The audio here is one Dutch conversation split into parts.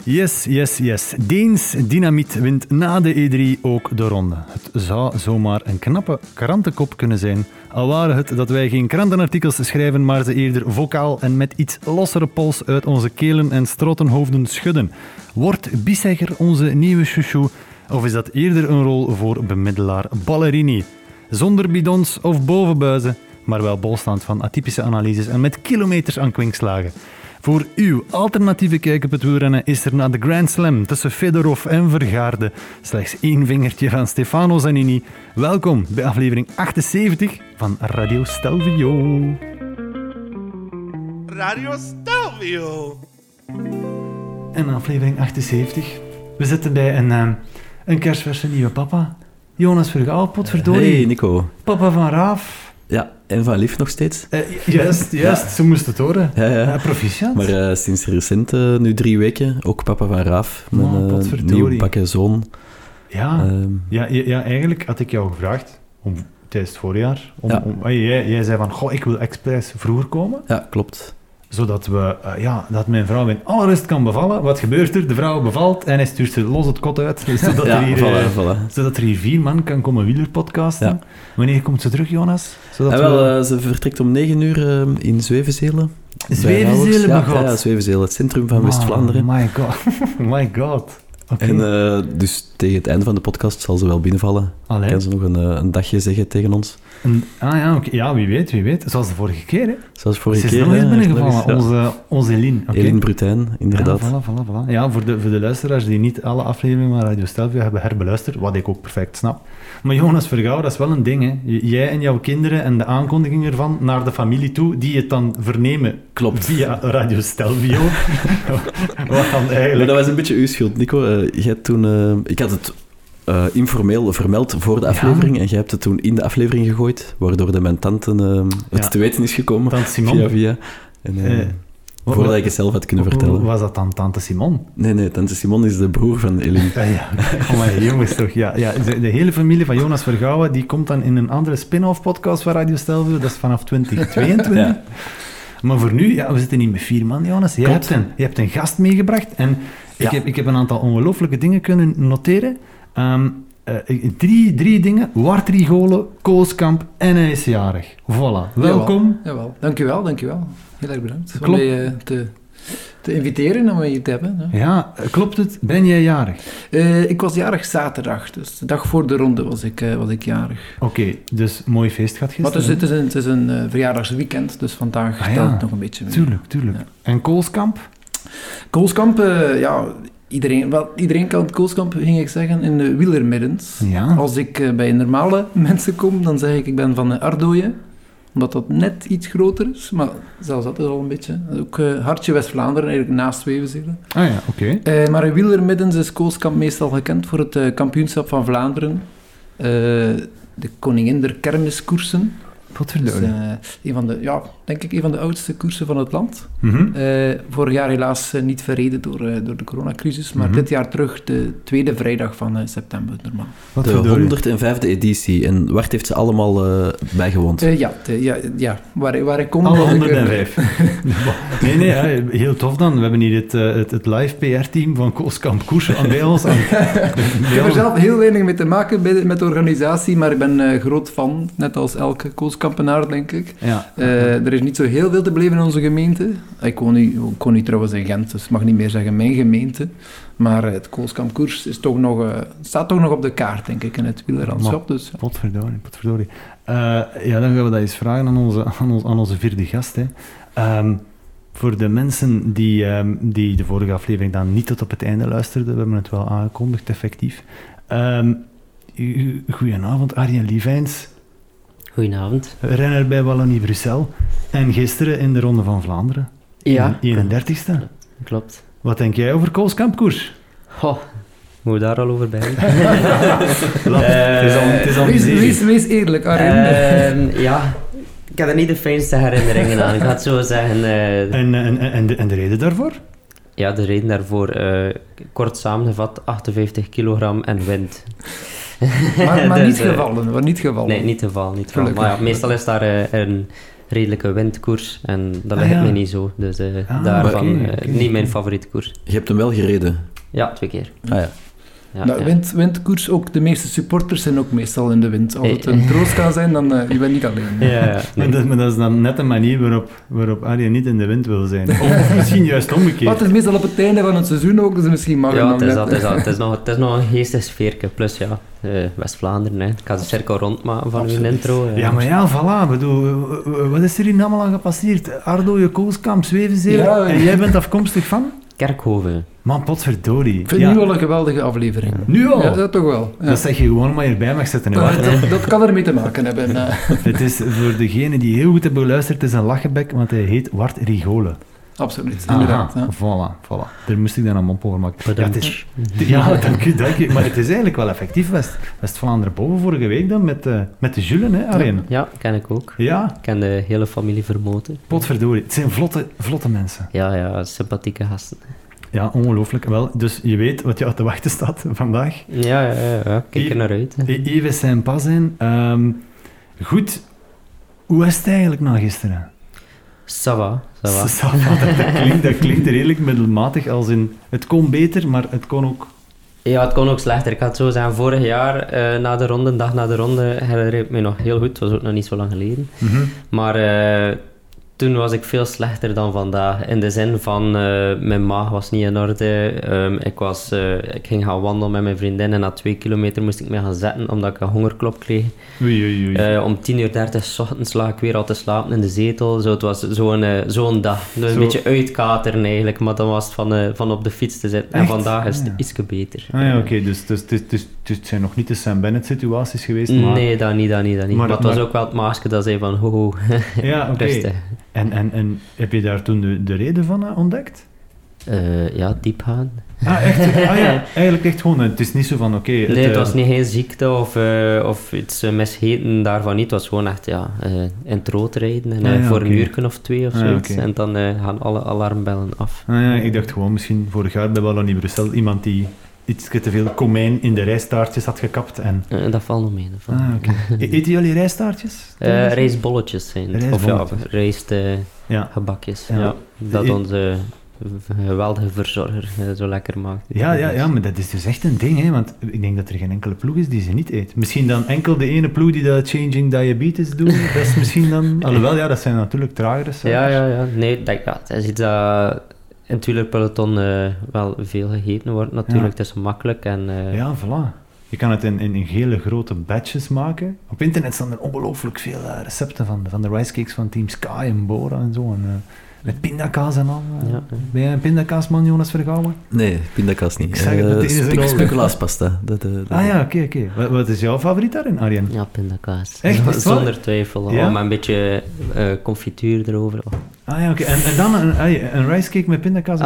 Yes. Deens Dynamiet wint na de E3 ook de ronde. Het zou zomaar een knappe krantenkop kunnen zijn. Al waren het dat wij geen krantenartikels schrijven, maar ze eerder vocaal en met iets lossere pols uit onze kelen en strottenhoofden schudden. Wordt Bissegger onze nieuwe chouchou? Of is dat eerder een rol voor bemiddelaar Ballerini? Zonder bidons of bovenbuizen, maar wel bolstaand van atypische analyses en met kilometers aan kwinkslagen. Voor uw alternatieve kijk op het wielrennen is er na de Grand Slam tussen Fedorov en Vergaarde slechts 1 vingertje van Stefano Zanini. Welkom bij aflevering 78 van Radio Stelvio. Radio Stelvio. En aflevering 78. We zitten bij een kerstverse nieuwe papa. Jonas Vergaal, potverdorie. Hey Nico. Papa van Raaf. Ja, en van Lief nog steeds. Juist, ja. Zo moest het horen. Ja. Proficiat. Maar sinds recent, nu 3 weken, ook papa van Raaf. Mijn nieuwe bakke zoon. Ja, eigenlijk had ik jou gevraagd, tijdens het voorjaar, jij zei van, goh, ik wil expres vroeger komen. Ja, klopt. Zodat dat mijn vrouw in alle rust kan bevallen. Wat gebeurt er? De vrouw bevalt en hij stuurt ze los het kot uit. Zodat er hier 4 man kan komen wielerpodcasten. Ja. Wanneer komt ze terug, Jonas? Ze vertrekt om 9 uur in Zwevenzelen. Zwevenzelen, ja, Zwevenzelen, het centrum van West-Vlaanderen. My god. Okay. En dus tegen het einde van de podcast zal ze wel binnenvallen. Allee. Kan ze nog een dagje zeggen tegen ons. Okay. Ja, wie weet. Zoals de vorige keer, hè? Zoals de vorige keer. Ze is nog eens binnengevallen, onze Eline. Okay. Eline Brutijn, inderdaad. Ja, voilà. Ja, voor de luisteraars die niet alle afleveringen van Radio Stelvio hebben herbeluisterd, wat ik ook perfect snap. Maar Jonas Vergouw, dat is wel een ding, hè. Jij en jouw kinderen en de aankondiging ervan naar de familie toe, die het dan vernemen. Klopt. Via Radio Stelvio. Wat dan eigenlijk? Maar dat was een beetje uw schuld, Nico. Ik had het informeel vermeld voor de aflevering en jij hebt het toen in de aflevering gegooid, waardoor mijn tante het te weten is gekomen. Tante Simon. Via. En, voordat ik het zelf had kunnen vertellen. Was dat dan tante Simon? Nee, tante Simon is de broer van Eline. Ja. Oh, maar jongens toch. Ja, de hele familie van Jonas Vergouwen, die komt dan in een andere spin-off podcast van Radio Stelvio. Dat is vanaf 2022. Ja. Maar voor nu, we zitten niet met 4 man, Jonas. Je hebt een gast meegebracht en ik heb een aantal ongelooflijke dingen kunnen noteren. 3 dingen. Wart Rigolen, Koolskamp en hij is jarig. Voilà. Welkom. Jawel. Dankjewel. Heel erg bedankt om mij te inviteren om mij hier te hebben. Hè. Ja, klopt het? Ben jij jarig? Ik was jarig zaterdag, dus de dag voor de ronde was ik jarig. Oké, dus mooi feest gaat gisteren. Maar het is een verjaardagsweekend, dus vandaag telt het nog een beetje mee. Tuurlijk. Ja. En Koolskamp? Koolskamp, iedereen kan het Koolskamp, ging ik zeggen, in de wielermiddens. Ja. Als ik bij normale mensen kom, dan zeg ik ben van Ardooien, omdat dat net iets groter is, maar zelfs dat is al een beetje. Ook hartje West-Vlaanderen, eigenlijk naast Zwevenzelen. Oké. Maar in wielermiddens is Koolskamp meestal gekend voor het kampioenschap van Vlaanderen. De koningin der kermiskoersen. Wat verdorie. Een van de oudste koersen van het land. Mm-hmm. Vorig jaar helaas niet verreden door de coronacrisis, maar dit jaar terug de 2e vrijdag van september normaal. De 105e editie. En Wart heeft ze allemaal bijgewoond. Waar ik kom... Alle 105. Nee, heel tof dan. We hebben hier het live PR-team van Koolskamp Koers bij ons. Ik heb er zelf heel weinig mee te maken met de organisatie, maar ik ben groot fan, net als elke Koolskampenaar, denk ik. Ja. Er is niet zo heel veel te beleven in onze gemeente. Ik woon nu trouwens in Gent, dus ik mag niet meer zeggen mijn gemeente. Maar het Koolskamp Koers is staat toch nog op de kaart, denk ik, in het wielerlandschap. Dus, ja. Potverdorie. Dan gaan we dat eens vragen aan onze vierde gast. Hè. Voor de mensen die de vorige aflevering dan niet tot op het einde luisterden, we hebben het wel aangekondigd, effectief. Goedenavond, Arjen Lievijns. Goedenavond. Renner bij Wallonie-Bruxelles. En gisteren in de Ronde van Vlaanderen. Ja. 31ste. Klopt. Wat denk jij over Koolskamp Koers? Moet we daar al over bij? Het is al wees eerlijk, Arjen. Ik heb er niet de fijnste herinneringen aan, ik ga het zo zeggen. En de reden daarvoor? Ja, de reden daarvoor, kort samengevat, 58 kilogram en wind. Maar niet gevallen? Nee, niet gevallen. Maar ja, meestal is daar redelijke windkoers. En dat ligt me niet zo. Dus daarvan niet mijn favoriete koers. Je hebt hem wel gereden? Ja, 2 keer. Ah ja. Windkoers, ook de meeste supporters zijn ook meestal in de wind. Als het een troost kan zijn, dan je bent niet alleen. Ja. Maar dat is dan net de manier waarop Arjen niet in de wind wil zijn. Of misschien juist omgekeerd. Maar het is meestal op het einde van het seizoen ook, dus misschien mag het is nog een geestig sfeerke. Plus West-Vlaanderen, hè. Ik ga de cirkel rondmaken van uw intro. Ja, maar ja, voilà. Bedoel, wat is er hier allemaal aan gepasseerd? Ardo, je Koolskamp, Zwevenzeel. En jij bent afkomstig van? Kerkhoven. Man, potverdorie. Ik vind nu wel een geweldige aflevering. Nu al? Ja, dat toch wel. Ja. Dat zeg je gewoon maar hierbij mag zitten. Dat kan ermee te maken hebben. Het is voor degene die heel goed hebben geluisterd, het is een lachenbek, want hij heet Wart Rigole. Absoluut, inderdaad. Ja. Voilà. Daar moest ik dan een mop over maken. Dank u. Maar het is eigenlijk wel effectief West-Vlaanderen boven vorige week dan met de Julen, hè, Arjen? Ja, ken ik ook. Ja? Ik ken de hele familie Vermoten. Potverdorie, het zijn vlotte mensen. Ja, sympathieke gasten. Ja, ongelooflijk. Wel, dus je weet wat je uit te wachten staat vandaag. Ja. Kijk er naar uit. Yves Saint-Pas zijn. Goed, hoe is het eigenlijk na gisteren? Ça va. Dat klinkt redelijk middelmatig, als in het kon beter, maar het kon ook... Ja, het kon ook slechter. Ik had zo zeggen, vorig jaar, dag na de ronde, herinner ik me nog heel goed. Het was ook nog niet zo lang geleden. Mm-hmm. Maar toen was ik veel slechter dan vandaag. In de zin van, mijn maag was niet in orde. Ik ging gaan wandelen met mijn vriendin en na 2 kilometer moest ik me gaan zetten, omdat ik een hongerklop kreeg. Oei. Om 10:30 's ochtends lag ik weer al te slapen in de zetel. Zo, het was zo'n dag. Een beetje uitkateren eigenlijk, maar dan was het van op de fiets te zitten. Echt? En vandaag is het iets beter. Oké, dus het zijn nog niet de Sam Bennett situaties geweest, maar... Nee, dat niet. Maar het was ook wel het maasje dat zei van, ho. Ja, oké. Rustig. En heb je daar toen de reden van ontdekt? Ja, diep gaan. Echt? Ja, eigenlijk echt gewoon. Het is niet zo van, oké... Nee, het was niet geen ziekte of iets misheten daarvan niet. Het was gewoon echt, in het rood rijden en voor een uur of 2 of zoiets. En dan gaan alle alarmbellen af. Ik dacht gewoon, misschien vorig jaar bij Wallonie Brussel, iemand die iets te veel komijn in de rijstaartjes had gekapt. En... dat valt nog mee. Eten jullie rijstaartjes? Rijstbolletjes zijn het. Of rijstgebakjes. Ja. Dat onze geweldige verzorger zo lekker maakt. Ja, maar dat is dus echt een ding, hè? Want ik denk dat er geen enkele ploeg is die ze niet eet. Misschien dan enkel de ene ploeg die dat Changing Diabetes doet, dat is misschien dan... Alhoewel, dat zijn natuurlijk tragere cijfers. Ja. Nee, dat is iets dat in het wielerpeloton wel veel gegeten wordt natuurlijk. Het is makkelijk en... Ja, voilà. Je kan het in gele grote batches maken. Op internet staan er ongelooflijk veel recepten van de ricecakes van Team Sky en Bora en zo. En, met pindakaas en al. Ben jij een pindakaasman, Jonas Vergouwen? Nee, pindakaas niet. Speculaaspasta. Oké. Wat is jouw favoriet daarin, Arjen? Ja, pindakaas. Echt? Zonder twijfel. Ja? Maar een beetje confituur erover. Oké. En dan een ricecake met pindakaas?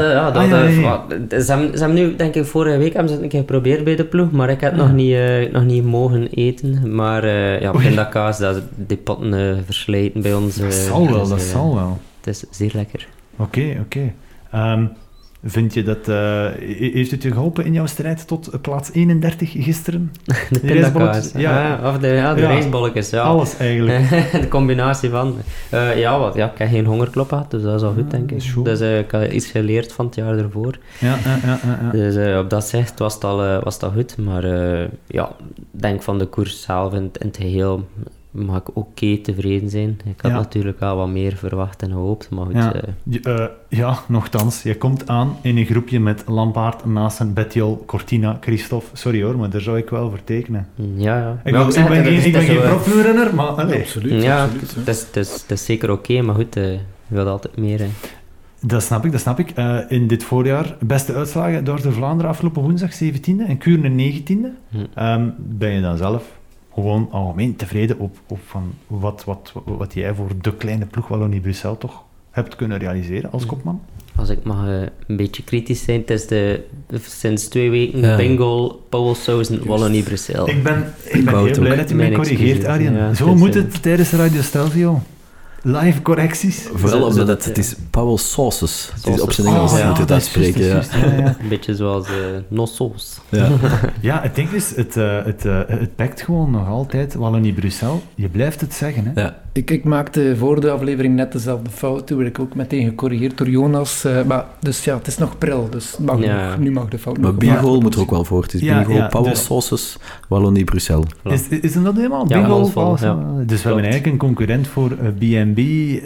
Ze hebben nu, denk ik, vorige week hebben ze het een keer geprobeerd bij de ploeg, maar ik heb nog niet mogen eten. Maar pindakaas, die potten verslijten bij ons. Dat zal wel. Het is zeer lekker. Oké. Vind je dat... heeft het je geholpen in jouw strijd tot plaats 31 gisteren? De pindakaas. Of de rijstbolletjes. Ja. Alles eigenlijk. De combinatie van. Ik heb geen hongerklop gehad, dus dat is al goed, denk ik. Dus ik had iets geleerd van het jaar ervoor. Ja. Dus op dat zicht was het al goed. Maar ik denk van de koers zelf in het geheel... mag ik oké tevreden zijn. Ik had natuurlijk al wat meer verwacht en gehoopt, maar goed. Nochtans. Je komt aan in een groepje met Lampaard, Maassen, Bettiol, Cortina, Christophe. Sorry hoor, maar daar zou ik wel voor tekenen. Ja. Ik ben geen profrenner, maar... Absoluut. Ja, het is zeker oké, maar goed, je wilt altijd meer. Hè. Dat snap ik. In dit voorjaar, beste uitslagen door de Vlaanderen afgelopen woensdag, 17e, en Kuurne 19e. Ben je dan zelf... gewoon algemeen tevreden op van wat jij voor de kleine ploeg Wallonie Brussel toch hebt kunnen realiseren als kopman? Als ik mag een beetje kritisch zijn, het is sinds 2 weken bingo, Pauwelsausen, Wallonie Brussel. Ik ben heel blij dat je mij corrigeert, Arjen. Ja, zo moet het tijdens Radio Stelvio. Live correcties. Vooral omdat het is Pauwelsauces. Het is op zijn Engels moet je het uitspreken. Ja. Een beetje zoals no sauce. Ja, het ding is, het pakt gewoon nog altijd Wallonie Brussel. Je blijft het zeggen, hè. Ja. Ik maakte voor de aflevering net dezelfde fout. Toen werd ik ook meteen gecorrigeerd door Jonas. Maar dus ja, het is nog pril. Dus nu mag de fout nog. Maar bingo moet er ook wel voor. Het is bingo, power sauces, Wallonie, Bruxelles. Is dat helemaal? Ja, bingo, vol, ja. Dus we hebben eigenlijk een concurrent voor B&B.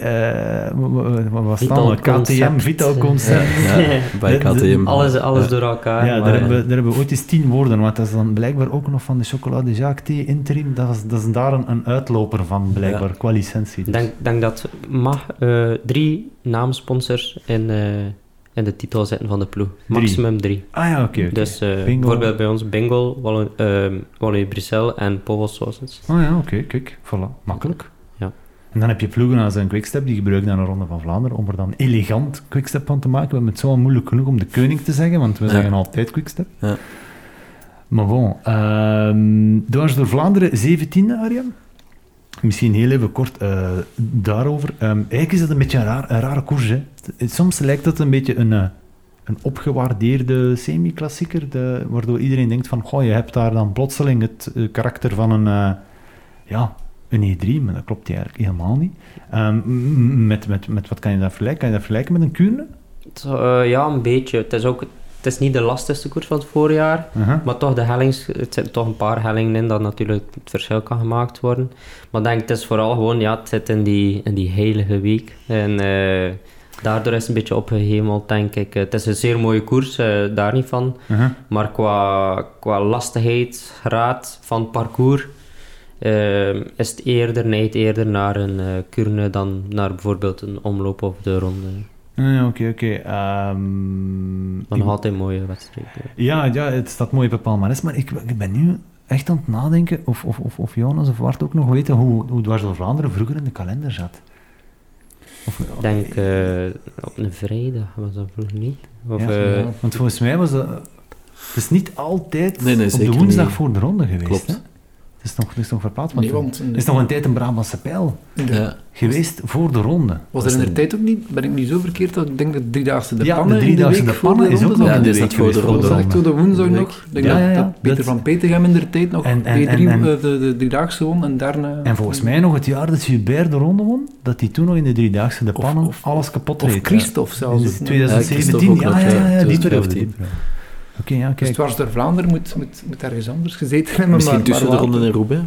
Wat was het dan? KTM, Vital Concept. Bij KTM. Alles door elkaar. Ja, daar hebben we ooit eens 10 woorden. Want dat is dan blijkbaar ook nog van de Chocolade Jacques Thee Interim. Dat is daar een uitloper van, blijkbaar, qua licentie. Dus. Ik denk dat mag 3 naamsponsors in de titel zetten van de ploeg. Maximum 3. Ah ja, oké. Dus bijvoorbeeld bij ons Bingo, Wallonie Bruxelles en Power Sauces. Oh ja, oké, kijk. Voilà, makkelijk. Ja. En dan heb je ploegen als een Quickstep, die gebruiken dan een Ronde van Vlaanderen om er dan elegant Quickstep van te maken. We hebben het zo moeilijk genoeg om de koning te zeggen, want we zeggen altijd Quickstep. Ja. Maar bon, dwars door Vlaanderen, 17e, Arjan. Misschien heel even kort daarover. Eigenlijk is dat een beetje een rare koers. Hè. Soms lijkt dat een beetje een opgewaardeerde semi-klassieker, waardoor iedereen denkt van, goh, je hebt daar dan plotseling het karakter van een E3, maar dat klopt eigenlijk helemaal niet. Met wat kan je dat vergelijken? Kan je dat vergelijken met een Kuurne? Ja, een beetje. Het is niet de lastigste koers van het voorjaar, maar toch het zitten toch een paar hellingen in dat natuurlijk het verschil kan gemaakt worden. Maar ik denk, het is vooral gewoon, het zit in die heilige week. En daardoor is het een beetje opgehemeld, denk ik. Het is een zeer mooie koers, daar niet van. Maar qua lastigheid, van het parcours, is het neigt naar een Kuurne dan naar bijvoorbeeld een omloop of de ronde. Oké. Maar nog altijd een mooie wedstrijd. Ja, het staat mooi op het palmares, maar ik ben nu echt aan het nadenken of Jonas of Wart ook nog weten hoe Dwars door Vlaanderen vroeger in de kalender zat. Ik denk op een vrijdag was dat vroeger niet. Want volgens mij was dat... Het is niet altijd op de woensdag niet voor de ronde geweest. Klopt. Hè? Het is nog verplaatst, want het is nog een tijd een Brabantse pijl geweest voor de ronde. Was er in de tijd ook niet, ben ik niet zo verkeerd, dat ik denk dat de 3-daagse de pannen de 3-daagse de pannen is ook nog in de week voor de ronde. Dat was echt zo de woensdag nog. Ik denk dat Peter van Petegem in de tijd nog de 3-daagse won en daarna... En volgens mij nog het jaar dat Gilbert de ronde won, dat hij toen nog in de 3-daagse de pannen alles kapot reed. Of Christophe zelfs. In 2017, die periode. Okay, kijk. Dus Dwars door Vlaanderen moet ergens anders gezeten hebben. Misschien tussen de ronde en Roubaix?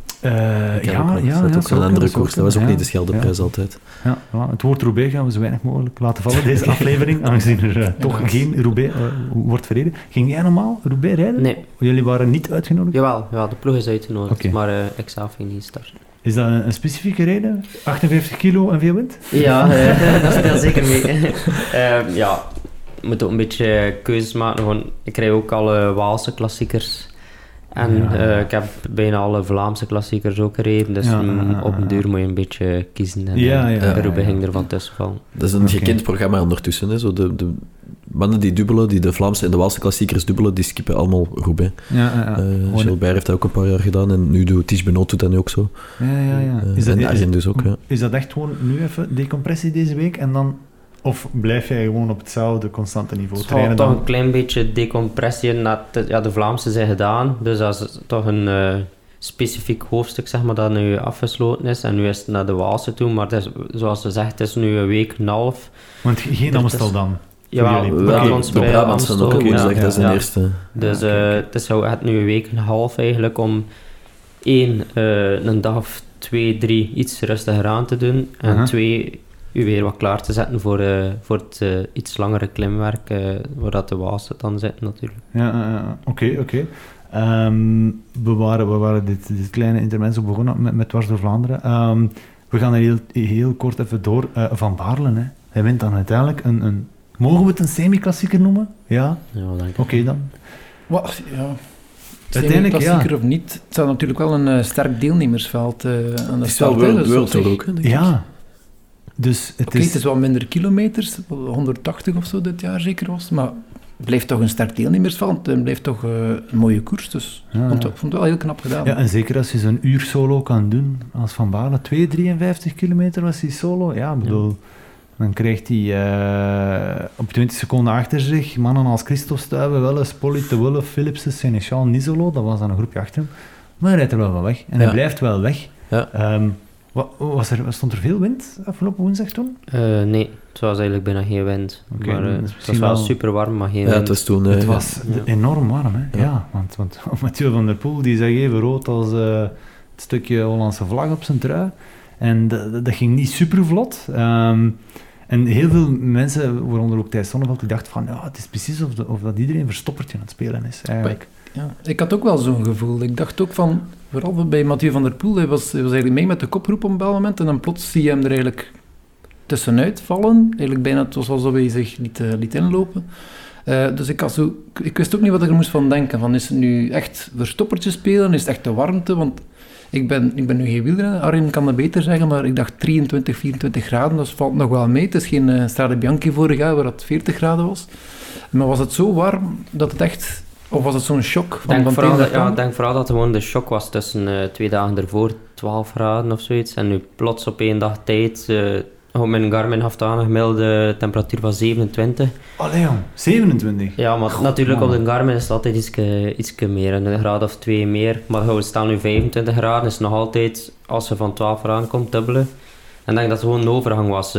Dat ook een andere koers. Dat was ook niet de Scheldeprijs altijd. Ja, het woord Roubaix gaan we zo weinig mogelijk laten vallen, deze aflevering, aangezien er toch geen Roubaix wordt verreden. Ging jij normaal Roubaix rijden? Nee. Jullie waren niet uitgenodigd? Jawel, de ploeg is uitgenodigd, maar ik zelf ging niet starten. Is dat een specifieke reden? 58 kilo en veel wind? Ja, dat speelt zeker mee. Je moet ook een beetje keuzes maken. Gewoon, ik krijg ook alle Waalse klassiekers. En ik heb bijna alle Vlaamse klassiekers ook gereden. Dus op een duur moet je een beetje kiezen. En Roubaix ging er van tussen van. Dat is een gekend programma ondertussen. Hè. Zo de mannen die dubbelen, die de Vlaamse en de Waalse klassiekers dubbelen, die skippen allemaal Roubaix. Gilbert heeft dat ook een paar jaar gedaan. En nu doet Ties Benoot doet dat nu ook zo. En Arjen dus ook. Is dat echt gewoon nu even decompressie deze week en dan... Of blijf jij gewoon op hetzelfde constante niveau trainen? Toch een klein beetje decompressie. De Vlaamse zijn gedaan, dus dat is toch een specifiek hoofdstuk zeg maar, dat nu afgesloten is. En nu is het naar de Waalse toe, maar het is, zoals ze zegt, het is nu een week en een half. Want geen Amstel dan? Ja, Brabants bij Amstel. Dat is de eerste. Dus het nu een week en een half eigenlijk om een dag of 2, 3 iets rustiger aan te doen. En 2... u weer wat klaar te zetten voor het iets langere klimwerk, waar dat de Waalse dan zitten natuurlijk. Oké. We waren dit kleine intermezzo begonnen met Dwars door Vlaanderen. We gaan er heel kort even door. Van Baarle, hè. Hij wint dan uiteindelijk een... Mogen we het een semi-klassieker noemen? Ja? Ja, denk ik. Oké dan. Uiteindelijk, klassieker of niet, het staat natuurlijk wel een sterk deelnemersveld aan de start. Het is wel World Tour ook, hè, denk ik. Ja. Dus het is wel minder kilometers, 180 of zo dit jaar zeker was, maar het blijft toch een sterk deelnemersveld, het blijft toch een mooie koers, dus ik vond het wel heel knap gedaan. Ja, en zeker als je zo'n uur solo kan doen, als Van Baarle, 2,53 kilometer was hij solo, dan krijgt hij op 20 seconden achter zich mannen als Christophe Stuyven, Welles, Polly, De Wulf, Philipsen, Sénéchal, Nisolo, dat was dan een groepje achter hem, maar hij rijdt er wel van weg, en hij blijft wel weg. Ja. Stond er veel wind afgelopen woensdag toen? Nee, het was eigenlijk bijna geen wind. Maar, het was wel super warm, maar geen wind. Het was toen... het was enorm warm, hè? Ja, want Mathieu van der Poel die zag even rood als het stukje Hollandse vlag op zijn trui. En dat ging niet super vlot. En heel veel mensen, waaronder ook Thijs Sonneveld, die dachten van, het is precies of dat iedereen verstoppertje aan het spelen is, eigenlijk. Ja, ik had ook wel zo'n gevoel. Ik dacht ook van, vooral bij Mathieu van der Poel, hij was eigenlijk mee met de kopgroep op een bepaald moment, en dan plots zie je hem er eigenlijk tussenuit vallen. Eigenlijk bijna, het was alsof hij zich liet inlopen. Dus ik wist ook niet wat ik er moest van denken. Van, is het nu echt verstoppertje spelen? Is het echt de warmte? Want ik ben nu geen wielrenner, Arjen kan dat beter zeggen, maar ik dacht 23, 24 graden, dat valt nog wel mee. Het is geen Strade Bianchi vorig jaar, waar het 40 graden was. Maar was het zo warm dat het echt... Of was het zo'n shock? Ik denk vooral dat het gewoon de shock was tussen 2 dagen ervoor, 12 graden of zoiets. En nu plots op 1 dag tijd... op mijn Garmin heeft aan een gemiddelde temperatuur van 27. Allee jong, 27? Ja, maar natuurlijk op de Garmin is het altijd iets meer, een graad of 2 meer. Maar we staan nu 25 graden, is nog altijd, als je van 12 graden komt, dubbele. En ik denk dat het gewoon een overgang was.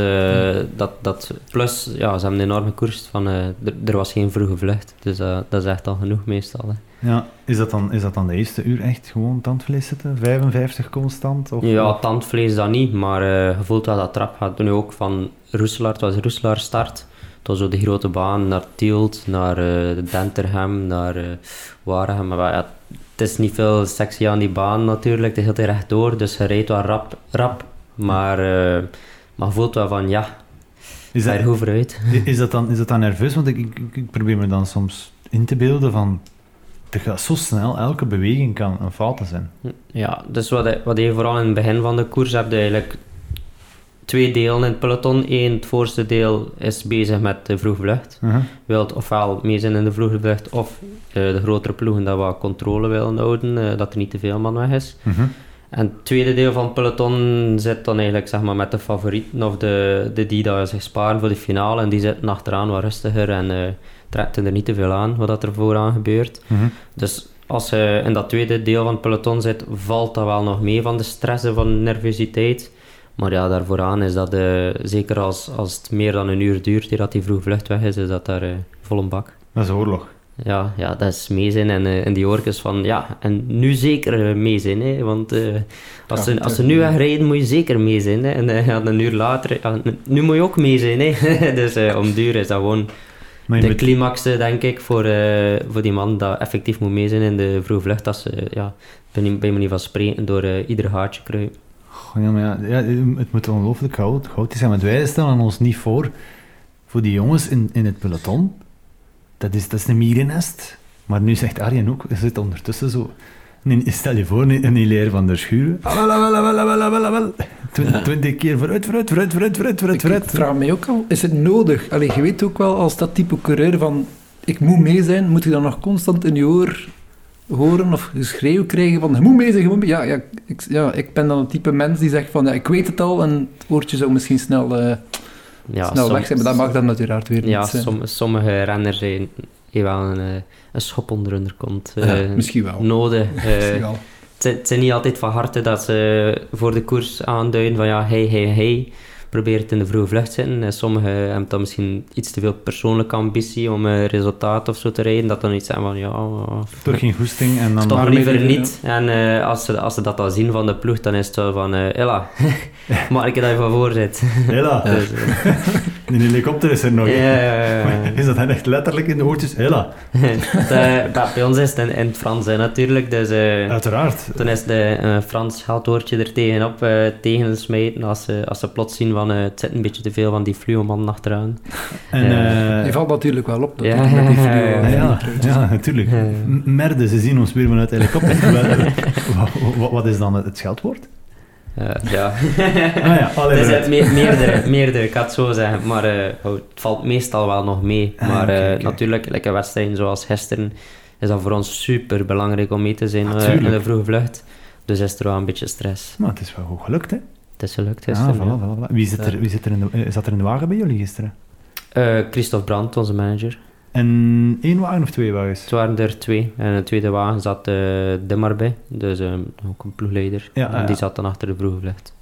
Plus, ze hebben een enorme koers van, er was geen vroege vlucht. Dus dat is echt al genoeg meestal. Hè. Ja, is dat dan de eerste uur echt gewoon tandvlees zitten? 55 constant? Of? Ja, tandvlees dan niet, maar je voelt wel dat trap gaat. Nu ook van Roeselaar, het was Roeselaar start. Het was zo de grote baan naar Tielt, naar Denterhem, naar Waregem. Maar ja, het is niet veel sexy aan die baan natuurlijk, het is heel rechtdoor, dus je rijdt wel rap. Maar je voelt wel van, daar hoe vooruit. Is dat dan nerveus? Want ik probeer me dan soms in te beelden van... Het gaat zo snel, elke beweging kan een fout zijn. Ja, dus wat je vooral in het begin van de koers hebt, eigenlijk 2 delen in het peloton. Het voorste deel is bezig met de vroege vlucht. Wilt ofwel mee zijn in de vroege vlucht, of de grotere ploegen dat wat controle willen houden, dat er niet te veel man weg is. En het tweede deel van het peloton zit dan eigenlijk zeg maar, met de favorieten of die dat zich sparen voor de finale. En die zitten achteraan wat rustiger en trekken er niet te veel aan wat er vooraan gebeurt. Dus als je in dat tweede deel van het peloton zit, valt dat wel nog mee van de stress en van de nervositeit. Maar ja, daar vooraan is dat, zeker als het meer dan een uur duurt, dat die vroeg vlucht weg is dat daar vol een bak. Dat is oorlog. Ja, dat is mee zijn en die oorkes van, en nu zeker mee zijn, hè, want als ze nu wegrijden, moet je zeker mee zijn, hè, en een uur later, nu moet je ook mee zijn, hè. Dus om duur is dat gewoon de climax, denk ik, voor die man dat effectief moet mee zijn in de vroege vlucht, dat ze, bij manier van spreken, door ieder haartje kruipen. Ja, maar het moet ongelooflijk goud zijn, want wij stellen ons niet voor die jongens in het peloton. Dat is een mierennest. Maar nu zegt Arjen ook, er zit ondertussen zo... Stel je voor, een Hilaire van der Schuren. 20 keer vooruit. Ik vraag mij ook al, is het nodig? Allee, je weet ook wel, als dat type coureur van... Ik moet mee zijn, moet je dan nog constant in je oor horen of geschreeuw krijgen van... Je moet mee zijn, je moet mee. Ik ben dan het type mens die zegt van... ik weet het al, en het woordje zou misschien snel weg zijn, maar dat mag dan uiteraard weer niet. Ja, sommige renners zijn wel een schop onder hun kont. Misschien wel. Nodig. Het zijn niet altijd van harte dat ze voor de koers aanduiden van hey, probeer het in de vroege vlucht zitten. En sommigen hebben dan misschien iets te veel persoonlijke ambitie om resultaat of zo te rijden, dat dan iets zijn van door geen goesting en dan... Toch liever niet. En als ze dat dan zien van de ploeg, dan is het zo van Ella, mag ik je daar even voor zitten? Ella. Dus, een helikopter is er nog. Is dat dan echt letterlijk in de oortjes? Ella. Bij ons is het in het Frans natuurlijk. Dus, uiteraard. Dan is een Frans geldwoordje er tegenop tegen smijten als ze plots zien van het zit een beetje te veel van die fluo-man achteraan. Je valt natuurlijk wel op. Ja, natuurlijk. Merde, ze zien ons weer vanuit de helikopter. Wat is dan het scheldwoord? Het is meerdere, ik ga het zo zeggen, maar het valt meestal wel nog mee. Maar natuurlijk, like een wedstrijd zoals gisteren, is dat voor ons super belangrijk om mee te zijn in de vroege vlucht. Dus is er wel een beetje stress. Maar het is wel goed gelukt, hè? Het is gelukt gisteren. Voilà. Wie zat er in de wagen bij jullie gisteren? Christophe Brandt, onze manager. En 1 wagen of 2 wagens? Het waren er 2. En in de tweede wagen zat Demar bij, dus ook een ploegleider. En die zat dan achter de vroege vlucht.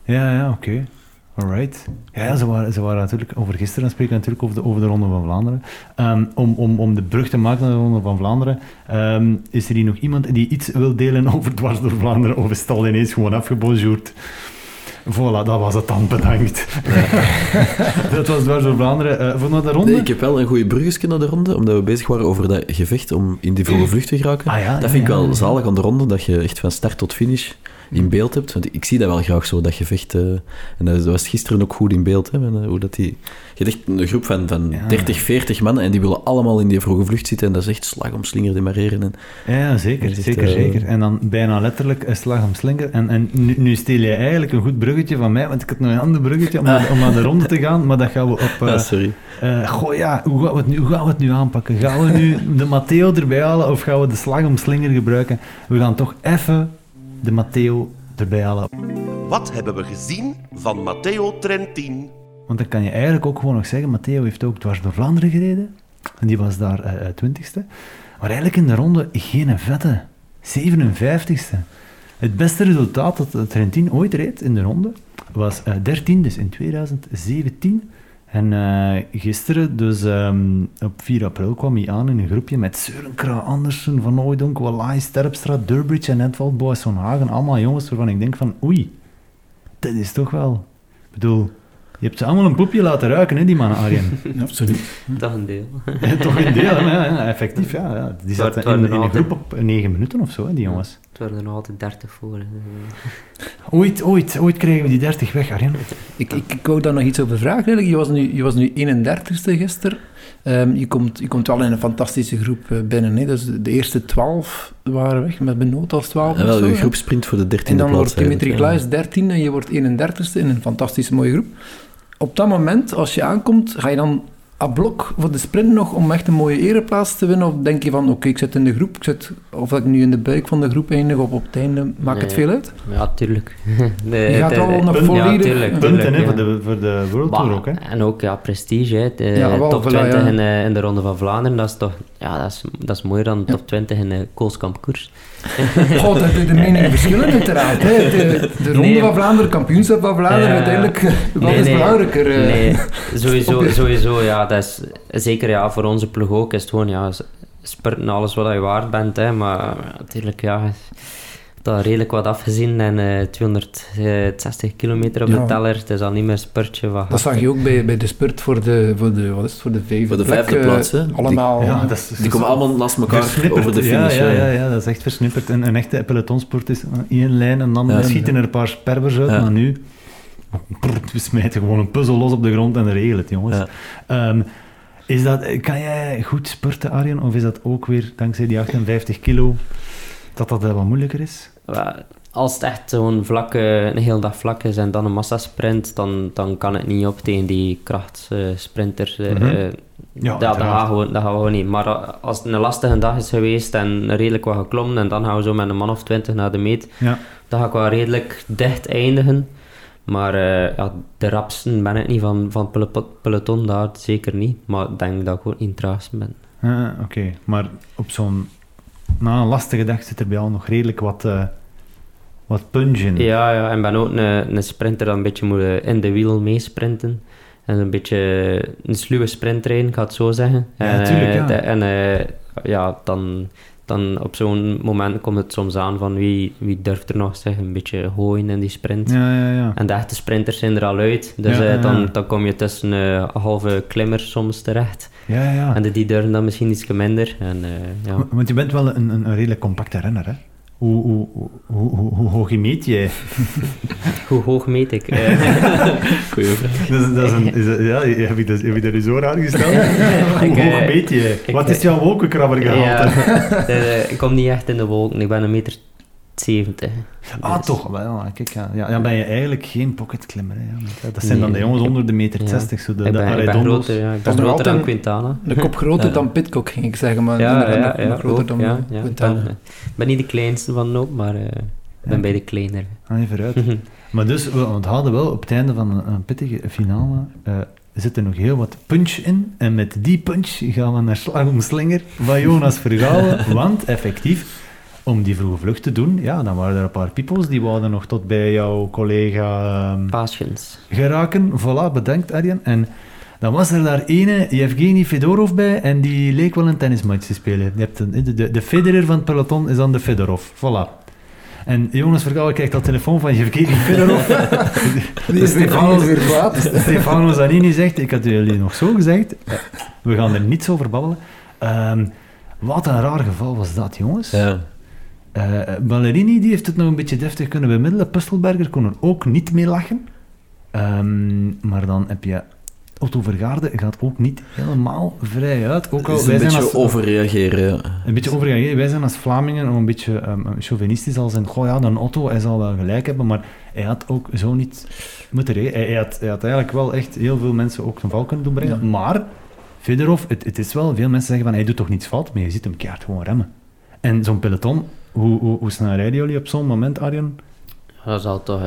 Ja, oké. Alright. Ja, ze waren natuurlijk, over gisteren spreken natuurlijk over de Ronde van Vlaanderen. Om de brug te maken naar de Ronde van Vlaanderen, is er hier nog iemand die iets wil delen over Dwars door Vlaanderen, of is het al ineens gewoon afgebonjourd? Voilà, dat was het dan, bedankt. Dat was Dwars door Vlaanderen. Voor naar de ronde? Nee, ik heb wel een goede bruggetje naar de ronde, omdat we bezig waren over dat gevecht om in die vroege vlucht te geraken. Dat vind ik wel zalig aan de ronde, dat je echt van start tot finish in beeld hebt. Want ik zie dat wel graag zo, dat gevecht. En dat was gisteren ook goed in beeld. Hè, hoe dat je hebt echt een groep van 30, 40 mannen en die willen allemaal in die vroege vlucht zitten. En dat is echt slag om slinger demareren. Ja, zeker. Zeker. En dan bijna letterlijk een slag om slinger. En nu steel je eigenlijk een goed bruggetje van mij, want ik had nog een ander bruggetje om naar de ronde te gaan, maar dat gaan we op... sorry. Hoe gaan we het nu aanpakken? Gaan we nu de Matteo erbij halen of gaan we de slag om slinger gebruiken? We gaan toch even de Matteo erbij halen. Wat hebben we gezien van Matteo Trentin? Want dan kan je eigenlijk ook gewoon nog zeggen, Matteo heeft ook Dwars door Vlaanderen gereden. En die was daar 20ste. Maar eigenlijk in de ronde geen vette. 57ste. Het beste resultaat dat Trentin ooit reed in de ronde was 13, dus in 2017. En gisteren, dus op 4 april, kwam hij aan in een groepje met Søren Kragh Andersen, Van Hooijdonk, Wallace, Terpstra, Durbridge en Edvald Boasson Hagen. Allemaal jongens waarvan ik denk van, oei, dit is toch wel... Ik bedoel, je hebt ze allemaal een poepje laten ruiken, hè, die mannen, Arjen. Absoluut. Toch een deel. Toch een deel, ja, effectief. Ja. Die zaten in een groep op 9 minuten of zo, hè, die jongens. Het waren er nog altijd 30 voor. Ooit krijgen we die 30 weg, Arjen. Ik wou daar nog iets over vragen. Je was nu 31ste gisteren. Je komt wel in een fantastische groep binnen. Hè? Dus de eerste 12 waren weg, met Benoot als 12. En wel een groepsprint voor de 13e plaats. En dan wordt Dimitri Klaes 13 en je wordt 31ste in een fantastische mooie groep. Op dat moment, als je aankomt, ga je dan aan blok voor de sprint nog om echt een mooie ereplaats te winnen? Of denk je van, oké, ik zit in de groep, of dat ik nu in de buik van de groep eindig, of op het einde, maakt het veel uit? Ja, tuurlijk. Je gaat wel nog volledig... Ja, punten, hè, voor de World Tour ook, hè? En ook, prestige, hè. Top 20 in de Ronde van Vlaanderen, dat is toch... Ja, dat is mooier dan top 20 in de Koolskamp koers. God, de meningen verschillen uiteraard. Hè. De Ronde van Vlaanderen, kampioenschap van Vlaanderen, uiteindelijk, wat is belangrijker? Nee, sowieso, ja, dat is zeker voor onze ploeg ook, is het gewoon, spurten alles wat je waard bent, hè, maar natuurlijk, dat redelijk wat afgezien en 260 kilometer op de teller, het is al niet meer een spurtje. Dat zag je ook bij de spurt voor de vijfde plaats. Hè? Allemaal. Die komen allemaal naast elkaar over de finish. Ja, dat is echt versnipperd. Een echte pelotonsport is één lijn en dan schieten er een paar sperbers uit, maar nu... We smijten gewoon een puzzel los op de grond en regelen het, jongens. Ja. Kan jij goed spurten, Arjen, of is dat ook weer dankzij die 58 kilo dat wat moeilijker is? Als het echt zo'n een hele dag vlak is en dan een massasprint, dan kan het niet op tegen die krachtssprinter. Dat gaat gewoon niet. Maar als het een lastige dag is geweest en redelijk wat geklommen en dan gaan we zo met een man of 20 naar de meet, dan ga ik wel redelijk dicht eindigen. Maar de rapsten ben ik niet van peloton daar, zeker niet. Maar ik denk dat ik ook niet traagste ben. Oké. Maar op na een lastige dag zit er bij jou nog redelijk wat punch in. Ja, en ben ook een sprinter dat een beetje moet in de wiel meesprinten. En een beetje een sluwe sprint rijden, ik ga het zo zeggen. Ja, natuurlijk, Dan op zo'n moment komt het soms aan van wie durft er nog een beetje gooien in die sprint. Ja. En de echte sprinters zijn er al uit. Dus dan kom je tussen een halve klimmer soms terecht. Ja. En die durven dan misschien iets minder. Want je bent wel een redelijk compacte renner, hè? Hoe hoog meet jij? Hoe hoog meet ik? Goeie vraag. Heb je dat nu zo raar gesteld? Hoe hoog meet jij? Wat is jouw wolkenkrabber gehaald? Ik kom niet echt in de wolken, ik ben 1,70 meter. Toch wel. Kijk, ja, ben je eigenlijk geen pocketklimmer. Hè? Dat zijn dan de jongens onder de 1,60 meter. Ik ben groter dan Quintana. De kop groter dan Pidcock, ging ik zeggen. Maar groter dan Quintana. Ik ben niet de kleinste van de hoop, maar ik ben bij de kleiner. Vooruit. Maar dus, we hadden wel op het einde van een pittige finale... zit er nog heel wat punch in. En met die punch gaan we naar slag om slinger van Jonas Vergouwen. Want, effectief... om die vroege vlucht te doen, ja, dan waren er een paar piepels die wouden nog tot bij jouw collega Paaschens geraken. Voilà, bedankt Arjen. En dan was er daar ene, Yevgeny Fedorov bij, en die leek wel een tennismatch te spelen. Je hebt de Federer van het peloton is dan de Fedorov. Voilà. En Jonas Vergouwen krijgt al telefoon van Yevgeny Fedorov. Stefano Zanini zegt, ik had jullie nog zo gezegd, we gaan er niets over babbelen. Wat een raar geval was dat, jongens. Ja. Ballerini die heeft het nog een beetje deftig kunnen bemiddelen. Pustelberger kon er ook niet mee lachen. Maar dan heb je... Otto Vergaarde gaat ook niet helemaal vrij uit. Ook al, wij zijn overreageren. Een beetje overreageren. Wij zijn als Vlamingen nog een beetje chauvinistisch als in, goh ja, dan Otto, hij zal wel gelijk hebben, maar hij had ook zo niet moeten hij had eigenlijk wel echt heel veel mensen ook ten val kunnen doen brengen. Ja. Maar Fedorov, het is wel, veel mensen zeggen van, hij doet toch niets fout, maar je ziet hem keihard gewoon remmen. En zo'n peloton, hoe snel rijden jullie op zo'n moment, Arjen? Dat zal toch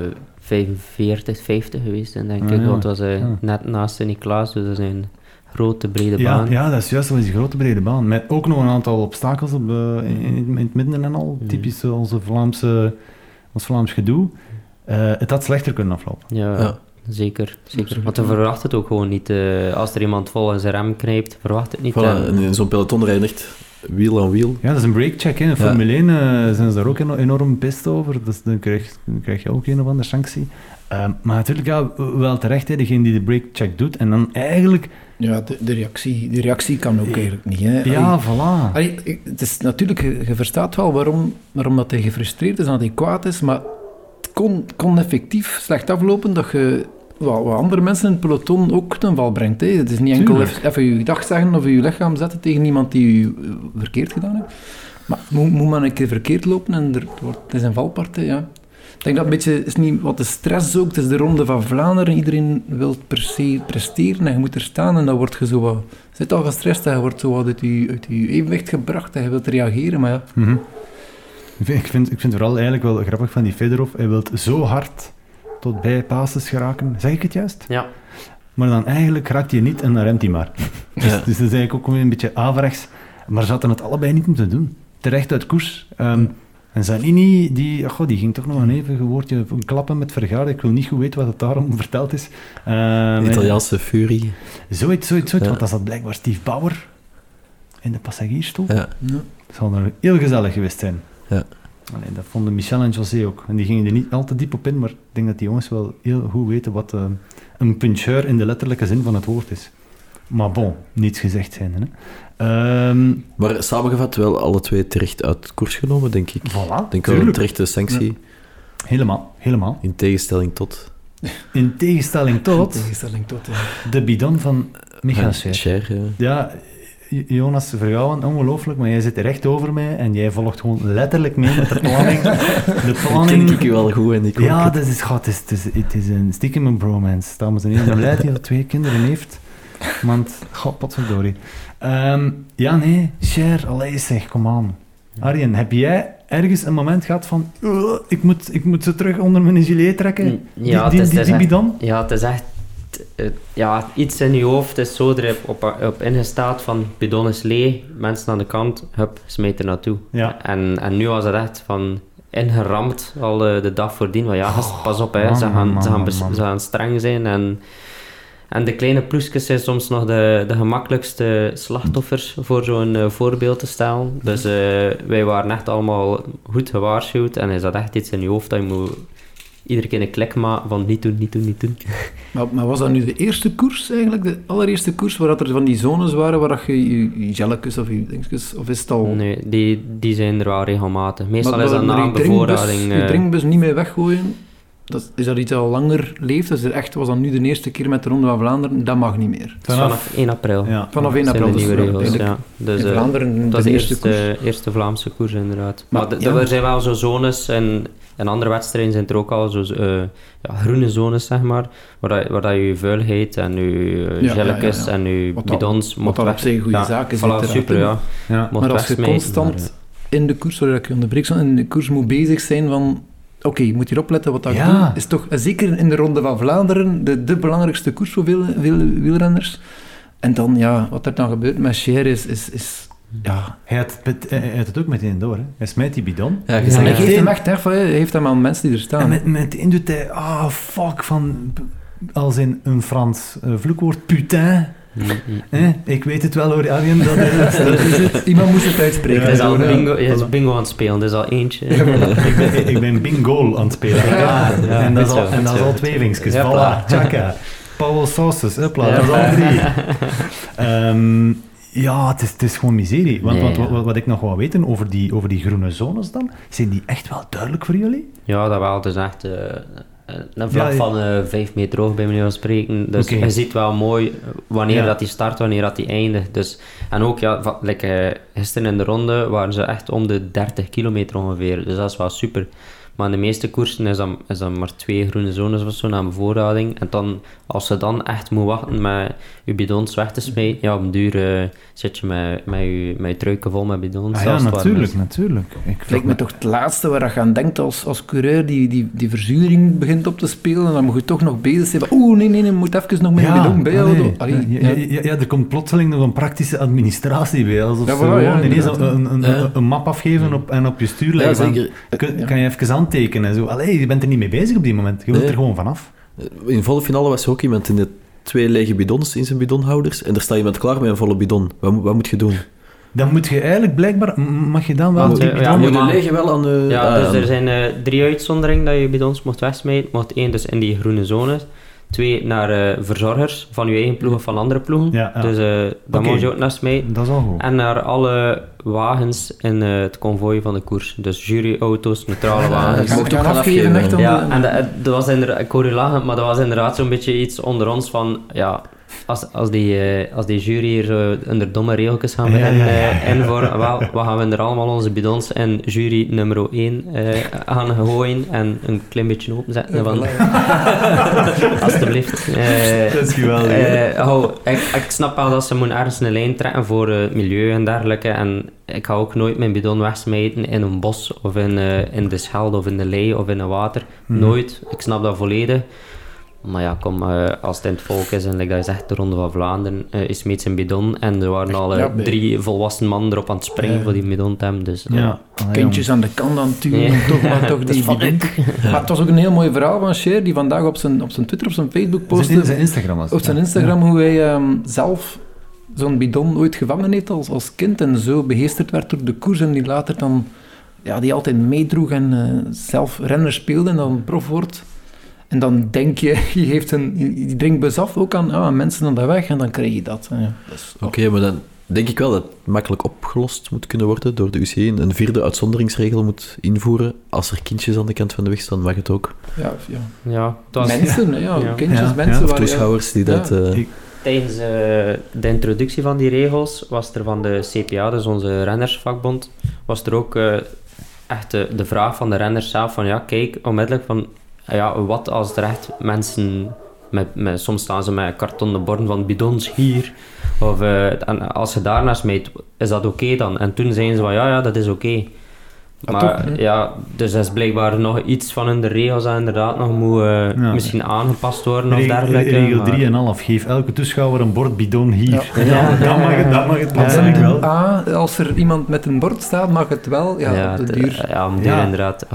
45, 50 geweest zijn, denk ik. Want het was net naast Sint-Niklaas, dus dat is een grote, brede baan. Ja, dat is juist, dat is een grote, brede baan. Met ook nog een aantal obstakels in het midden en al. Typisch ons Vlaams gedoe. Het had slechter kunnen aflopen. Ja. Zeker. Want we verwachten het ook gewoon niet. Als er iemand vol in zijn rem knijpt, verwacht het niet. En in zo'n peloton rijden echt wiel aan wiel. Ja, dat is een breakcheck. In Formule 1 zijn ze daar ook enorm pist over. Dus dan krijg je ook een of andere sanctie. Maar natuurlijk, ja, wel terecht, hè, degene die de breakcheck doet. En dan eigenlijk... Ja, de reactie kan ook eigenlijk niet. Hè. Ja, voilà. Het is natuurlijk, je verstaat wel waarom dat hij gefrustreerd is en dat hij kwaad is, maar het kon effectief slecht aflopen dat je wat andere mensen in het peloton ook ten val brengt. Hè. Het is niet enkel even je dag zeggen of je lichaam zetten tegen iemand die je verkeerd gedaan heeft. Maar moet man een keer verkeerd lopen en het is een valpartij, ja. Ik denk dat een beetje is niet wat de stress ook. Het is de Ronde van Vlaanderen. Iedereen wil per se presteren en je moet er staan en dan word je zo wat... Je zit al gestrest en je wordt zo wat uit je evenwicht gebracht en je wilt reageren, maar ja. Mm-hmm. Ik vind het vooral eigenlijk wel grappig van die Fedorov. Hij wil zo hard tot bij Pases geraken. Zeg ik het juist? Ja. Maar dan eigenlijk raakt hij niet en dan remt hij maar. Dus dat is eigenlijk ook een beetje averechts. Maar ze hadden het allebei niet moeten doen. Terecht uit koers. En Zanini, die ging toch nog een even een woordje klappen met Vergaarde. Ik wil niet goed weten wat het daarom verteld is. Italiaanse furie. Zoiets. Want dat zat blijkbaar Steve Bauer in de passagiersstoel. Ja. Dat zal er heel gezellig geweest zijn. Ja. Allee, dat vonden Michel en José ook. En die gingen er niet al te diep op in, maar ik denk dat die jongens wel heel goed weten wat een puncheur in de letterlijke zin van het woord is. Maar bon, niets gezegd zijn. Hè. Maar samengevat wel alle twee terecht uit koers genomen, denk ik. Voilà, ik denk wel een terechte sanctie. Ja. Helemaal. In tegenstelling tot... De bidon van Michael Scher. Ja. Jonas Vergouwen, ongelooflijk, maar jij zit recht over mij en jij volgt gewoon letterlijk mee met de planning. Ken ik u wel goed en ik ook. Ja, het is een stiekem een bromance. Dames en heren, ik ben blij dat hij 2 kinderen heeft. Want, potverdorie. Cher, allee zeg, kom aan. Arjen, heb jij ergens een moment gehad van ik moet ze terug onder mijn gilet trekken? Die bidon? Ja, het is echt iets in je hoofd is zo erop ingesteld van bidon is leeg, mensen aan de kant, hup, smijt er naartoe. Ja. En nu was het echt van ingeramd al de dag voordien, van pas op, hè, ze gaan streng zijn en de kleine ploesjes zijn soms nog de gemakkelijkste slachtoffers voor zo'n voorbeeld te stellen. Dus wij waren echt allemaal goed gewaarschuwd en is dat echt iets in je hoofd dat je moet iedere keer een klik maken van niet doen. Maar was dat nu de eerste koers eigenlijk? De allereerste koers waar er van die zones waren waar je gelletjes of je dingetjes, of is het al... Nee, die zijn er wel regelmatig. Meestal is dat na een bevoorrading... Je drinkbus niet meer weggooien, is dat iets dat al langer leeft? Dus was dat nu de eerste keer met de Ronde van Vlaanderen? Dat mag niet meer. Vanaf 1 april. Ja. Vanaf 1 april. De nieuwe regels, ja. Dus, in Vlaanderen dat is de eerste Vlaamse koers, inderdaad. Maar er zijn wel zo zones en andere wedstrijden zijn er ook al zo groene zones, zeg maar, waar dat je vuilheid en je gelletjes en je bidons wat dat op zich een goede zaak is. Voilà, super, ja. Maar als je constant in de koers, sorry dat ik je onderbreek, in de koers moet bezig zijn van... Oké, je moet hier opletten wat ik doe. Is toch, zeker in de Ronde van Vlaanderen, de belangrijkste koers voor veel wielrenners. En dan, wat er dan gebeurt met Cher is Ja, hij had het ook meteen door. Hè. Hij smijt die bidon. Ja, hij geeft hem echt hij heeft hem aan mensen die er staan. En meteen doet hij, als in een Frans vloekwoord, putain. Ik weet het wel hoor, Arjen, dat is het. Iemand moest het uitspreken. Hij is al bingo aan het spelen, dat is al eentje. Ik ben bingo aan het spelen. En dat is al 2 vinkjes. Voilà, tjaka. Paul Sauces, dat is al 3. Het is gewoon miserie. Want wat ik nog wil weten over die groene zones dan, zijn die echt wel duidelijk voor jullie? Ja, dat wel. Het is echt een vlag van 5 meter hoog, bij manier van spreken. Dus je ziet wel mooi wanneer dat die start, wanneer dat die eindigt. Dus, en ook, gisteren in de ronde waren ze echt om de 30 kilometer ongeveer. Dus dat is wel super. Maar in de meeste koersen is dat maar 2 groene zones of zo na bevoorrading. En dan, als ze dan echt moet wachten met je bidons weg te smijten, op een duur zit je met je truiken vol met bidons. Ja, natuurlijk. Het lijkt me toch het laatste waar je aan denkt als coureur, die verzuring begint op te spelen. En dan moet je toch nog bezig zijn van, nee, moet even nog met een bidon bijhouden. Er komt plotseling nog een praktische administratie bij. Alsof ze gewoon ineens een map afgeven en op je stuur leggen. Kan je even aantekenen en zo. Allee, je bent er niet mee bezig op die moment. Je wilt er gewoon vanaf. In volle finale was er ook iemand in de 2 lege bidons in zijn bidonhouders. En daar staat iemand klaar met een volle bidon. Wat moet je doen? Dan moet je eigenlijk blijkbaar... Mag je dan wel... moet je lege wel aan de... dus er zijn 3 uitzonderingen dat je bidons mocht wegsmijten. Mocht 1 dus in die groene zone. 2 naar verzorgers van je eigen ploeg of van andere ploegen. Dus daar mag je ook naar smijten. Dat is al goed. En naar alle wagens in het konvooi van de koers. Dus juryauto's, neutrale wagens. Je mocht ook gaan afgeven. En dat was inderdaad... Ik hoor je lachen, maar dat was inderdaad zo'n beetje iets onder ons van... Als die jury hier zo onder domme regeltjes gaan invoeren, we gaan we er allemaal onze bidons en jury nummer 1 gaan gooien en een klein beetje openzetten. Alsjeblieft. Dat is geweldig. Ik snap wel dat ze moeten ergens een lijn trekken voor het milieu en dergelijke. En ik ga ook nooit mijn bidon wegsmijten in een bos of in de Schelde of in de Lei of in het water. Nooit. Ik snap dat volledig. Maar ja, als het in het volk is en like dat je zegt, de Ronde van Vlaanderen is met zijn bidon en er waren al 3 volwassen mannen erop aan het springen voor die bidon te hebben. Dus, kindjes aan de kant aan het duwen, toch die bidon. Maar het was ook een heel mooi verhaal van Cher, die vandaag op zijn Twitter, op zijn Facebook postte. Zijn Instagram was het, op zijn Instagram, hoe hij zelf zo'n bidon ooit gevangen heeft als kind en zo begeesterd werd door de koers en die later dan, die altijd meedroeg en zelf renner speelde en dan prof wordt. En dan denk je, je drinkt bezaf ook aan mensen aan de weg en dan krijg je dat. Oké, maar dan denk ik wel dat het makkelijk opgelost moet kunnen worden door de UCI. Een 4e uitzonderingsregel moet invoeren. Als er kindjes aan de kant van de weg staan, mag het ook. Mensen, kindjes, mensen. Toeschouwers die dat... Tijdens de introductie van die regels was er van de CPA, dus onze rennersvakbond, was er ook echt de vraag van de renners zelf van kijk, onmiddellijk van... wat als er echt mensen... soms staan ze met kartonnen borden van bidons hier. Of en als je daarnaast smijt, is dat oké dan? En toen zeiden ze van dat is oké. Maar dus dat is blijkbaar nog iets van in de regels dat inderdaad nog moet misschien aangepast worden of dergelijke. Regel 3,5. Geef elke toeschouwer een bord bidon hier. Dan mag het plotseling wel. Als er iemand met een bord staat, mag het wel. Op de duur. Op de duur inderdaad.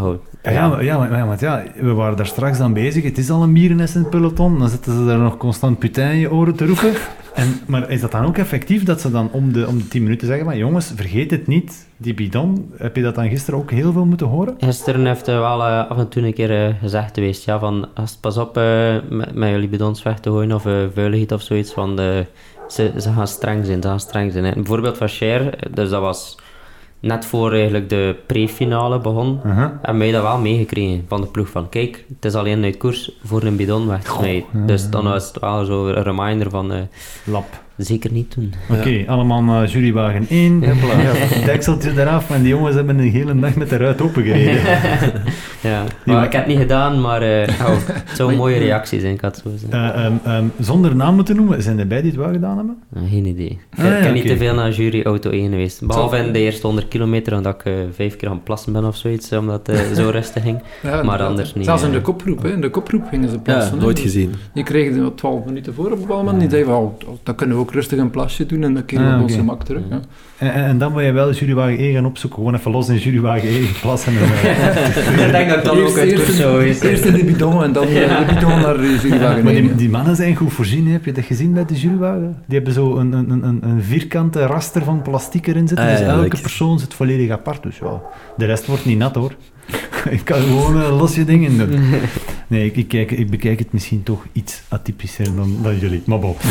We waren daar straks dan bezig. Het is al een mierennest in het peloton. Dan zitten ze daar nog constant putain in je oren te roepen. Maar is dat dan ook effectief dat ze dan om de 10 minuten zeggen van jongens, vergeet het niet, die bidon. Heb je dat dan gisteren ook heel veel moeten horen? Gisteren heeft hij wel af en toe een keer gezegd geweest, van pas op met jullie bidons weg te gooien of vuiligheid of zoiets, want ze gaan streng zijn. Hè. Een voorbeeld van Cher, dus dat was... Net voor eigenlijk de pre-finale begon, hebben wij dat wel meegekregen van de ploeg van kijk, het is alleen uit koers voor een bidon weg te smijten. Dus dan was het wel zo een reminder van lap. Zeker niet doen. Oké, allemaal naar jurywagen 1, dekseltje eraf en die jongens hebben een hele dag met de ruit opengereden. Maar ik heb het niet gedaan, maar het zou een mooie reactie zijn, ik had zo zeggen. Zonder naam te noemen, zijn er bij die het wel gedaan hebben? Geen idee. Ik ben niet te veel naar juryauto 1 geweest. Behalve in de eerste 100 kilometer, omdat ik 5 keer gaan plassen ben of zoiets, omdat het zo rustig ging. Maar anders niet. Zelfs in de koproep, in de koproep gingen ze plassen. Nooit gezien. Je kreeg 12 minuten voor op een bepaald moment. Die zei van, dat kunnen we ook ook rustig een plasje doen en dan keer op ons gemak terug. Ja. En dan wil je wel jurywagen E gaan opzoeken, gewoon even los in jurywagen E plassen. Ik denk dat dat ook het zo is. Eerst in de bidon en dan de bidon naar de jurywagen E. Maar die mannen zijn goed voorzien, heb je dat gezien bij de jurywagen? Die hebben zo een vierkante raster van plastic erin zitten, dus elke persoon zit volledig apart. Dus ja, de rest wordt niet nat hoor. Ik kan gewoon losje dingen doen. Nee, ik bekijk het misschien toch iets atypischer dan jullie, maar bon.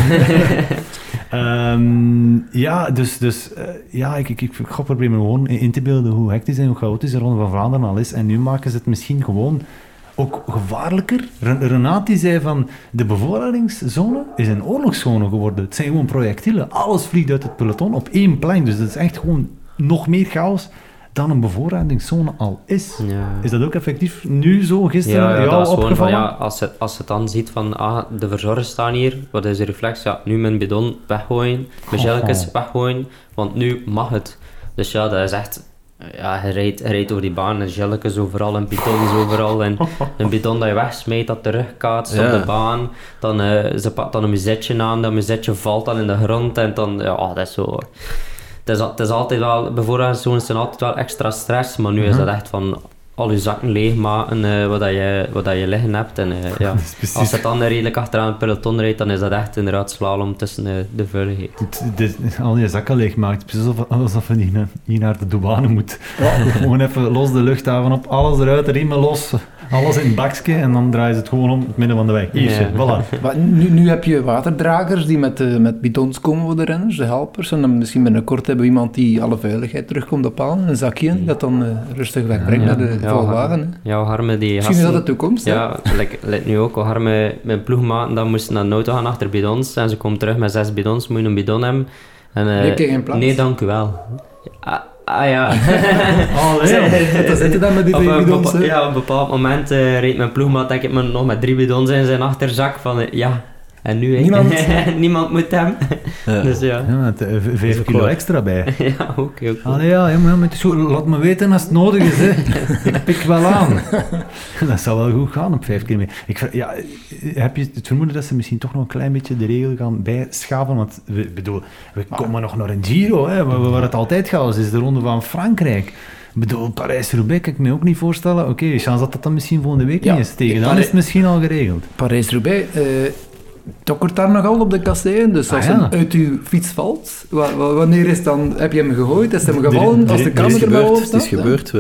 Ik ga proberen gewoon in te beelden hoe hectisch en hoe chaotisch de Ronde van Vlaanderen al is. En nu maken ze het misschien gewoon ook gevaarlijker. Renate zei van, de bevoorradingszone is een oorlogszone geworden. Het zijn gewoon projectielen. Alles vliegt uit het peloton op één plein. Dus dat is echt gewoon nog meer chaos dan een bevoorradingszone al is. Ja. Is dat ook effectief nu zo gisteren jou opgevallen? Als je dan ziet van, de verzorgers staan hier, wat is de reflex? Ja, nu mijn bidon weggooien, mijn gelletjes weggooien, want nu mag het. Dus ja, dat is echt... Ja, hij rijdt over die baan en gelletjes overal en bidons overal en een bidon dat je wegsmijt dat terugkaatst op de baan. Dan ze pakt dan een muzetje aan, dat muzetje valt dan in de grond en dan... Ja, dat is zo... Het is altijd wel, bevoorradingszones zijn altijd wel extra stress, maar nu is dat echt van al je zakken leegmaken wat je liggen hebt. En als het dan redelijk achteraan het peloton rijdt, dan is dat echt inderdaad slalom tussen de vuiligheid. Al je zakken leegmaakt, precies alsof je hier naar de douane moet. Gewoon even los de luchthaven op, alles eruit, riemen los. Alles in het bakje en dan draaien ze het gewoon om het midden van de weg. Hier, voilà. Maar nu heb je waterdragers die met bidons komen voor de renners, de helpers. En dan misschien binnenkort hebben we iemand die alle veiligheid terugkomt ophalen, een zakje in, dat dan rustig wegbrengt naar de volwagen. Ja, Harme die misschien is dat de toekomst. Ja, lijkt nu ook. Harme met ploegmaten, dan moesten naar de auto gaan achter bidons en ze komt terug met 6 bidons, moet je een bidon hebben. En, geen plaats. Nee, dank u wel. Ja. Dan zitten dan met die bidons. Op een bepaald moment reed mijn ploegmaat denk ik nog met 3 bidons in zijn achterzak van en nu niemand moet hem. Dus ja. 5 kilo extra bij. Ja, ook. Laat me weten als het nodig is. Hè. Ik pik wel aan. Dat zal wel goed gaan op 5 kilometer. Heb je het vermoeden dat ze misschien toch nog een klein beetje de regel gaan bijschaven? Want we komen nog naar een Giro, hè, waar het altijd chaos is, de Ronde van Frankrijk. Ik bedoel, Parijs-Roubaix kan ik me ook niet voorstellen. Oké, chance dat dan misschien volgende week niet is tegen. Dan is het misschien al geregeld. Parijs-Roubaix... tokkert daar nogal op de kasseien, dus als hij uit uw fiets valt, wanneer is dan, heb je hem gegooid, is hem gevallen, als de camera erbij op staat? Het is gebeurd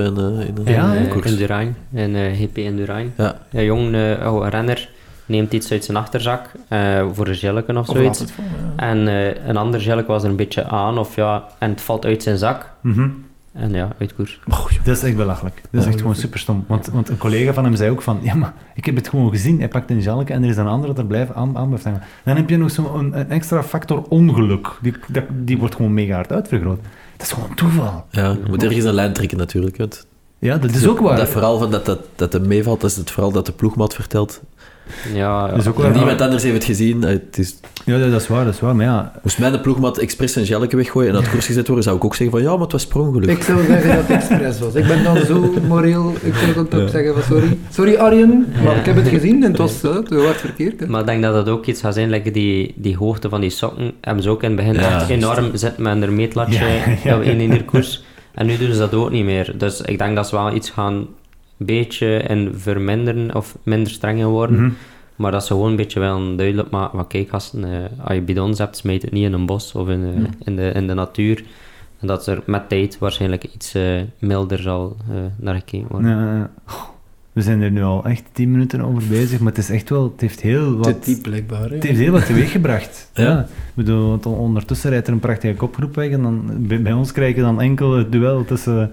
in Durijn, in GP in Durijn. Ja. Een jong renner neemt iets uit zijn achterzak, voor een gelleken of zoiets. En een ander gelleken was er een beetje aan, en het valt uit zijn zak. En ja, uit koers. Dat is echt belachelijk. Dat is echt gewoon super stom. Want een collega van hem zei ook van, ja, maar ik heb het gewoon gezien. Hij pakt een jalke en er is een andere dat er blijft aan blijft hangen. Dan heb je nog zo'n extra factor ongeluk. Die wordt gewoon mega hard uitvergroot. Dat is gewoon toeval. Ja, je moet ergens een lijn trekken natuurlijk. Ja, dat is ook waar. Dat verhaal van dat het meevalt, dat is het verhaal dat de ploegmaat vertelt. Ja, is ook waar. Niemand anders heeft het gezien. Ja, dat is waar, maar ja... Moest mij de ploegmaat expres een gelletje weggooien en naar het koers gezet worden, zou ik ook zeggen van ja, maar het was per ongeluk. Ik zou zeggen dat het expres was. Ik ben dan zo moreel, ik zou dan ook zeggen van sorry. Sorry Arjen, maar ik heb het gezien en het was verkeerd. Hè. Maar ik denk dat dat ook iets gaat zijn, like die hoogte van die sokken, hebben ze ook in het begin echt enorm zitten met een meetlatje in ieder koers. En nu doen ze dat ook niet meer. Dus ik denk dat ze wel iets gaan beetje verminderen of minder streng worden. Maar dat ze gewoon een beetje wel duidelijk maken van kijk gasten, als je bidons hebt, smijt het niet in een bos of in de natuur. En dat er met tijd waarschijnlijk iets milder zal naar gekeken worden. Ja. We zijn er nu al echt 10 minuten over bezig, maar het is echt wel, het heeft heel wat... Te diep blijkbaar. Het heeft heel wat teweeggebracht. Ja. Ik bedoel, want ondertussen rijdt er een prachtige kopgroep weg en dan, bij ons krijg je dan enkel het duel tussen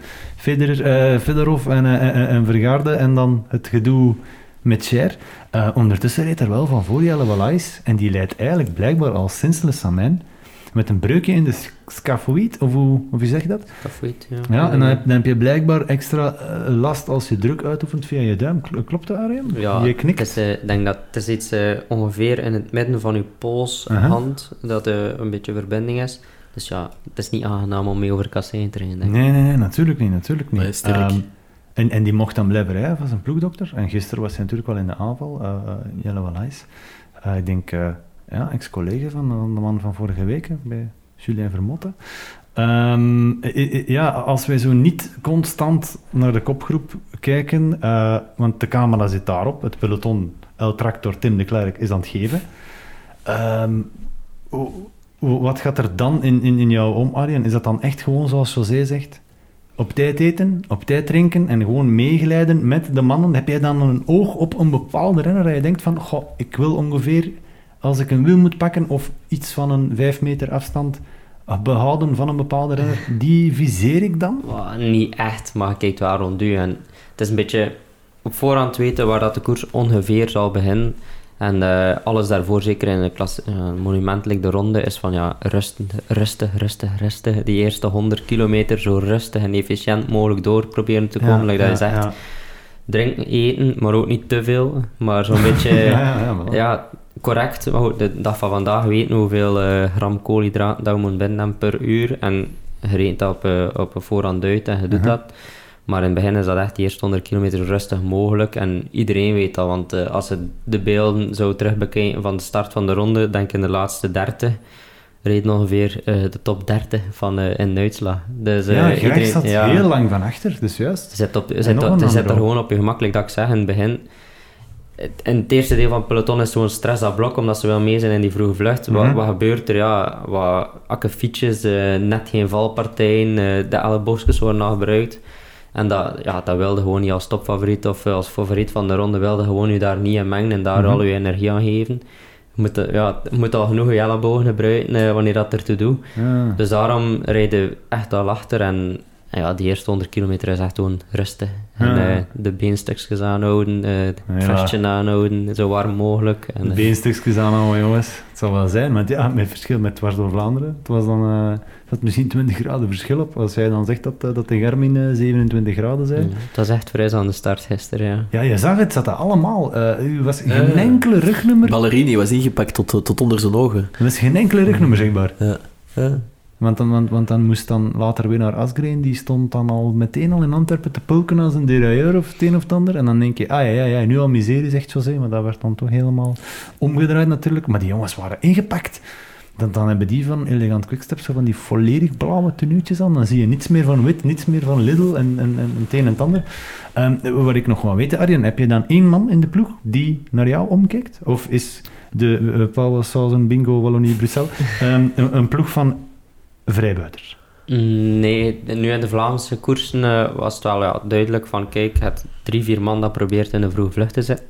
Fedorov en Vergaarde en dan het gedoe met Cher. Ondertussen rijdt er wel van voor Jelle Wallace en die leidt eigenlijk blijkbaar al sinds Le Samyn met een breukje in de scafoïd, of hoe zeg je dat? Scafoïd, ja. Ja, en dan heb je blijkbaar extra last als je druk uitoefent via je duim. Klopt dat, Arjen? Ja, je knikt. ik denk dat het is iets ongeveer in het midden van je polshand, dat een beetje verbinding is. Dus ja, het is niet aangenaam om mee over kasseien te rijden, denk ik. Nee, natuurlijk niet. Maar sterk. En die mocht dan blijven rijden van zijn ploegdokter. En gisteren was hij natuurlijk wel in de aanval, Jelle Wallace. Ik denk... Ja, ex-collega van de man van vorige week, bij Julien Vermotte. Als wij zo niet constant naar de kopgroep kijken, want de camera zit daarop, het peloton, El Tractor, Tim de Klerk is aan het geven. Wat gaat er dan in jou om, Arjen? Is dat dan echt gewoon zoals José zegt? Op tijd eten, op tijd drinken en gewoon meeglijden met de mannen? Heb jij dan een oog op een bepaalde renner dat je denkt van, ik wil ongeveer, als ik een wiel moet pakken of iets van een 5 meter afstand behouden van een bepaalde renner, die viseer ik dan? Niet echt, maar je kijkt wel rond u. En het is een beetje op voorhand weten waar dat de koers ongeveer zal beginnen. En alles daarvoor, zeker in een monument like de ronde, is van rustig. Die eerste 100 kilometer zo rustig en efficiënt mogelijk door proberen te komen. Dat je zegt, drinken, eten, maar ook niet te veel. Maar zo'n beetje correct. De dag van vandaag weten we hoeveel gram koolhydraten dat we moeten binnennemen per uur. En je rekent dat op een voorhand uit en je doet dat. Maar in het begin is dat echt de eerste 100 kilometer rustig mogelijk. En iedereen weet dat, want als je de beelden zou terugbekijken van de start van de ronde, denk ik in de laatste 30, reed ongeveer de top 30 van in Duitsland. Dus, iedereen zat heel lang van achter, dus juist. Je zit er gewoon op je gemakkelijk, dat ik zeg, in het begin. In het eerste deel van het peloton is zo'n stress dat blok, omdat ze wel mee zijn in die vroege vlucht. Wat gebeurt er? Wat akkefietjes, net geen valpartijen, de elleboogjes worden nog gebruikt. En dat wilde gewoon niet als topfavoriet of als favoriet van de ronde, wilde gewoon je daar niet in mengen en daar al je energie aan geven. Je moet al genoeg je ellebogen gebruiken wanneer dat ertoe doet. Ja. Dus daarom rijd je echt al achter en die eerste 100 kilometer is echt gewoon rustig. En de beenstukjes aanhouden, het vestje aanhouden, zo warm mogelijk. En, de beenstukjes aanhouden, jongens. Het zal wel zijn, maar met verschil met Dwars door Vlaanderen. Het was dan misschien 20 graden verschil op. Als jij dan zegt dat de Garmin 27 graden zijn. Het was echt fris aan de start gisteren, ja. Ja, je zag het, zat dat allemaal. Er was geen enkele rugnummer. Ballerini was ingepakt tot onder zijn ogen. Er was geen enkele rugnummer, zichtbaar. Ja. Want dan moest dan later weer naar Asgreen, die stond dan al meteen in Antwerpen te poken als een derailleur of het een of het ander. En dan denk je, nu al miserie, zegt José, maar dat werd dan toch helemaal omgedraaid natuurlijk. Maar die jongens waren ingepakt. Dan hebben die van Elegant Quickstep zo van die volledig blauwe tenuutjes aan. Dan zie je niets meer van wit, niets meer van Lidl en het een en het ander. Wat ik nog wel weet, Arjen, heb je dan één man in de ploeg die naar jou omkijkt? Of is de Paul Sauzen Bingo Wallonie Bruxelles een ploeg van vrijbuiters? Nee, nu in de Vlaamse koersen was het wel duidelijk van, kijk, het 3-4 man dat probeert in de vroege vlucht te zetten.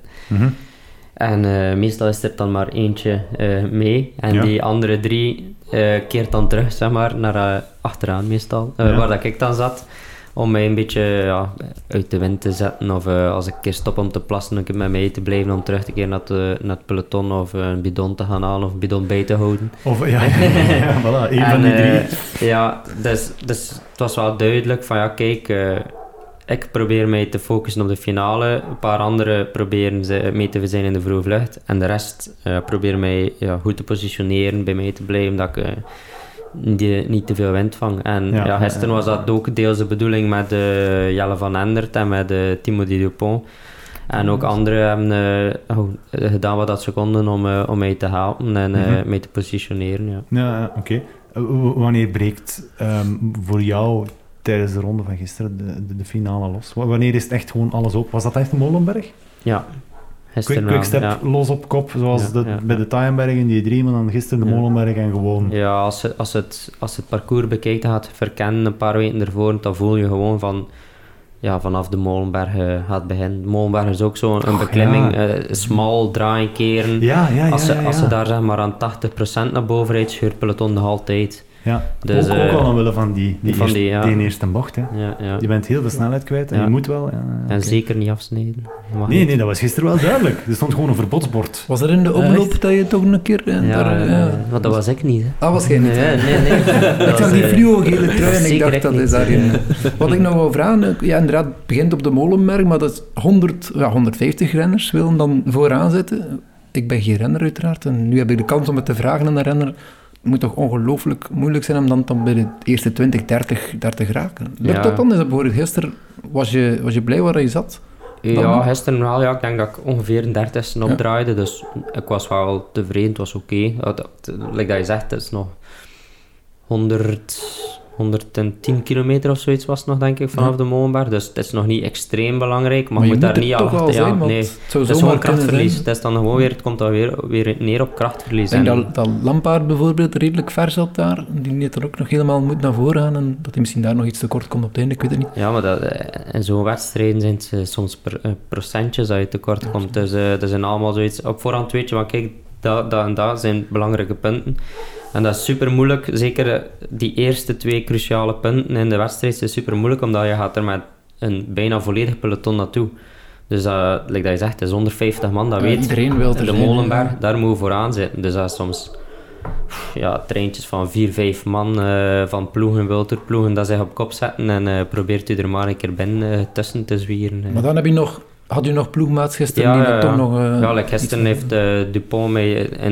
En meestal is er dan maar eentje mee. En die andere 3 keert dan terug, zeg maar, naar achteraan meestal. Waar dat ik dan zat. Om mij een beetje uit de wind te zetten. Of als ik een keer stop om te plassen, een keer met mij te blijven om terug te keren naar het peloton. Of een bidon te gaan halen of een bidon bij te houden. Of voilà, één van die 3. Dus het was wel duidelijk van, kijk... ik probeer mij te focussen op de finale. Een paar anderen proberen mee te zijn in de vroege vlucht. En de rest probeert mij goed te positioneren, bij mij te blijven, dat ik niet te veel wind vang. En gisteren was dat ook deels de bedoeling met Jelle van Endert en met Thibaut Dupont. En ook anderen hebben gedaan wat ze konden om mij te helpen en mij te positioneren. Ja, oké. Wanneer breekt voor jou tijdens de ronde van gisteren de finale los? Wanneer is het echt gewoon alles op? Was dat echt Molenberg? Ja. Quickstep los op kop, zoals bij de Taaienberg in die 3, maar dan gisteren de Molenberg en gewoon... Ja, als het parcours bekijkt, dan gaat verkennen een paar weken ervoor, dan voel je gewoon van... vanaf de Molenberg gaat beginnen. De Molenberg is ook zo'n beklimming, smal, draaien, keren. Als ze daar zeg maar aan 80% naar boven rijdt, scheurt peloton nog altijd. Ja, dus, ook al omwille van die eerste bocht. Hè. Ja. Je bent heel veel snelheid kwijt en je moet wel... En zeker niet afsnijden. Nee, dat was gisteren wel duidelijk. Er stond gewoon een verbodsbord. Was er in de omloop dat je toch een keer... Maar dat was ik niet. Hè. Was jij niet? Nee. Ik zag die fluo-gele trui en ik dacht, dat is daarin. Wat ik nog wil vragen, inderdaad, het begint op de Molenberg, maar dat is 150 renners willen dan vooraan zitten. Ik ben geen renner uiteraard en nu heb ik de kans om het te vragen aan een renner. Het moet toch ongelooflijk moeilijk zijn om dan bij de eerste 20, 30 daar te geraken. Lukt dat dan? Is dat bijvoorbeeld gisteren, was je blij waar je zat? Ja, gisteren wel. Ja. Ik denk dat ik ongeveer een 30ste opdraaide. Dus ik was wel tevreden. Het was oké. Like dat je zegt, het is nog 110 kilometer of zoiets was het nog, denk ik, vanaf de Molenberg. Dus het is nog niet extreem belangrijk, maar je moet daar niet af. Nee, het is gewoon krachtverlies. Het is dan gewoon weer, het komt dan weer neer op krachtverlies. Ik denk dat Lampaard bijvoorbeeld redelijk ver zat daar. Die net er ook nog helemaal moet naar voren gaan en dat hij misschien daar nog iets tekort komt op het einde, ik weet het niet. Ja, maar in zo'n wedstrijden zijn het soms procentjes dat je tekort komt. Dus dat zijn allemaal zoiets. Op voorhand weet je, maar kijk, dat en dat zijn belangrijke punten. En dat is super moeilijk, zeker die eerste 2 cruciale punten in de wedstrijd is super moeilijk, omdat je gaat er met een bijna volledig peloton naartoe. Dus like dat je zegt, het is 150 man, dat weet iedereen wil de Molenberg, daar moet je vooraan zitten. Dus dat is soms treintjes van 4-5 man van ploegen, Wilterploegen, dat zich op kop zetten en probeert u er maar een keer binnen tussen te zwieren. Maar dan heb je had u nog ploegmaats gisteren die toch nog... gisteren heeft Dupont mij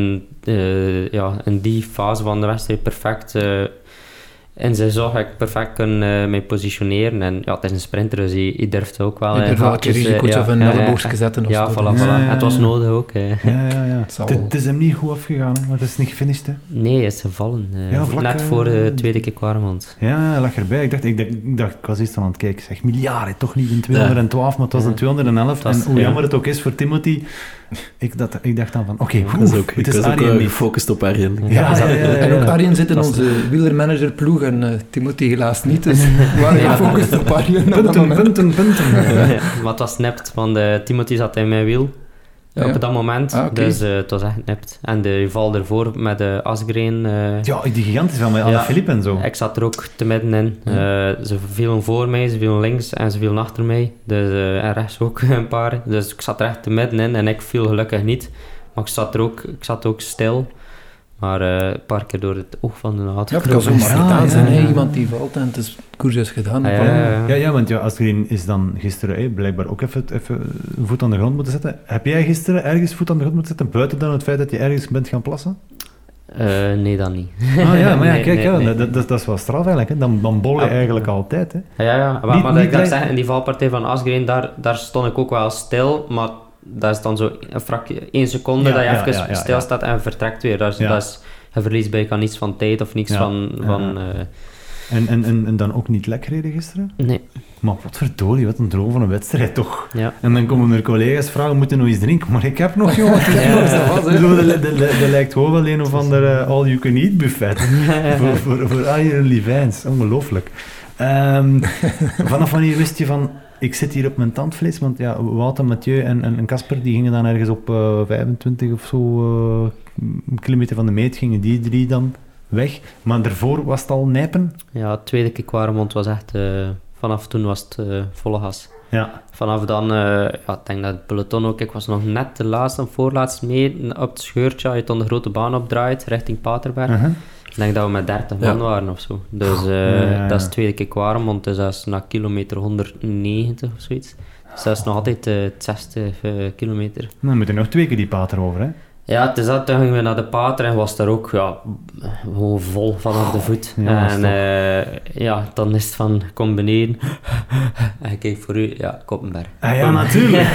in die fase van de wedstrijd perfect in zijn zorg ik perfect mij positioneren. En het is een sprinter, dus hij durft ook wel... Hij durft wel een keer risico's of een elleboogje zetten. Ja, voilà. Het was nodig ook. Het is hem niet goed afgegaan, maar het is niet gefinished. Hè? Nee, hij is gevallen. Net voor de tweede keer Kwaremond. Ja, hij lag erbij. Ik was eerst aan het kijken. Zeg, miljarden, toch niet een 212, maar het was een 211. En hoe jammer het ook is voor Timothy... Ik dacht dan van, oké, het is Arjen gefocust op Arjen. En ook Arjen zit in onze wielermanager ploeg en Timothy helaas niet, dus we waren gefocust op Arjen. Punten. Maar het was nipt, want Timothy zat in mijn wiel op dat moment, dus het was echt nipt. En de val ervoor met de Asgreen... die gigantisch van met Alaphilippe en zo. Ik zat er ook te midden in. Ze vielen voor mij, ze vielen links en ze vielen achter mij. Dus, en rechts ook een paar. Dus ik zat er echt te midden in en ik viel gelukkig niet. Maar ik zat ook stil. Maar een paar keer door het oog van de naald. Ja, het kan zomaar gedaan zijn. Iemand die valt en het is koers is gedaan. Want Asgreen is dan gisteren blijkbaar ook even een voet aan de grond moeten zetten. Heb jij gisteren ergens voet aan de grond moeten zetten, buiten dan het feit dat je ergens bent gaan plassen? Nee, dat niet. Dat is wel straf eigenlijk. Hè. Dan bol je eigenlijk altijd. Hè. Maar ik dacht zeggen, in die valpartij van Asgreen, daar stond ik ook wel stil, maar dat is dan zo 1 seconde dat je even stilstaat en vertrekt weer. Dat is, je verliest bijna niets van tijd of niets van... En dan ook niet lek reden gisteren? Nee. Maar wat verdorie, wat een droom van een wedstrijd toch? Ja. En dan komen er collega's vragen, moeten nog eens drinken? Maar ik heb nog jongen. Dat lijkt gewoon wel een of ander all-you-can-eat buffet. voor Arjen Livijns. Ongelooflijk. Vanaf wanneer wist je van... Ik zit hier op mijn tandvlees, want Wouter, Mathieu en Casper die gingen dan ergens op 25 of zo kilometer van de meet, gingen die 3 dan weg. Maar daarvoor was het al nijpen? Ja, de tweede keer Kwaremond was echt... vanaf toen was het volle gas. Ja. Vanaf dan, ik denk dat het peloton ook... Ik was nog net de laatste en voorlaatste mee op het scheurtje. Als je dan de grote baan opdraait, richting Paterberg. Ik denk dat we met 30 man waren of zo. Dus dat is de tweede keer Kwaremond, dus dat is na kilometer 190 of zoiets. Dus dat is nog altijd het 60 kilometer. Dan moet er nog 2 keer die pater over, hè? Ja, het is dat. Toen gingen we naar de pater en was daar ook gewoon vol vanaf de voet. En dan is het van, kom beneden. En kijk voor u, Koppenberg. Ja, natuurlijk.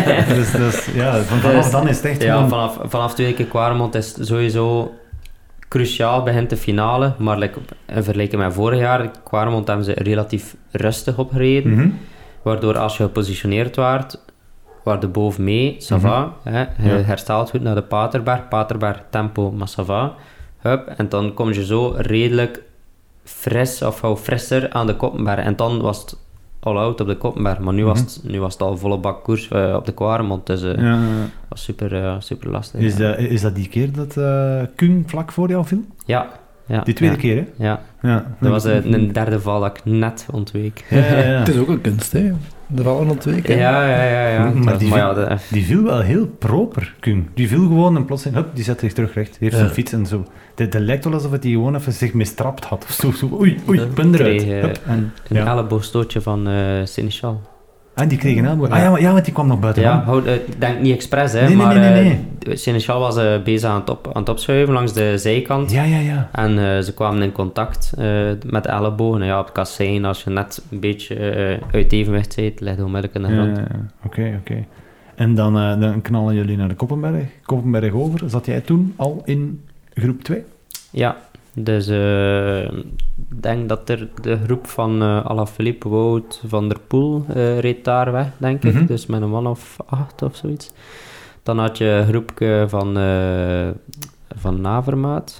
Vanaf dan is het echt gewoon... vanaf 2 keer Kwaremond is het sowieso... Cruciaal begint de finale, maar in vergelijking met vorig jaar, Kwaremond hebben ze relatief rustig opgereden, waardoor als je gepositioneerd waar de boven mee, ça va, je herstelt goed naar de Paterberg tempo, maar ça va, en dan kom je zo redelijk fris, of frisser aan de Koppenberg, en dan was het all-out op de Koppenberg, maar nu was het al volle bak koers op de Kwaremond, dus dat was super lastig. Is dat die keer dat Kung vlak voor jou viel? Ja. Die tweede keer, hè? Ja. Dat was een derde val dat ik net ontweek. Het is ook een kunst, hè? De vallen ontweken. Ja. Maar die viel wel heel proper, Kung. Die viel gewoon en plotseling, die zet zich terug recht. Heeft zijn fiets en zo. Het lijkt wel alsof hij gewoon even zich mistrapt had. Of zo. Oei, ik ben eruit. Een elleboogstootje van Seneschal. En die kregen ellebogen. Ja, want die kwam nog buiten. Ja, ik denk niet expres, hè. Nee. Seneschal was bezig aan het opschuiven langs de zijkant. Ja. En ze kwamen in contact met ellebogen. Ja, het kan zijn als je net een beetje uit evenwicht bent, ligt je onmiddellijk in de grond. Oké. En dan knallen jullie naar de Koppenberg over. Zat jij toen al in groep 2? Ja, dus ik denk dat er de groep van Alaphilippe, Wout, Van der Poel reed daar weg, denk ik. Dus met een man of 8 of zoiets. Dan had je een groepje van Navermaat.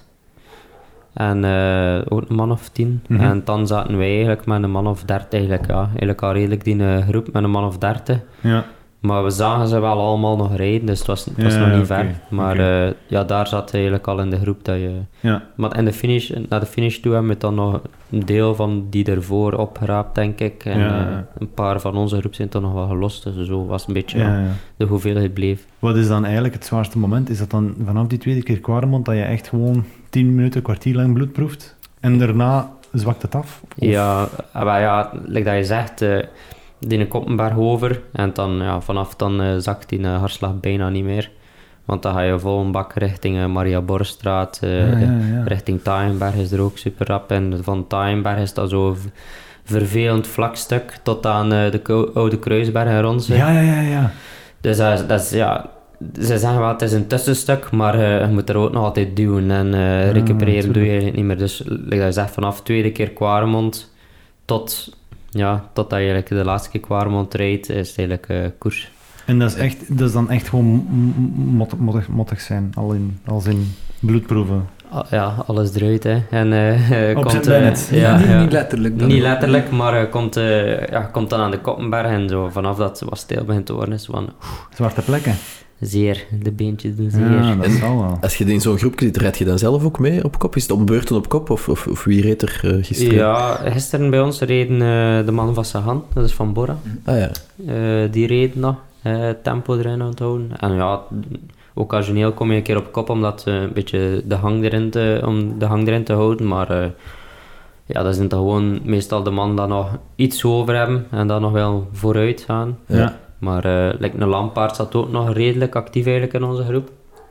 En ook een man of 10. En dan zaten wij eigenlijk met een man of 30 eigenlijk. Ja. Eigenlijk al redelijk die groep met een man of 30. Ja. Maar we zagen ze wel allemaal nog rijden, dus het was nog niet ver. Maar daar zat eigenlijk al in de groep dat je... Ja. Maar naar de finish toe hebben we dan nog een deel van die ervoor opgeraapt, denk ik. En een paar van onze groep zijn toch nog wel gelost, dus zo was een beetje de hoeveelheid bleef. Wat is dan eigenlijk het zwaarste moment? Is dat dan vanaf die tweede keer Quaremont dat je echt gewoon 10 minuten, kwartier lang bloed proeft? En daarna zwakt het af? Of? Ja, like dat je zegt... die Koppenberg over en dan, vanaf dan zakt die hartslag bijna niet meer. Want dan ga je vol een bak richting Maria Borstraat, richting Taaienberg is er ook super rap. En van Taaienberg is dat zo vervelend vlak stuk tot aan de Oude Kruisberg rond. Ja. Dus dat is, ze zeggen wel het is een tussenstuk, maar je moet er ook nog altijd duwen en recupereren doe je eigenlijk niet meer. Dus like dat je zegt, vanaf tweede keer Quaremont tot dat je eigenlijk de laatste keer Quaremont rijdt, is het eigenlijk koers. En dat is dan echt gewoon mottig zijn, als in bloedproeven? Ja, alles eruit, hè. En komt... Niet letterlijk. Niet letterlijk, maar komt dan aan de Koppenberg en zo, vanaf dat het wat stil begint te worden, is van... Zwarte plekken? Zeer, de beentjes doen zeer. Ja, dat zal wel. Als je in zo'n groep zit, rijd je dan zelf ook mee op kop? Is het om beurten op kop, of wie reed er gisteren? Ja, gisteren bij ons reden de man van Sagan, dat is van Bora. Die reed nog, tempo erin aan het houden. En occasioneel kom je een keer op kop, omdat een beetje de hang erin te houden, maar... dat zijn toch gewoon meestal de man dat nog iets over hebben en dan nog wel vooruit gaan. Ja. Maar een Lampaard zat ook nog redelijk actief eigenlijk in onze groep.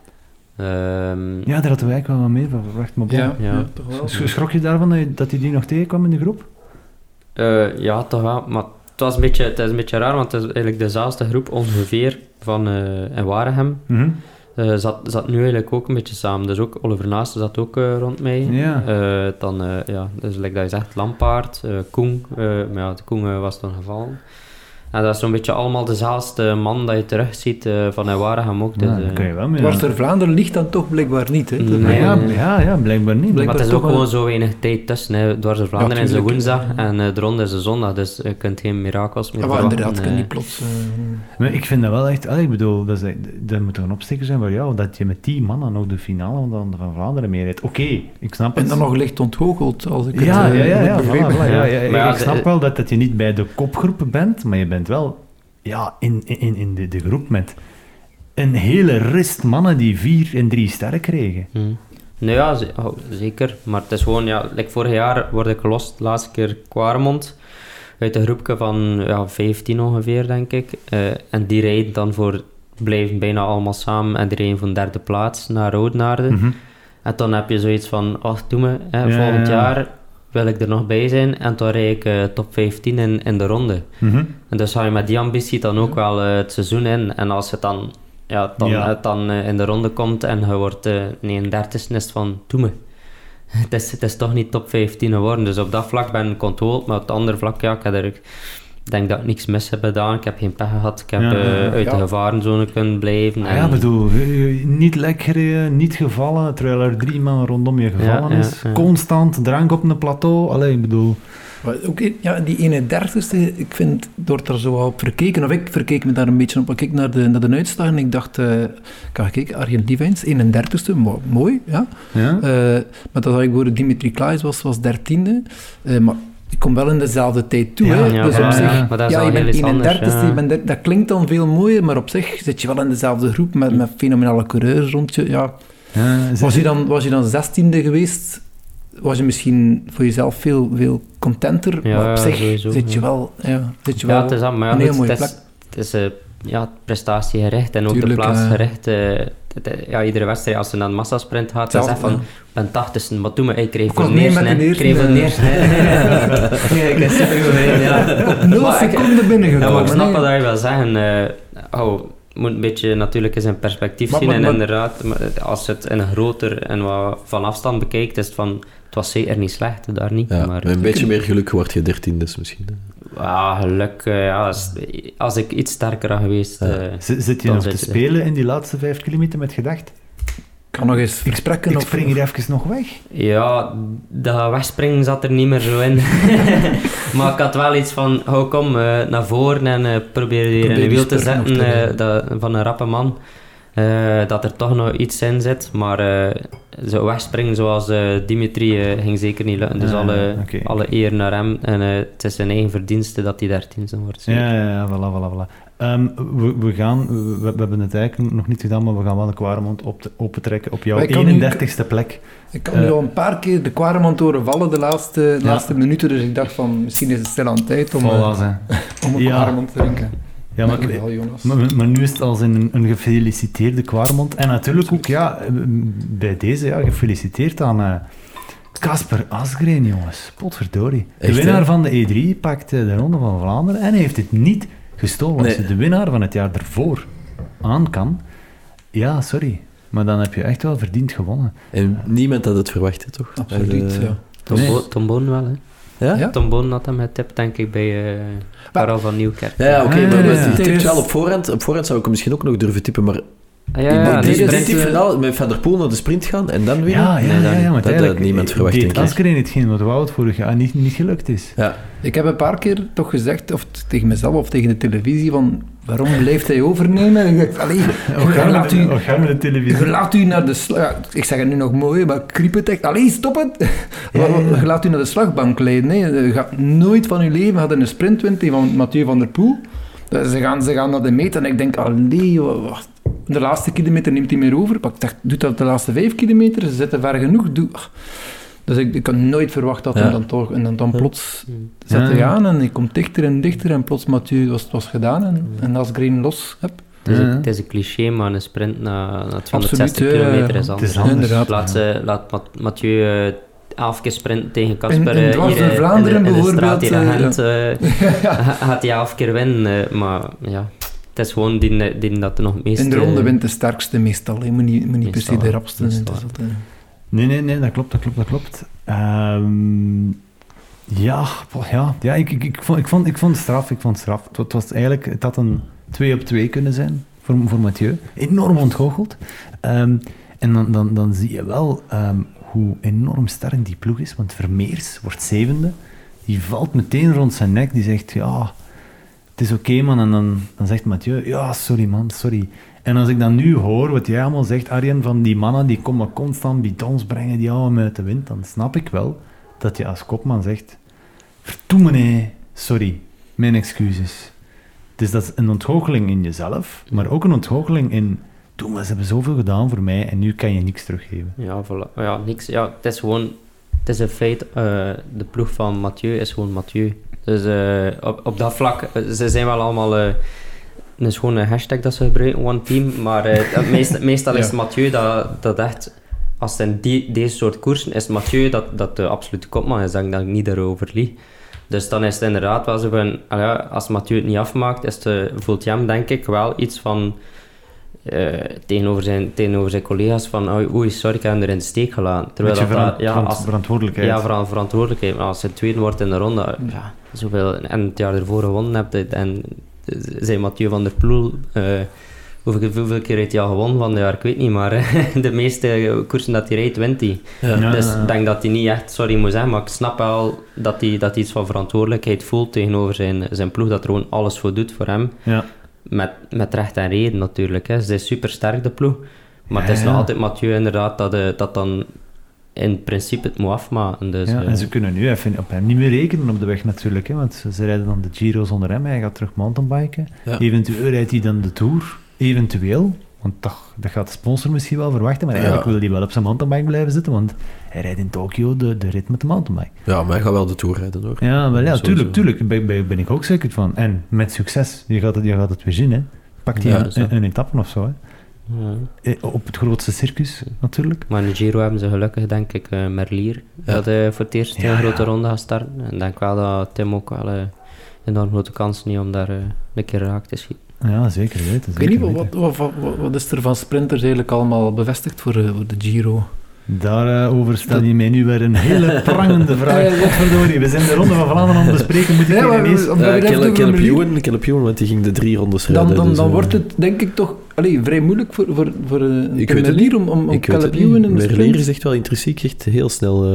Daar hadden wij eigenlijk wel wat meer van verwacht. Maar ja, toch wel. Schrok je daarvan dat hij die nog tegenkwam in de groep? Ja, toch wel. Maar het is een beetje raar, want het is eigenlijk dezelfde groep ongeveer van in Waregem. Zat nu eigenlijk ook een beetje samen. Dus ook Oliver Naasten zat ook rond mij. Ja. Dus like dat je zegt, Lampaard, Koen. Maar de Koen was dan gevallen. En dat is zo'n beetje allemaal dezelfde man dat je terugziet van Waregem ook. Dus, dat kan je wel mee. Dwars Vlaanderen ligt dan toch blijkbaar niet, hè? Blijkbaar niet. Maar het is ook gewoon zo weinig tijd tussen. Hè. Dwars Vlaanderen is de woensdag en de ronde is de zondag, dus je kunt geen mirakels meer verwachten. Inderdaad, kan niet plots... Maar ik vind dat wel echt... ik bedoel, dat moet toch een opsteker zijn voor jou, dat je met die mannen ook de finale van Vlaanderen meerijdt. Oké, ik snap het. En dan nog licht ontgoocheld, als ik Ik snap wel dat je niet bij de kopgroepen bent, maar je bent wel in de groep met een hele rest mannen die 4 en 3 sterren kregen. Nou ja, zeker. Maar het is gewoon, vorig jaar word ik gelost, de laatste keer Quaremont, uit een groepje van 15 ongeveer, denk ik. En die rijden dan blijven bijna allemaal samen en die rijden voor de 3e plaats naar Oudenaarde. En dan heb je zoiets van, doe me, volgend jaar wil ik er nog bij zijn en dan rijd ik top 15 in de ronde. En dus ga je met die ambitie dan ook wel het seizoen in. En als het dan in de ronde komt en je wordt 39e, is van, doe me. Het is toch niet top 15 geworden. Dus op dat vlak ben ik controlled, maar op het andere vlak, ik denk dat ik niks mis heb gedaan. Ik heb geen pech gehad. Ik heb uit de gevarenzone kunnen blijven. Ik bedoel, niet lekker, niet gevallen, terwijl er 3 man rondom je gevallen is. Constant drank op een plateau. Ik bedoel... die 31ste, ik vind, door er zo op verkeken, of ik verkeek me daar een beetje op, ik keek naar de uitslag en ik dacht, Arjen Lievijns, 31ste, mooi, ja. Maar dat had ik voor Dimitri Klaes was 13e, maar ik kom wel in dezelfde tijd toe. Dus op zich, maar dat is je bent 31ste, dat klinkt dan veel mooier, maar op zich zit je wel in dezelfde groep met fenomenale coureurs rond je. Was je dan 16e geweest was je misschien voor jezelf veel contenter, maar op zich sowieso, zit je wel het is aan, maar een heel mooie plek. Het is prestatiegericht en ook de plaatsgericht. Iedere wedstrijd, als je naar een massasprint gaat, dan zeg van, ik ben 80ste, maar toen ik kreeg voor neers. Ik heb supergoed gereden, Op 0 seconden binnengekomen. Ja, maar ik snap wat je wil zeggen. Moet een beetje natuurlijk eens in perspectief zien. En inderdaad, als je het in een groter en wat van afstand bekijkt, is het van, het was zeker niet slecht, daar niet. Ja, maar een beetje meer geluk word je 13 dus misschien. Geluk, als ik iets sterker had geweest... Zit je nog te spelen in die laatste 5 kilometer met gedacht? Kan nog eens versprekken. Ik spring hier even nog weg. Ja, dat wegspringen zat er niet meer zo in. Maar ik had wel iets van, kom naar voren en probeer hier in de wiel te zetten van een rappe man. Dat er toch nog iets in zit, maar zo wegspringen zoals Dimitri ging zeker niet lukken. Dus alle eer naar hem en het is zijn eigen verdienste dat hij 13e wordt. Ja, voilà. We hebben het eigenlijk nog niet gedaan, maar we gaan wel de Quaremont opentrekken op jouw 31ste plek. Ik kan nu al een paar keer de Quaremont horen vallen de laatste minuten, dus ik dacht van, misschien is het stil aan tijd om een Quaremont te drinken. Ja, maar nu is het als een gefeliciteerde Quaremont. En natuurlijk ook, bij deze, gefeliciteerd aan Kasper Asgreen, jongens. Potverdorie. De winnaar van de E3 pakt de Ronde van Vlaanderen en heeft het niet gestolen. Als je de winnaar van het jaar ervoor aan kan, sorry, maar dan heb je echt wel verdiend gewonnen. En niemand had het verwacht, toch? Absoluut, Tom Boon wel, hè. Ja? Tom Boon had hem getipt, denk ik, bij Karel van Nieuwkerk. Ja, oké, maar die tipt wel op voorhand. Op voorhand zou ik hem misschien ook nog durven tippen, maar... Die sprint met Van der Poel naar de sprint gaan en dan weer? Maar dat had niemand verwacht, denk ik. Dat is hetgeen wat Wout vorig jaar niet gelukt is. Ja. Ik heb een paar keer toch gezegd, of tegen mezelf of tegen de televisie, van waarom blijft hij overnemen? En ik dacht, je laat u naar de slag... ik zeg het nu nog mooi, maar kriepetech. Stop het! Je laat u naar de slagbank leiden. Hè. Je gaat nooit van je leven had een sprint winnen van Mathieu van der Poel. Ze gaan naar de meet en ik denk, wacht. De laatste kilometer neemt hij meer over. Maar ik dacht, doet dat de laatste 5 kilometer? Ze zitten ver genoeg. Dus ik had nooit verwacht dat hij dan toch... En dan plots zet hij aan en hij komt dichter en dichter. En plots Mathieu was gedaan en Asgreen los. Het is een cliché, maar een sprint na 260 kilometer is anders. Laat Mathieu 11 keer sprinten tegen Kasper in Vlaanderen in de straat bijvoorbeeld. Hier in Gent gaat hij 11 keer winnen. Maar ja... Het is gewoon die dat er nog het meeste... In de ronde wint de sterkste meestal. Je moet niet per se de rapste. Nee, dat klopt. Ik vond het straf. Het had een 2-op-2 kunnen zijn voor Mathieu. Enorm ontgoocheld. En dan zie je wel hoe enorm sterk die ploeg is. Want Vermeers wordt 7e. Die valt meteen rond zijn nek. Die zegt, het is oké, man. En dan zegt Mathieu, sorry man, sorry. En als ik dan nu hoor wat jij allemaal zegt, Arjen, van die mannen die komen constant bidons brengen, die houden me uit de wind, dan snap ik wel dat je als kopman zegt, verdomme nee, sorry, mijn excuses. Dus dat is een ontgoocheling in jezelf, maar ook een ontgoocheling in, ze hebben zoveel gedaan voor mij en nu kan je niks teruggeven. Ja, voilà. Ja, niks. Ja, het is gewoon, het is een feit, de ploeg van Mathieu is gewoon Mathieu. Dus op dat vlak, ze zijn wel allemaal een schone hashtag dat ze gebruiken, one team, maar meestal is Mathieu dat echt, als het in deze soort koersen is Mathieu dat de absolute kopman is, dat ik niet daarover lieg. Dus dan is het inderdaad wel zo van, als Mathieu het niet afmaakt, voelt hij hem denk ik wel iets van tegenover zijn collega's van oei, sorry, ik heb hem er in de steek gelaten. Terwijl verantwoordelijkheid. Ja, verantwoordelijkheid. Maar als je tweede wordt in de ronde, zoveel, en het jaar ervoor gewonnen hebt, en zei Mathieu van der Poel, hoeveel keer heeft hij al gewonnen van? Ja, ik weet niet, maar de meeste koersen dat hij rijdt, wint hij. Ja. Dus ik denk dat hij niet echt sorry moet zeggen, maar ik snap wel dat hij iets van verantwoordelijkheid voelt tegenover zijn ploeg, dat er gewoon alles voor doet voor hem. Ja. Met recht en reden natuurlijk. Hè. Ze is super sterk, de ploeg. Maar het is nog altijd Mathieu inderdaad dat dan in principe het moet afmaken. Dus, en ze kunnen nu even op hem niet meer rekenen op de weg natuurlijk. Hè, want ze rijden dan de Giro zonder hem. Hij gaat terug mountainbiken. Ja. Eventueel rijdt hij dan de Tour. Eventueel. Want toch, dat gaat de sponsor misschien wel verwachten, maar eigenlijk wil hij wel op zijn mountainbike blijven zitten, want hij rijdt in Tokio de rit met de mountainbike. Ja, maar hij gaat wel de Tour rijden, hoor. Ja, wel, ja, tuurlijk. Ben ik ook zeker van. En met succes. Je gaat het weer zien, hè. Pakt hij een etappe of zo, hè. Ja. Op het grootste circus, natuurlijk. Maar in de Giro hebben ze gelukkig, denk ik, Merlier. Dat voor het eerst een grote ronde gaat starten. En ik denk wel dat Tim ook wel enorm grote kans niet om daar een keer raak te schieten. Ja, zeker weten. Ik weet niet, wat is er van sprinters eigenlijk allemaal bevestigd voor de Giro? Daarover stel je mij nu weer een hele prangende vraag. Godverdorie, we zijn de Ronde van Vlaanderen aan het bespreken. Moet ik ineens... Caleb Ewan, want die ging de 3 rondes rijden. Dan wordt het, denk ik, toch vrij moeilijk voor Merlier om Caleb Ewan in de sprint. Merlier is echt wel intrinsiek, echt heel snel.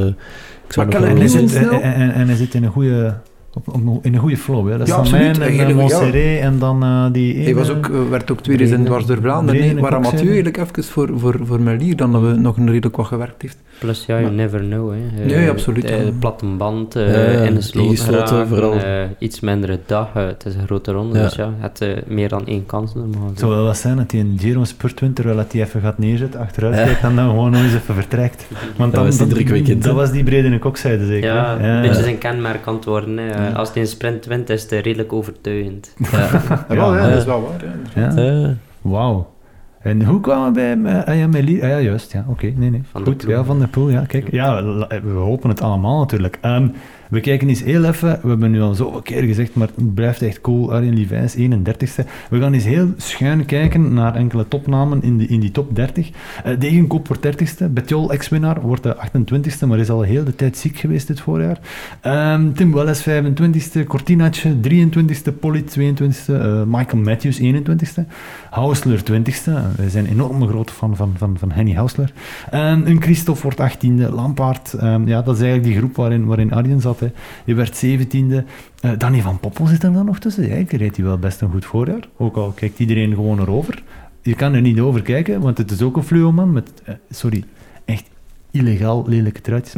En hij zit in een goede... in een goede flow, hè. Dat is van mij en Montserrat en dan die ene... Hij werd ook tweede in Dwars door Vlaanderen, waar Mathieu eigenlijk even voor Merlier dan nog een redelijk wat gewerkt heeft. Plus, you never know, hè. Nee, absoluut. Platte band, in de sloot vooral. Iets mindere dag, het is een grote ronde, dus het meer dan 1 kans normaal. Het zou wel wat zijn dat hij een Giro spurt wint, terwijl hij even gaat neerzetten, achteruit kijkt en dan gewoon nog eens even vertrekt. Want dat was die drukweekend. Dat was die Bredene Kokzijde, zeker. Ja, een beetje zijn kenmerk aan het worden, hè. Als hij een sprint wint, is het redelijk overtuigend. Dat is wel waar. Wauw. En hoe kwamen we bij Merlier? Ja, juist. Ja, oké. Nee. Goed. Ja, Van der Poel. Ja, kijk. Ja, we hopen het allemaal natuurlijk. We kijken eens heel even. We hebben nu al zoveel keer gezegd, maar het blijft echt cool. Arjen Livijns, 31ste. We gaan eens heel schuin kijken naar enkele topnamen in die top 30. Degenkolb wordt 30ste. Betjol, ex-winnaar, wordt de 28ste, maar is al heel de tijd ziek geweest dit voorjaar. Tim Welles, 25ste. Cortinacci, 23ste. Pollitt, 22ste. Michael Matthews, 21ste. Hausler, 20ste. We zijn een enorme grote fan van Henny Hausler. Een Christophe wordt 18e. Lampaard, dat is eigenlijk die groep waarin Arjen zat. Je werd 17e. Danny van Poppel zit er dan nog tussen. Eigenlijk reed hij wel best een goed voorjaar. Ook al kijkt iedereen gewoon erover. Je kan er niet over kijken, want het is ook een fluoman met... echt illegaal lelijke truitjes.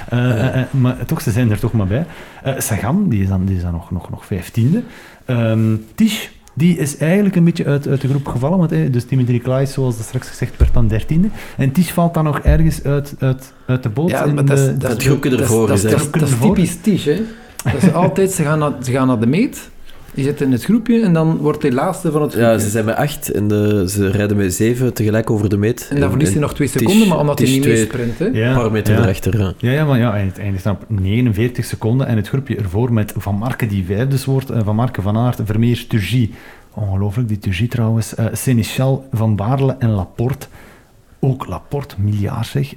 Maar toch, ze zijn er toch maar bij. Sagan, die is dan nog 15e. Tisch, die is eigenlijk een beetje uit de groep gevallen, want dus Dimitri Klaes, zoals dat straks gezegd, werd dan 13e. En Tisch valt dan nog ergens uit de boot. Ja, maar dat groepje ervoor. Dat is typisch Tisch, hè. Dat is altijd, ze gaan naar de meet, die zitten in het groepje en dan wordt hij laatste van het groepje. Ja, ze zijn met 8 en ze rijden met 7 tegelijk over de meet. En dan verliest hij nog 2 seconden, maar omdat hij niet meesprint. Een paar meter erachter. Hij eindigt dan op 49 seconden en het groepje ervoor met Van Marken die 5e wordt, Van Marken, Van Aert, Vermeer, Turgy. Ongelooflijk, die Turgy trouwens. Sénéchal, Van Baarle en Laporte. Ook Laporte, miljard zeg.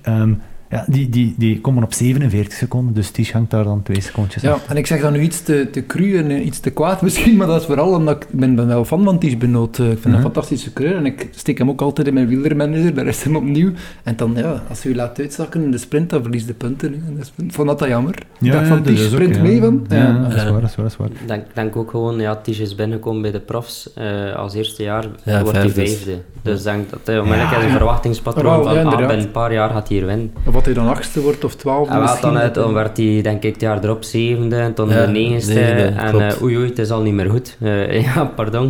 Die komen op 47 seconden, dus Tisch hangt daar dan 2 secondjes af. En ik zeg dan nu iets te cru en iets te kwaad misschien, maar dat is vooral omdat ik ben wel fan van Tisch Benoot. Ik vind hem een fantastische coureur en ik steek hem ook altijd in mijn wielermanager, daar is hem opnieuw. En dan, als je laat uitzakken in de sprint, dan verliest de punten. Ik vond dat jammer. Ik dacht van Tisch sprint mee van. Dat is waar. Ik denk ook gewoon, Tisch is binnengekomen bij de profs. Als eerste jaar wordt hij 5e. Dus ik denk dat hij onmiddellijk een verwachtingspatroon van binnen een paar jaar gaat hij hier winnen. Wat hij dan 8e wordt of 12e misschien. Dan werd hij denk ik het jaar erop 7e en toen de 9e. En oei, het is al niet meer goed. Pardon.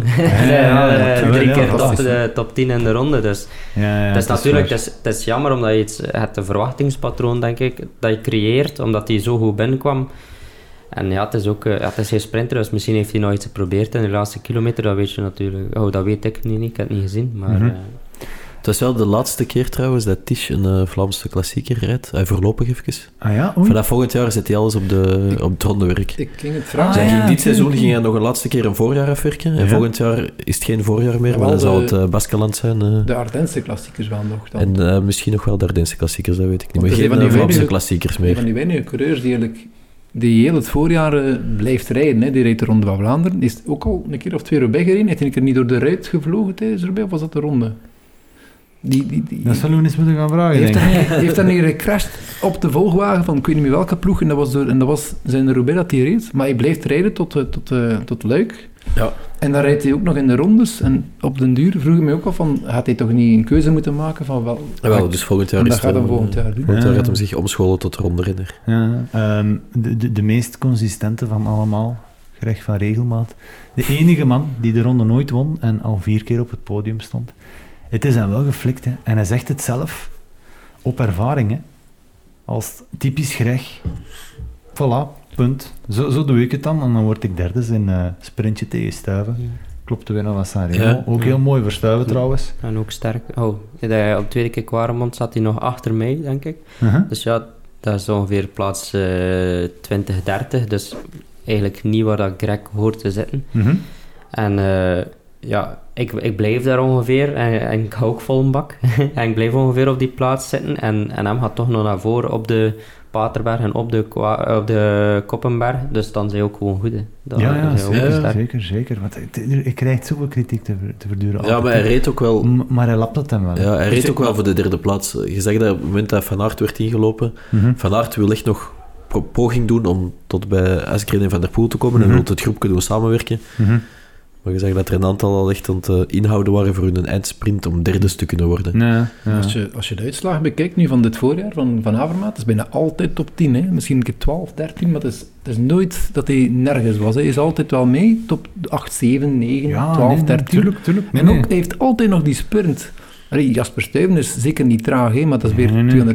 3 keer top 10 in de ronde. Dus het is natuurlijk het is jammer omdat je het verwachtingspatroon, denk ik, dat je creëert, omdat hij zo goed binnenkwam. En het is ook het is geen sprinter, dus misschien heeft hij nog iets geprobeerd in de laatste kilometer, dat weet je natuurlijk. Dat weet ik niet, ik heb het niet gezien, maar... Het was wel de laatste keer trouwens dat Tisch een Vlaamse klassieker rijdt. Hij voorlopig even. Ah ja? Vanaf volgend jaar zet hij alles op het rondewerk. Ik ging het vragen. Dit seizoen ging hij nog een laatste keer een voorjaar afwerken. En volgend jaar is het geen voorjaar meer, maar dan zal het Baskeland zijn. De Ardense klassiekers wel nog dan. En misschien nog wel de Ardense klassiekers, dat weet ik niet. Maar geen Vlaamse klassiekers meer. Een van die weinige coureurs die heel het voorjaar blijft rijden. Hè. Die rijdt de Ronde van Vlaanderen. Die is ook al een keer of 2 Roubaix gereden. Heeft hij er niet door de ruit gevlogen tijdens Roubaix, of was dat de ronde? Dat zullen we eens moeten gaan vragen, heeft dan niet gecrashed op de volgwagen van ik weet niet meer welke ploeg, en dat was zijn Roubaix dat hij reed, maar hij blijft rijden tot Luik. Ja. En dan rijdt hij ook nog in de rondes, en op den duur vroeg ik me ook al van, gaat hij toch niet een keuze moeten maken van wel... dus volgend jaar dat gaat hij volgend jaar doen. Volgend jaar gaat hem zich omscholen tot ronderenner. De meest consistente van allemaal, gerecht van regelmaat. De enige man die de ronde nooit won en al 4 keer op het podium stond. het is hem wel geflikt, hè. En hij zegt het zelf, op ervaring, hè. Als typisch Greg. Voilà, punt. Zo doe ik het dan, en dan word ik derde in sprintje tegen Stuyven. Klopte weer naar Sanremo. Ja. Ook heel mooi voor Stuyven trouwens. En ook sterk. Op de tweede keer Quaremont zat hij nog achter mij, denk ik. Dus ja, dat is ongeveer plaats 20, 30. Dus eigenlijk niet waar dat Greg hoort te zitten. En ik blijf daar ongeveer. En ik hou ook vol een bak. En ik blijf ongeveer op die plaats zitten. En hem gaat toch nog naar voren op de Paterberg en op de Koppenberg. Dus dan zijn je ook gewoon goed. Zeker. Want ik krijg zoveel kritiek te verduren. Ja, maar hij reed ook wel... Maar hij lapt het hem wel. Ja, hij reed ook wel voor de derde plaats. Je zegt dat op het moment dat Van Aert werd ingelopen, Van Aert wil echt nog poging doen om tot bij Asgreen en Van der Poel te komen en wil het groepje doen samenwerken. Maar je zag dat er een aantal al echt aan het inhouden waren voor hun eindsprint om derde te kunnen worden. Ja. Als je de uitslagen bekijkt nu van dit voorjaar, van Avermaet, het is bijna altijd top 10. Hè. Misschien een keer 12, 13, maar het is nooit dat hij nergens was. Hij is altijd wel mee, top 8, 7, 9, 12, 13. Tuurlijk. En ook, hij heeft altijd nog die sprint. Jasper Stuyven is zeker niet traag, hè, maar dat is weer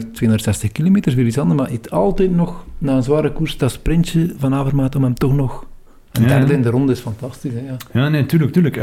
260 kilometer, weer iets anders. Maar hij heeft altijd nog, na een zware koers, dat sprintje van Avermaet om hem toch nog... En derde in de ronde is fantastisch. Hè, ja, nee, tuurlijk.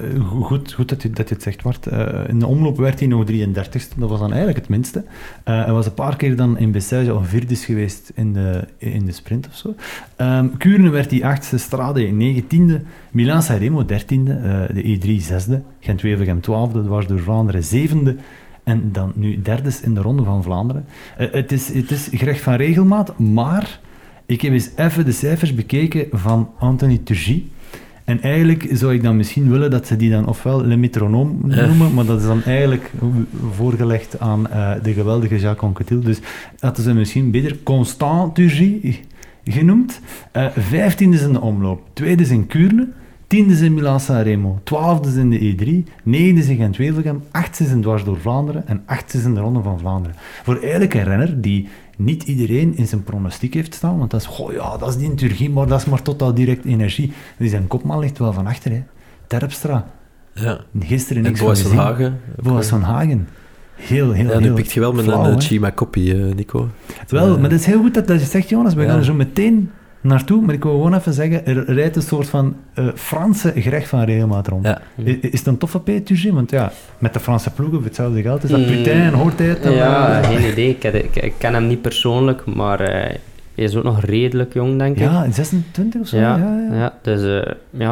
Goed dat je het zegt, Bart. In de omloop werd hij nog 33ste. Dat was dan eigenlijk het minste. Hij was een paar keer dan in Bessèges al vierde geweest in de sprint of zo. Kuurne werd hij 8e, Strade 19e, Milaan-Sanremo 13e, de E3 6e, Gent-Wevelgem 12e, dwars door Vlaanderen 7e. En dan nu derde in de Ronde van Vlaanderen. Het is Greg van regelmaat, maar... Ik heb eens even de cijfers bekeken van Anthony Turgis. En eigenlijk zou ik dan misschien willen dat ze die dan ofwel Le Métronome noemen, maar dat is dan eigenlijk voorgelegd aan de geweldige Jacques Anquetil. Dus hadden ze misschien beter Constant Turgis genoemd. 15e in de omloop, 2e in Kuurne, 10e in Milaan-Sanremo, 12e in de E3, 9e in Gent-Wevelgem, 8e in dwars door Vlaanderen en 8e in de Ronde van Vlaanderen. Voor eigenlijk een renner die niet iedereen in zijn pronostiek heeft staan, want dat is, dat is die Turgis, maar dat is maar totaal direct energie. Die zijn kopman ligt wel van achter, hè. Terpstra. Ja. Gisteren niks van gezien. Boas van Hagen. Heel nu pikt je wel met een Chima Coppi, Nico. Wel, maar dat is heel goed dat je zegt, Jonas, we gaan er zo meteen naartoe, maar ik wil gewoon even zeggen, er rijdt een soort van Franse Greg van regelmaat rond. Ja. Is het een toffe P, Turgis? Want ja, met de Franse ploegen voor hetzelfde geld, is dat Putain en hoort hij het? Geen idee. Ik ken hem niet persoonlijk, maar hij is ook nog redelijk jong, denk ik. Ja, 26 of zo? Ja. Dus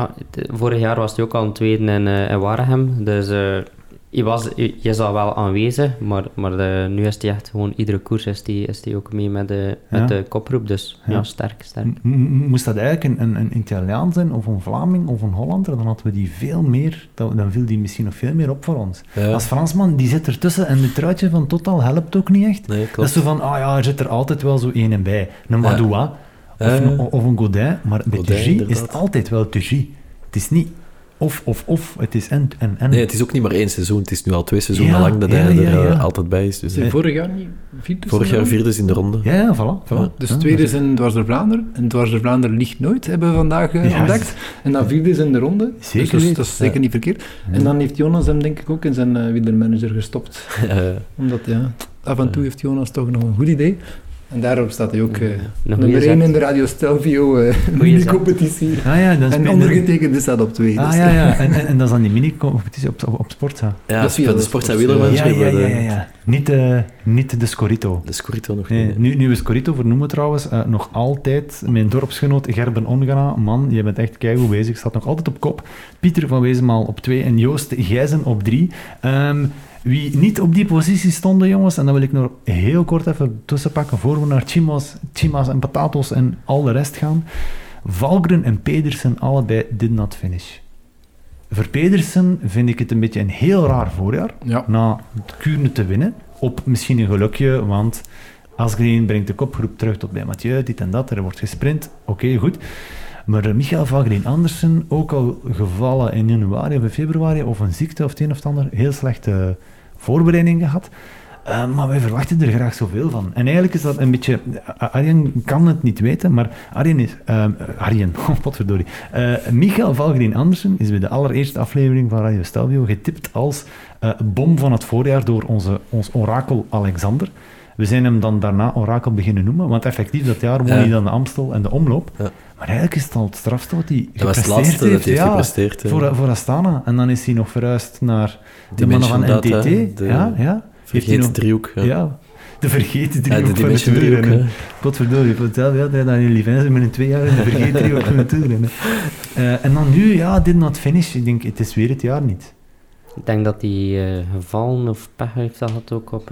vorig jaar was hij ook al een tweede in Waregem, dus... Je is al wel aanwezig, maar nu is hij echt gewoon... Iedere koers is hij ook mee met de kopgroep, dus sterk. Moest dat eigenlijk een Italiaan zijn, of een Vlaming, of een Hollander, dan hadden we die veel meer... Dan viel die misschien nog veel meer op voor ons. Ja. Als Fransman, die zit ertussen en het truitje van Total helpt ook niet echt. Nee, dat is zo van, er zit er altijd wel zo één en bij. Een Madoua, of een Godin, maar bij Turgis is het altijd wel Turgis. Het is niet... Of, het is en. Nee, het is ook niet maar 1 seizoen, het is nu al 2 seizoenen lang dat hij er altijd bij is. Dus, vorig jaar niet vierde? Vorig jaar vierde in de ronde. Ja, voilà. Dus tweede is in Dwars door Vlaanderen, en Dwars door Vlaanderen ligt nooit, hebben we vandaag ontdekt. En dan vierde is in de ronde, zeker dus dat is zeker niet verkeerd. En dan heeft Jonas hem denk ik ook in zijn wielermanager gestopt. Omdat, af en toe heeft Jonas toch nog een goed idee. En daarop staat hij ook nummer 1 in de Radio Stelvio mini-competitie. En ondergetekende staat op 2. En dat is dan die mini-competitie op Sportza. Ja, dat is de Sportza wielermanager. Ja. Niet de Scorito. De Scorito nog niet. Nu we Scorito vernoemen trouwens, nog altijd mijn dorpsgenoot Gerben Ongana. Man, je bent echt keigoed bezig. Staat nog altijd op kop. Pieter van Wezenmaal op 2 en Joost Gijzen op 3. Wie niet op die positie stonden, jongens, en dan wil ik nog heel kort even tussenpakken voor we naar Chima's en Patatos en al de rest gaan. Valgren en Pedersen, allebei did not finish. Voor Pedersen vind ik het een beetje een heel raar voorjaar, na Kuurne te winnen. Op misschien een gelukje, want Asgreen brengt de kopgroep terug tot bij Mathieu, dit en dat, er wordt gesprint, oké, goed. Maar Michael Valgren Andersen, ook al gevallen in januari of in februari, of een ziekte of het een of het ander, heel slechte voorbereiding gehad. Maar wij verwachten er graag zoveel van. En eigenlijk is dat een beetje... Arjen kan het niet weten, maar Arjen is... potverdorie. Michael Valgreen Andersen is bij de allereerste aflevering van Radio Stelvio getipt als bom van het voorjaar door ons orakel Alexander. We zijn hem dan daarna orakel beginnen noemen, want effectief dat jaar won hij dan de Amstel en de omloop. Ja. Maar eigenlijk is het al het strafste wat hij gepresteerd heeft. Gepresteerd, voor Astana. En dan is hij nog verhuisd naar de mannen van NTT. Vergeten driehoek. Ja, de vergeten driehoek van de toerrennen. Potverdorie, voor hetzelfde dat hij in Livense met een 2 jaar in de vergeten driehoek van de toerrennen. En dan nu, did not finish. Ik denk, het is weer het jaar niet. Ik denk dat hij gevallen of pech heeft gehad ook op...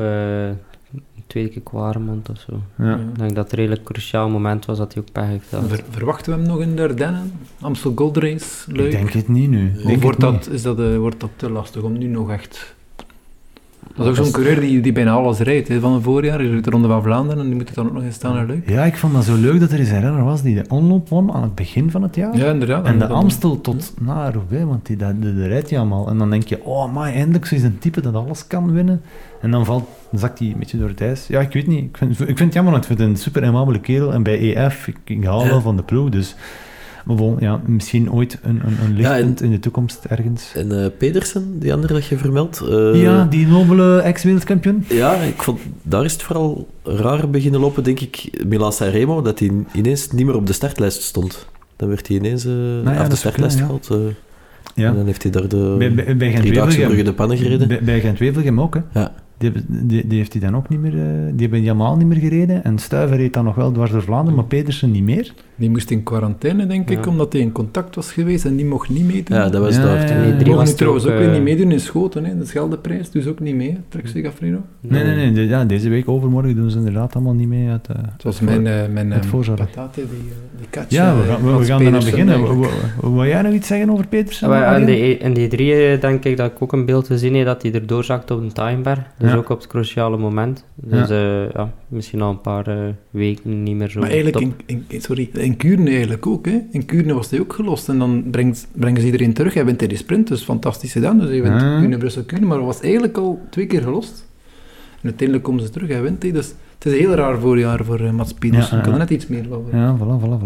tweede keer Quaremont of zo. Ja. Ik denk dat het een redelijk cruciaal moment was dat hij ook pech heeft gehad. Verwachten we hem nog in de Ardennen? Amstel Gold Race? Leuk. Ik denk het niet nu. Of wordt dat te lastig om nu nog echt... Dat is ook zo'n coureur die bijna alles rijdt. Van een voorjaar, je doet de Ronde van Vlaanderen en die moet het dan ook nog eens staan naar Luik. Ja, ik vond dat zo leuk dat er eens een renner was die de omloop won aan het begin van het jaar. Ja, inderdaad. En de Amstel tot na Roubaix, want die rijdt hij allemaal. En dan denk je, maar eindelijk is een type dat alles kan winnen. En dan zakt hij een beetje door het ijs. Ja, ik weet niet. Ik vind het jammer, want ik vind het een super aimabele kerel. En bij EF, ik hou wel van de ploeg, dus... Maar bon, misschien ooit een lichtpunt in de toekomst ergens. En Pedersen, die andere dat je vermeldt. Die nobele ex-wereldkampioen. Ja, ik vond, daar is het vooral raar beginnen lopen, denk ik, Milan-San Remo, dat hij ineens niet meer op de startlijst stond. Dan werd hij ineens af de startlijst gehaald. En dan heeft hij daar de driedaagse de pannen gereden. Bij Gent-Wevelgem ook, hè? Ja. Die heeft hij dan ook niet meer... Die hebben helemaal niet meer gereden. En Stuyver reed dan nog wel dwars door Vlaanderen, maar Pedersen niet meer. Die moest in quarantaine, denk ik, omdat hij in contact was geweest en die mocht niet meedoen. Ja, dat was daar. Die mocht trouwens ook weer niet meedoen in Schoten, hè. De Scheldeprijs, dus ook niet mee, Trek Segafredo. Nee. Deze week overmorgen doen ze inderdaad allemaal niet mee uit zoals mijn patate, die katje. Ja, we gaan er naar beginnen. Wil jij nog iets zeggen over Pedersen? In die 3 denk ik dat ik ook een beeld gezien heb dat hij erdoor zakte op een timebar. Dus ook op het cruciale moment. Dus misschien al een paar weken niet meer zo. Maar eigenlijk in Kuurne eigenlijk ook. Hè. In Kuurne was hij ook gelost. En dan brengen ze iedereen terug. Hij wint de sprint, dus fantastisch gedaan. Dus hij wint Kuurne, Brussel, Kuurne. Maar hij was eigenlijk al 2 keer gelost. En uiteindelijk komen ze terug. Hij wint. Dus het is een heel raar voorjaar voor Mats Pedersen. Ik kan er net iets meer van. Ja,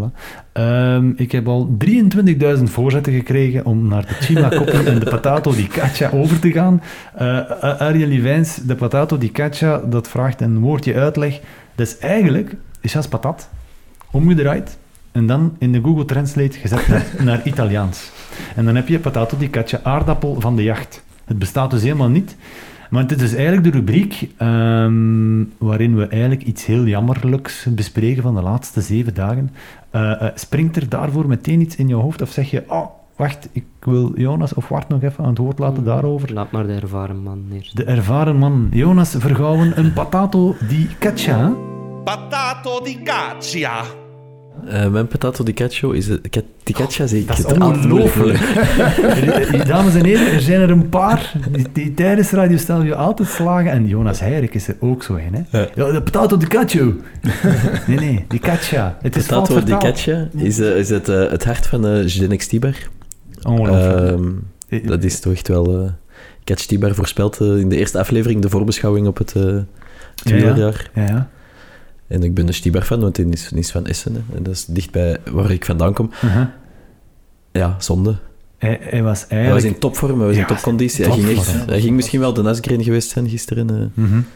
voilà. Ik heb al 23.000 voorzetten gekregen om naar de Cima Koppel en de Patato di Caccia over te gaan. Arjen Livijns, de Patato di Caccia, dat vraagt een woordje uitleg. Dat is eigenlijk chasse patat, omgedraaid en dan in de Google Translate gezet naar Italiaans. En dan heb je Patato di Caccia, aardappel van de jacht. Het bestaat dus helemaal niet. Maar het is dus eigenlijk de rubriek waarin we eigenlijk iets heel jammerlijks bespreken van de laatste 7 dagen. Springt er daarvoor meteen iets in je hoofd of zeg je, wacht, ik wil Jonas of Wart nog even aan het woord laten daarover. Laat maar de ervaren man eerst. De ervaren man. Jonas Vergouwen, een Patato di Caccia. Patato di Caccia. Mijn Patato di Caccia is di Caccia zeker. Dat is ongelooflijk. Dames en heren, er zijn er een paar die tijdens Radio Stelvio altijd slagen. En Jonas Heirik is er ook zo in. Hè? Ja, de Patato di Caccia. Nee, di Caccia. Het is Patato di Caccia is het hart van Zdenek Stibar. Ongelooflijk. Dat is toch echt wel... Catch Stibar voorspelt in de eerste aflevering de voorbeschouwing op het wielerjaar. Ja. En ik ben een Stibar-fan, want hij is van Essen. Hè. En dat is dichtbij waar ik vandaan kom. Ja, zonde. Hij was in topvorm, hij was in topconditie. Hij ging misschien wel de Asgreen geweest zijn gisteren.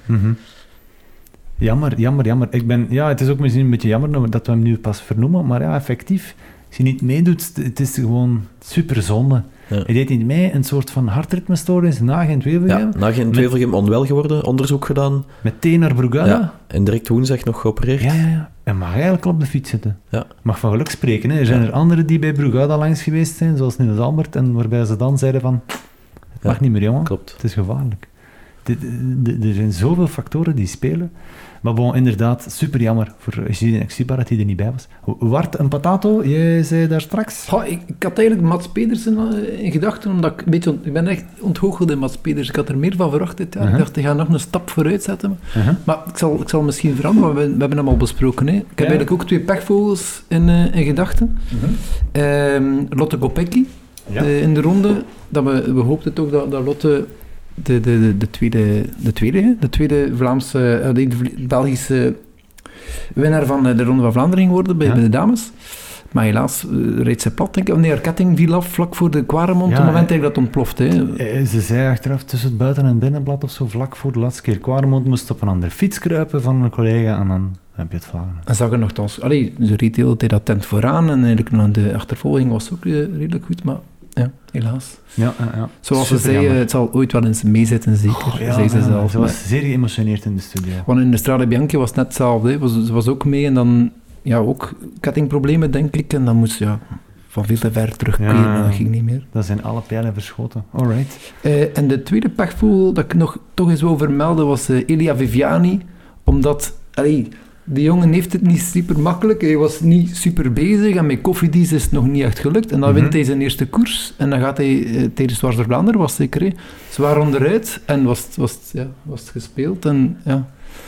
Jammer. Het is ook misschien een beetje jammer dat we hem nu pas vernoemen, maar ja, effectief, als hij niet meedoet, het is gewoon super zonde. Ja. Hij deed niet mee, een soort van hartritmestoornis na Gent-Wevelgem. Ja, na Gent-Wevelgem onwel geworden, onderzoek gedaan. Meteen naar Brugada. Ja, en direct woensdag nog geopereerd. Ja. En mag eigenlijk op de fiets zitten. Ja. Mag van geluk spreken. Hè. Er zijn er anderen die bij Brugada langs geweest zijn, zoals Niels Albert, en waarbij ze dan zeiden van, het mag niet meer, jongen. Klopt. Het is gevaarlijk. Er zijn zoveel factoren die spelen. Maar bon, inderdaad, super jammer voor Zdenek Stibar dat hij er niet bij was. Wart, een Patato, jij zei daar straks... Ik had eigenlijk Mats Pedersen in gedachten, omdat ik ben echt ontgoocheld in Mats Pedersen. Ik had er meer van verwacht dit jaar. Ik dacht, hij gaat nog een stap vooruit zetten. Maar ik zal misschien veranderen, maar we hebben hem al besproken. Hè. Ik heb eigenlijk ook 2 pechvogels in gedachten. Lotte Kopecky in de ronde. We hoopten toch dat Lotte de tweede Vlaamse, de Belgische winnaar van de Ronde van Vlaanderen geworden bij de dames. Maar helaas reed ze plat, denk ik. Nee, haar ketting viel af vlak voor de Quaremont, op het moment dat het ontploft. Ze zei achteraf tussen het buiten- en binnenblad of zo, vlak voor de laatste keer Quaremont, moest op een andere fiets kruipen van een collega en dan heb je het vlagen. En zag er nogthans... ze reed de hele tijd attent vooraan en eigenlijk de achtervolging was ook redelijk goed, maar ja, helaas. Ja. Zoals ze zei, het zal ooit wel eens meezitten, zeker, zei ze zelf. Ze was zeer geëmotioneerd in de studio. Want in de Strade Bianche was het net hetzelfde. Ze was ook mee en dan... Ja, ook kettingproblemen, denk ik. En dan moest ze van veel te ver terugkeren. Ja, dat ging niet meer. Dat zijn alle pijlen verschoten. Alright. En de tweede pechvogel dat ik nog toch eens wou vermelden was Elia Viviani. Omdat... die jongen heeft het niet super makkelijk. Hij was niet super bezig. En met Cofidis is het nog niet echt gelukt. En dan wint hij zijn eerste koers. En dan gaat hij tijdens Dwars door Vlaanderen, was zeker zwaar onderuit. En was het gespeeld. En ja...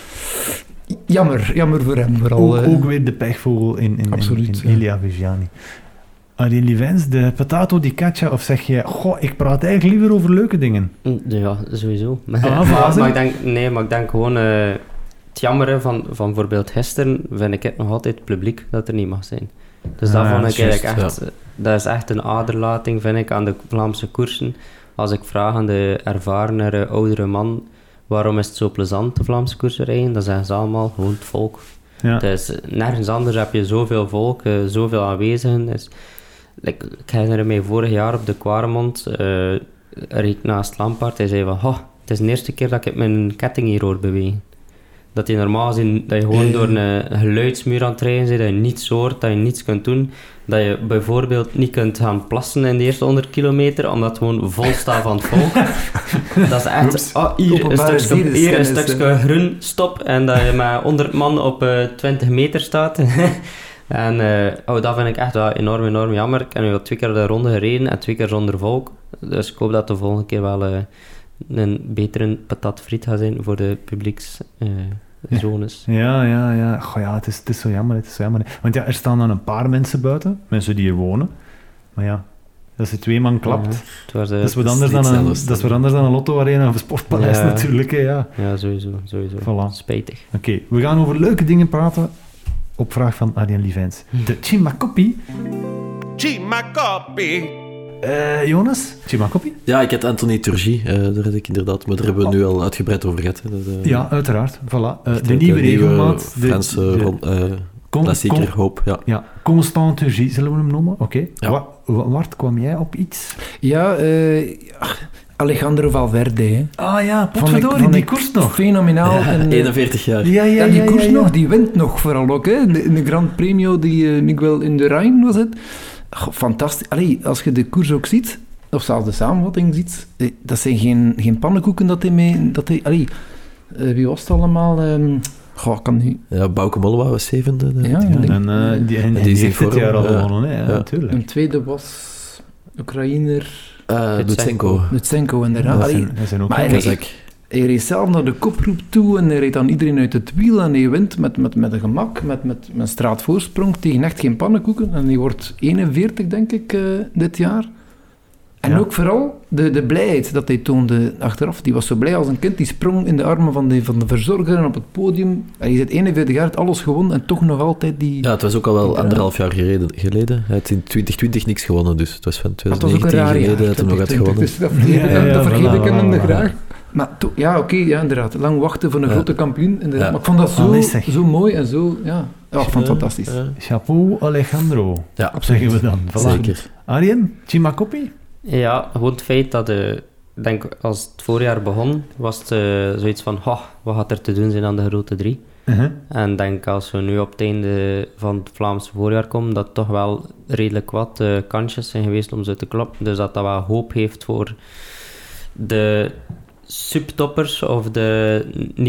Jammer voor hem vooral. Ook weer de pechvogel in Elia Viviani. Arjen Livens, de patato di caccia, of zeg je, ik praat eigenlijk liever over leuke dingen? Ja, sowieso. Maar ik denk gewoon, het jammere van bijvoorbeeld gisteren, vind ik het nog altijd het publiek dat er niet mag zijn. Dus dat vond ik eigenlijk echt, dat is echt een aderlating, vind ik, aan de Vlaamse koersen. Als ik vraag aan de ervarenere, oudere man, waarom is het zo plezant, de Vlaamse koersen rijden? Dan zeggen ze allemaal, gewoon het volk. Ja. Dus nergens anders heb je zoveel volk, zoveel aanwezigen. Dus, ik herinner mij vorig jaar op de Quaremont, reed naast Lampaard, hij zei van, het is de eerste keer dat ik mijn ketting hier hoor bewegen. Dat je normaal gezien, dat je gewoon door een geluidsmuur aan het rijden bent, dat je niets hoort, dat je niets kunt doen. Dat je bijvoorbeeld niet kunt gaan plassen in de eerste 100 kilometer, omdat het gewoon vol staat van het volk. Dat is echt, hier een stukje groen, stop, en dat je met 100 man op 20 meter staat. En dat vind ik echt wel enorm jammer. Ik heb nu al 2 keer de ronde gereden en 2 keer zonder volk. Dus ik hoop dat de volgende keer wel een betere patatfriet gaat zijn voor de publiekszones. Ja. Het is zo jammer. Want ja, er staan dan een paar mensen buiten, mensen die hier wonen. Maar ja, als je 2 man klapt, dat is wat anders dan een Lotto-arena of een sportpaleis natuurlijk. Ja, sowieso. Voilà. Spijtig. Oké, we gaan over leuke dingen praten. Op vraag van Arjen Livens. De Chimacopi. Jonas, Chimacopi? Ja, ik had Anthony Turgis, daar had ik inderdaad, maar daar hebben we nu al uitgebreid over gehad. Ja, uiteraard. Voilà. De nieuwe regelmaat. Franse klassieker, hoop. Ja, Constant Turgis, zullen we hem noemen? Oké. Ja. Wart, kwam jij op iets? Ja, Alejandro Valverde. Hè. Ah ja, potverdorie, die koers nog. Fenomenaal. Ja, 41 jaar. Ja, die koers nog, die wint nog vooral ook. Hè. De Grand Premio, die Miguel Indurain was het. Fantastisch. Als je de koers ook ziet, of zelfs de samenvatting ziet, dat zijn geen pannenkoeken dat hij mee... wie was het allemaal? Kan niet. Ja, Bauke Mollema was 7e. Die heeft dit jaar al gewonnen, natuurlijk. Een tweede was Oekraïner... Lutsenko, inderdaad. Maar hij reed zelf naar de kopgroep toe en hij reed dan iedereen uit het wiel en hij wint met een gemak, met een straatvoorsprong tegen echt geen pannenkoeken. En hij wordt 41, denk ik, dit jaar. En ook vooral de blijheid dat hij toonde achteraf. Die was zo blij als een kind. Die sprong in de armen van de verzorger en op het podium. Hij zit 41 jaar, het alles gewonnen en toch nog altijd die... Ja, het was ook al wel 1,5 jaar geleden. Hij had in 2020 niks gewonnen, dus het was van 2019 geleden dat hij nog had gewonnen. Dus dat vergeef ik hem graag. Maar inderdaad. Lang wachten voor een grote kampioen. Inderdaad. Maar ik vond dat zo mooi en zo... Ja, ik vond het fantastisch. Chapeau Alejandro. Ja, zeggen we dan. Voilà. Zeker. Arjen, Chimacopi? Ja, gewoon het feit dat, ik denk als het voorjaar begon, was het zoiets van, wat gaat er te doen zijn aan de grote 3? Uh-huh. En ik denk als we nu op het einde van het Vlaamse voorjaar komen, dat toch wel redelijk wat kansjes zijn geweest om ze te kloppen. Dus dat wel hoop heeft voor de subtoppers of de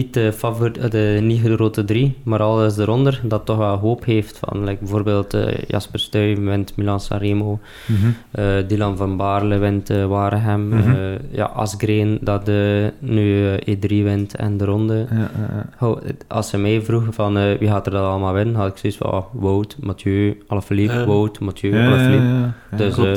niet grote 3, maar alles eronder, dat toch wel hoop heeft van bijvoorbeeld Jasper Stuyven wint Milan-Sanremo, Dylan van Baarle wint Waregem, Asgreen dat nu E3 wint en de ronde. Als ze mij vroegen van wie gaat er dat allemaal winnen, had ik zoiets van Wout, Mathieu, Alaphilippe, Wout, Mathieu, Alaphilippe. Dus het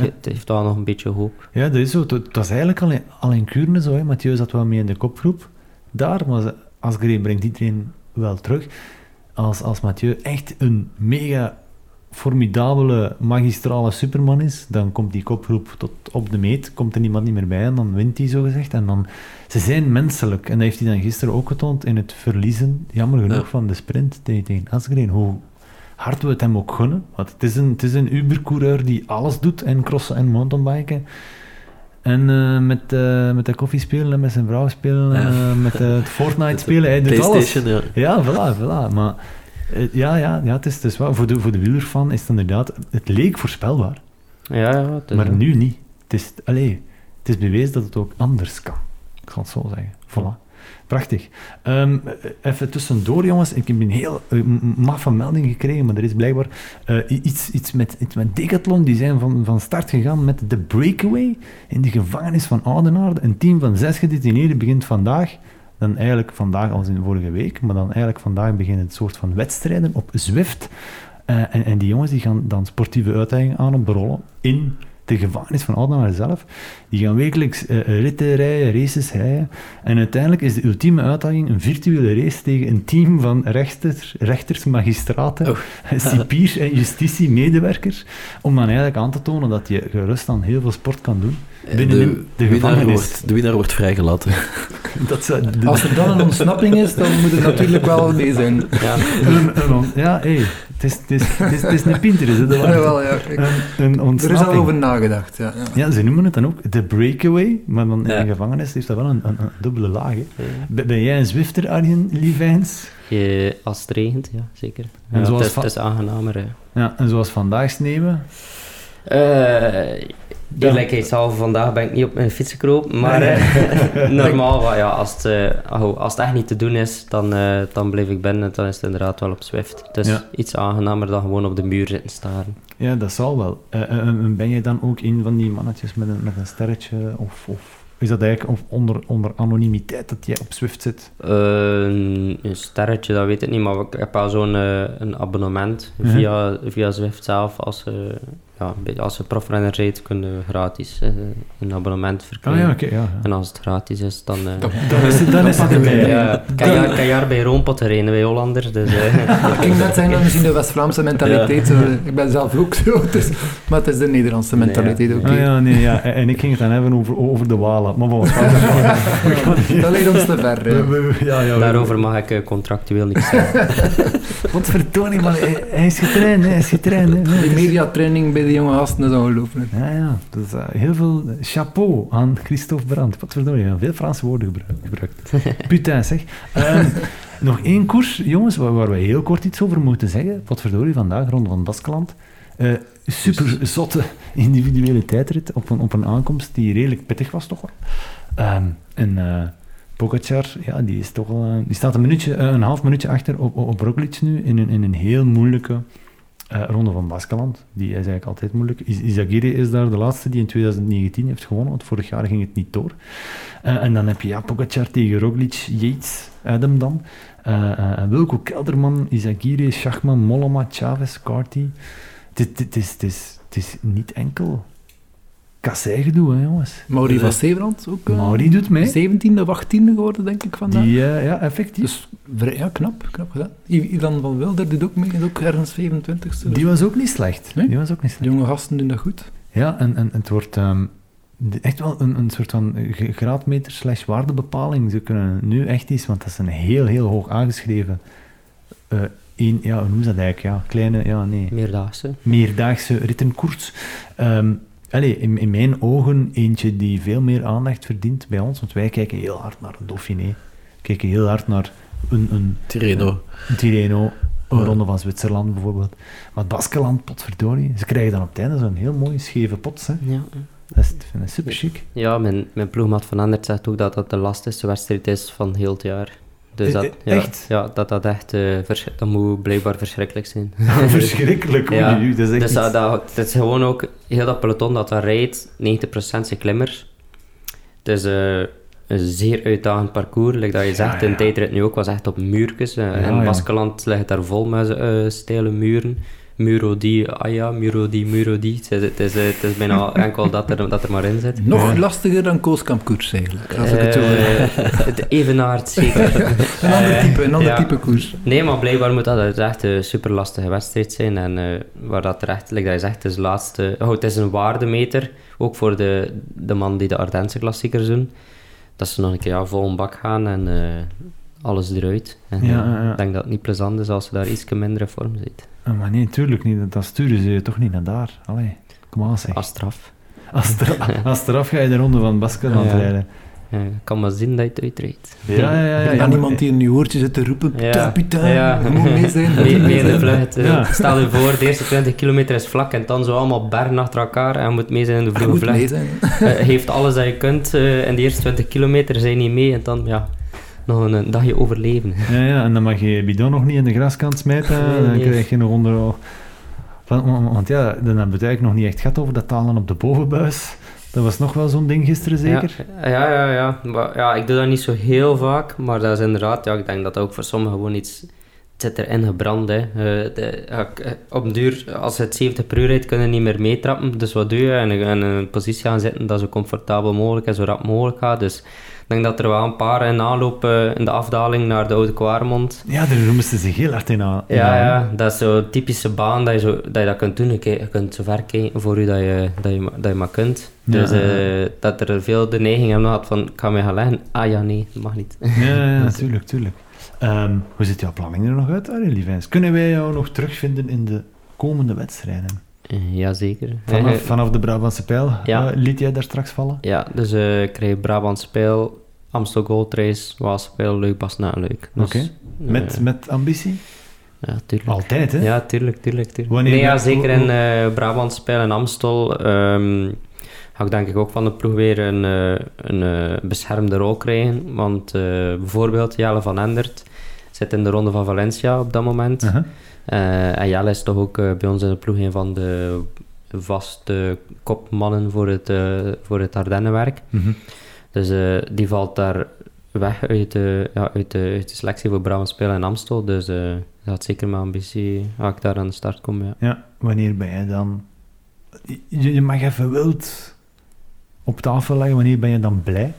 het heeft wel nog een beetje hoop. Ja, dat is zo. Het was eigenlijk al in Kuurne zo, hè. Mathieu zat wel mee in de kopgroep daar, maar Asgreen brengt iedereen wel terug. Als Mathieu echt een mega formidabele, magistrale superman is, dan komt die kopgroep tot op de meet, komt er niemand niet meer bij en dan wint hij zogezegd. En dan, ze zijn menselijk. En dat heeft hij dan gisteren ook getoond in het verliezen, jammer genoeg, van de sprint tegen Asgreen. Hoe hard we het hem ook gunnen. Want het is een Uber-coureur die alles doet, en crossen en mountainbiken. En met de koffie spelen en met zijn vrouw spelen en met het Fortnite spelen. Hij doet alles. Ja, voilà. Maar het is dus wel, voor de wielerfan is het inderdaad, het leek voorspelbaar. Ja, maar nu niet. Het is bewezen dat het ook anders kan. Ik zal het zo zeggen. Voilà. Prachtig. Even tussendoor, jongens. Ik heb een heel maffe melding gekregen, maar er is blijkbaar iets met Decathlon. Die zijn van start gegaan met de Breakaway in de gevangenis van Oudenaarde. Een team van 6 gedetineerden begint vandaag. Dan eigenlijk vandaag als in de vorige week, maar dan eigenlijk vandaag beginnen het soort van wedstrijden op Zwift. En die jongens die gaan dan sportieve uitdagingen aan op de rollen in de gevangenis van Oudenaarde zelf. Die gaan wekelijks ritten rijden, races rijden. En uiteindelijk is de ultieme uitdaging een virtuele race tegen een team van rechters, magistraten, cipiers en justitie-medewerkers, om dan eigenlijk aan te tonen dat je gerust aan heel veel sport kan doen. Binnen de gevangenis. De winnaar wordt vrijgelaten. Als er dan een ontsnapping is, dan moet het natuurlijk wel mee zijn. Het is een Pinterest. Een ontsnapping. Er is al over nagedacht. Ja, ze noemen het dan ook de Breakaway, maar dan in de gevangenis heeft dat wel een dubbele laag. Ben jij een Zwifter, Arjen Lievijns? Als het regent, ja, zeker. Het is aangenamer. Ja, en zoals vandaag sneeuwen? Eerlijkheidshalve, vandaag ben ik niet op mijn fiets gekropen, maar normaal, als het echt niet te doen is, dan blijf ik binnen, dan is het inderdaad wel op Zwift. Het is iets aangenamer dan gewoon op de muur zitten staren. Ja, dat zal wel. Ben jij dan ook een van die mannetjes met een sterretje, of is dat eigenlijk onder anonimiteit dat jij op Zwift zit? Een sterretje, dat weet ik niet, maar ik heb wel zo'n een abonnement via Zwift zelf. Als je profrenner rijdt, kun je gratis een abonnement verkrijgen. En als het gratis is, dan is het erbij. Ja, kan jaar bij Roompot rijden, bij Hollander. Dus, ik ging net zeggen dat misschien de West-Vlaamse mentaliteit. Ik ben zelf ook zo, maar het is de Nederlandse mentaliteit ook. En ik ging het dan hebben over de Walen. Maar bon, dat ligt ons te ver. Daarover mag ik contractueel niks zeggen. Wat vertoning, man. Hij is getraind. Die mediatraining bij de jonge gasten is ongelooflijk. Ja. Dus heel veel chapeau aan Christophe Brandt. Wat verdorie, veel Franse woorden gebruikt. Putain, zeg. Nog één koers, jongens, waar we heel kort iets over moeten zeggen. Wat verdorie, vandaag, Ronde van Baskeland. Super zotte individuele tijdrit op een aankomst die redelijk pittig was, toch wel. Pogacar, die is toch al, die staat een half minuutje achter op Roglic nu in een heel moeilijke Ronde van Baskeland. Die is eigenlijk altijd moeilijk. Izagirre is daar de laatste die in 2019 heeft gewonnen, want vorig jaar ging het niet door. En dan heb je Pogacar tegen Roglic, Yates, Adam dan. Wilco Kelderman, Izagirre, Schachman, Mollema, Chavez, Carty. Het is niet enkel kasseigedoe, hè, jongens. Mauri van Seebrand ook. Mauri doet mee. 17e of 18e geworden, denk ik, vandaag. Effectief. Dus knap gedaan. Ivan van Wilder doet ook mee, is ook ergens 25e. Die was ook niet slecht. Nee? De jonge gasten doen dat goed. Ja, en het wordt echt wel een soort van graadmeter / waardebepaling. Ze kunnen nu echt iets, want dat is een heel, heel hoog aangeschreven hoe noemen ze dat eigenlijk? Ja, kleine, meerdaagse rittenkoers. In mijn ogen eentje die veel meer aandacht verdient bij ons, want wij kijken heel hard naar een Dauphiné. We kijken heel hard naar een Tirreno, een Ronde van Zwitserland bijvoorbeeld. Maar het Baskeland, potverdorie, ze krijgen dan op het einde zo'n heel mooie scheve pot. Hè. Ja. Dat vind ik super chic. Ja, mijn ploegmaat Van Aert zegt ook dat dat de lastigste wedstrijd is van heel het jaar. Dus echt? Ja, dat echt, dat moet blijkbaar verschrikkelijk zijn. Verschrikkelijk, ja. Dat is echt dus dat is gewoon ook, heel dat peloton dat rijdt, 90% zijn klimmers. Het is een zeer uitdagend parcours, like dat je zegt, in tijdrit nu ook, was echt op muurtjes. In Baskeland ligt het daar vol met steile muren. Murodi, Murodi. Het is bijna enkel dat er maar in zit. Nog lastiger dan Kooskampkoers eigenlijk, als ik het zo de evenaard, zeker. een ander type koers. Nee, maar blijkbaar moet dat echt een super lastige wedstrijd zijn. En waar dat er echt, like dat je zegt, is laatste... het is een waardemeter, ook voor de man die de Ardense klassiekers doen. Dat ze nog een keer vol een bak gaan en alles eruit. En ik denk dat het niet plezant is als je daar iets minder in vorm zit. Maar nee, tuurlijk niet. Dan sturen ze je toch niet naar daar. Allee, kom aan zeg. Als straf. Als straf ga je de ronde van Baskeland rijden. Ja, ik kan maar zien dat je het uitrijdt. Ja. Dan iemand die in je oortje zit te roepen, kapitein, je moet mee zijn. Mee in de vlucht. Stel je voor, de eerste 20 kilometer is vlak en dan zo allemaal bergen achter elkaar en je moet mee zijn in de vroege vlucht. Geeft alles dat je kunt in de eerste 20 kilometer, zijn niet mee en dan nog een dagje overleven. Ja, en dan mag je je bidon nog niet in de graskant smijten, dan krijg je nog onder... Want dan hebben we het eigenlijk nog niet echt gehad over dat talen op de bovenbuis. Dat was nog wel zo'n ding gisteren, zeker? Ja. Maar, ik doe dat niet zo heel vaak, maar dat is inderdaad... ik denk dat ook voor sommigen gewoon iets... Het zit erin gebrand, hè. Op een duur, als je het 70 per uur rijdt, kun je niet meer meetrappen. Dus wat doe je? En in een positie gaan zitten dat zo comfortabel mogelijk en zo rap mogelijk gaat. Dus ik denk dat er wel een paar in aanloop in de afdaling naar de Oude Kwaremond. Ja, daar moesten ze heel hard in aan. Ja, dat is zo'n typische baan dat je dat kunt doen. Je kunt zo ver kijken voor je dat je maar kunt. Dus dat er veel de neiging hebben gehad van, ik ga mij gaan leggen. Nee, dat mag niet. Ja, tuurlijk. Hoe ziet jouw planning er nog uit, Arie Lievijns? Kunnen wij jou nog terugvinden in de komende wedstrijden? Jazeker. Vanaf de Brabantse Pijl liet jij daar straks vallen? Ja, dus ik krijg Brabantse Pijl, Amstel Gold Race, Waalse Pijl, Luik, Bastenaken-Luik. Dus, Oké. Met ambitie? Ja, tuurlijk. Altijd, hè? Ja, tuurlijk. Zeker in Brabantse Pijl en Amstel ga ik denk ik ook van de ploeg weer een beschermde rol krijgen. Want bijvoorbeeld Jelle van Endert zit in de Ronde van Valencia op dat moment. Uh-huh. En Jelle is toch ook bij ons in de ploeg een van de vaste kopmannen voor het Ardennenwerk. Mm-hmm. Dus die valt daar weg uit de selectie voor Brabantse Pijl en Amstel. Dus dat had zeker mijn ambitie als ik daar aan de start kom. Ja, wanneer ben je dan... Je mag even wild op tafel leggen, wanneer ben je dan blij?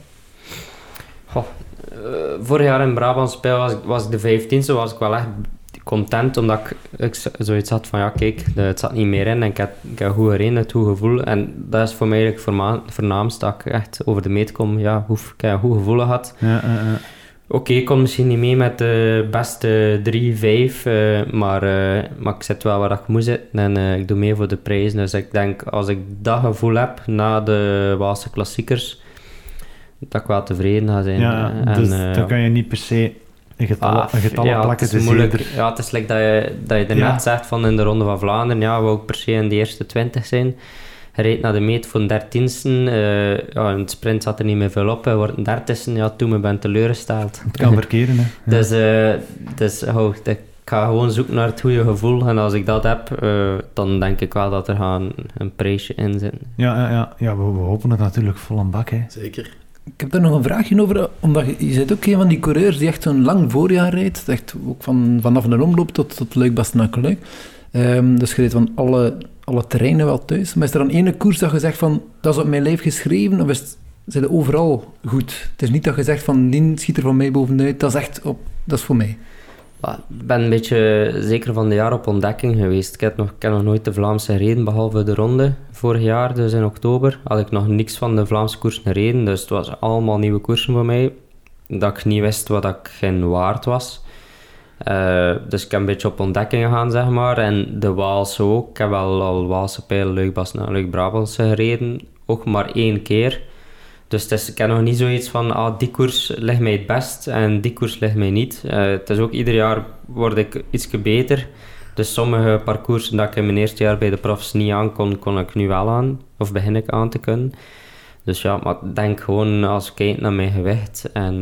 Vorig jaar in Brabantse Pijl was ik de 15e, was ik wel echt content, omdat ik zoiets had van, kijk, het zat niet meer in en ik heb goed gereden, het goed gevoel. En dat is voor mij eigenlijk voornaamst dat ik echt over de meet kom. Ik heb een goed gevoel gehad. Oké, ik kon misschien niet mee met de beste 3-5, maar ik zit wel waar ik moet zitten en ik doe mee voor de prijs. Dus ik denk, als ik dat gevoel heb na de Waalse klassiekers, dat ik wel tevreden ga zijn. Dus dan kan je niet per se een getal plakken. Het is moeilijk. Het is like dat je net zegt van in de Ronde van Vlaanderen, wou ik per se in de eerste 20 zijn. Hij reed naar de meet voor een 13e. In het sprint zat er niet meer veel op. Hij wordt een 30e. Toen ben ik teleurgesteld. Het kan verkeren, hè. Dus ik ga gewoon zoeken naar het goede gevoel. En als ik dat heb, dan denk ik wel dat er een prijsje in zit. Ja, we hopen het natuurlijk vol een bak, hè. Zeker. Ik heb daar nog een vraagje over, omdat je bent ook een van die coureurs die echt zo'n lang voorjaar rijdt. Echt ook vanaf de omloop tot Luik, Bastenaken-Luik. Dus je rijdt van alle terreinen wel thuis. Maar is er dan ene koers dat je zegt van, dat is op mijn lijf geschreven, of zijn ze overal goed? Het is niet dat je zegt van, die schiet er van mij bovenuit, dat is echt dat is voor mij. Ik ben een beetje zeker van de jaar op ontdekking geweest. Ik heb nog nooit de Vlaamse gereden, behalve de ronde vorig jaar, dus in oktober. Had ik nog niks van de Vlaamse koersen gereden, dus het was allemaal nieuwe koersen voor mij. Dat ik niet wist wat ik geen waard was. Dus ik heb een beetje op ontdekking gegaan, zeg maar. En de Waalse ook. Ik heb wel al Waalse Pijl, Luik, Bastenaken, Luik, Brabantse gereden. Ook maar 1 keer. Dus ik heb nog niet zoiets van, die koers ligt mij het best en die koers ligt mij niet. Het is ook ieder jaar word ik ietsje beter. Dus sommige parcoursen dat ik in mijn eerste jaar bij de profs niet aan kon ik nu wel aan. Of begin ik aan te kunnen. Dus maar ik denk gewoon, als ik kijk naar mijn gewicht en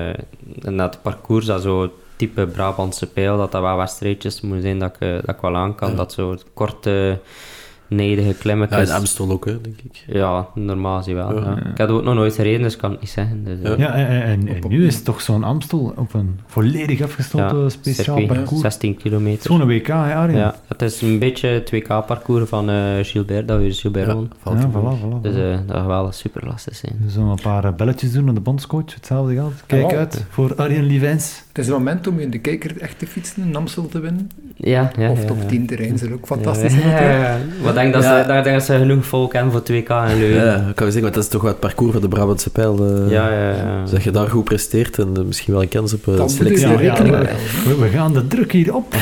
dat parcours, dat zo type Brabantse Pijl, dat wel wedstrijdjes moet zijn dat ik wel aan kan. Dat zo korte nijdige klimmetjes. Ja, in Amstel ook, denk ik. Ja, normaal zie wel. Ja. Ik heb het ook nog nooit gereden, dus kan het niet zeggen. Dus, en nu is het toch zo'n Amstel op een volledig afgestoten speciaal circuit, parcours. 16 kilometer. Zo'n WK, hè, Arjen? Ja, het is een beetje het WK-parcours van Gilbert, dat we Gilbert wonen. Voilà. Dus dat gaat wel super lastig zijn. We zullen een paar belletjes doen aan de bondscoach, hetzelfde geld. Kijk uit voor Arjen Lievens. Het is een moment om in de kijker echt te fietsen in Amstel te winnen. Ja. Of top 10 terrein is er ook fantastisch. Maar ik denk dat ze genoeg volk hebben voor 2K en Leuven. Ja, kan je zeggen, want dat is toch wel het parcours van de Brabantse Pijl. Dus als je daar goed presteert en misschien wel een kans op selectie. We gaan de druk hier op.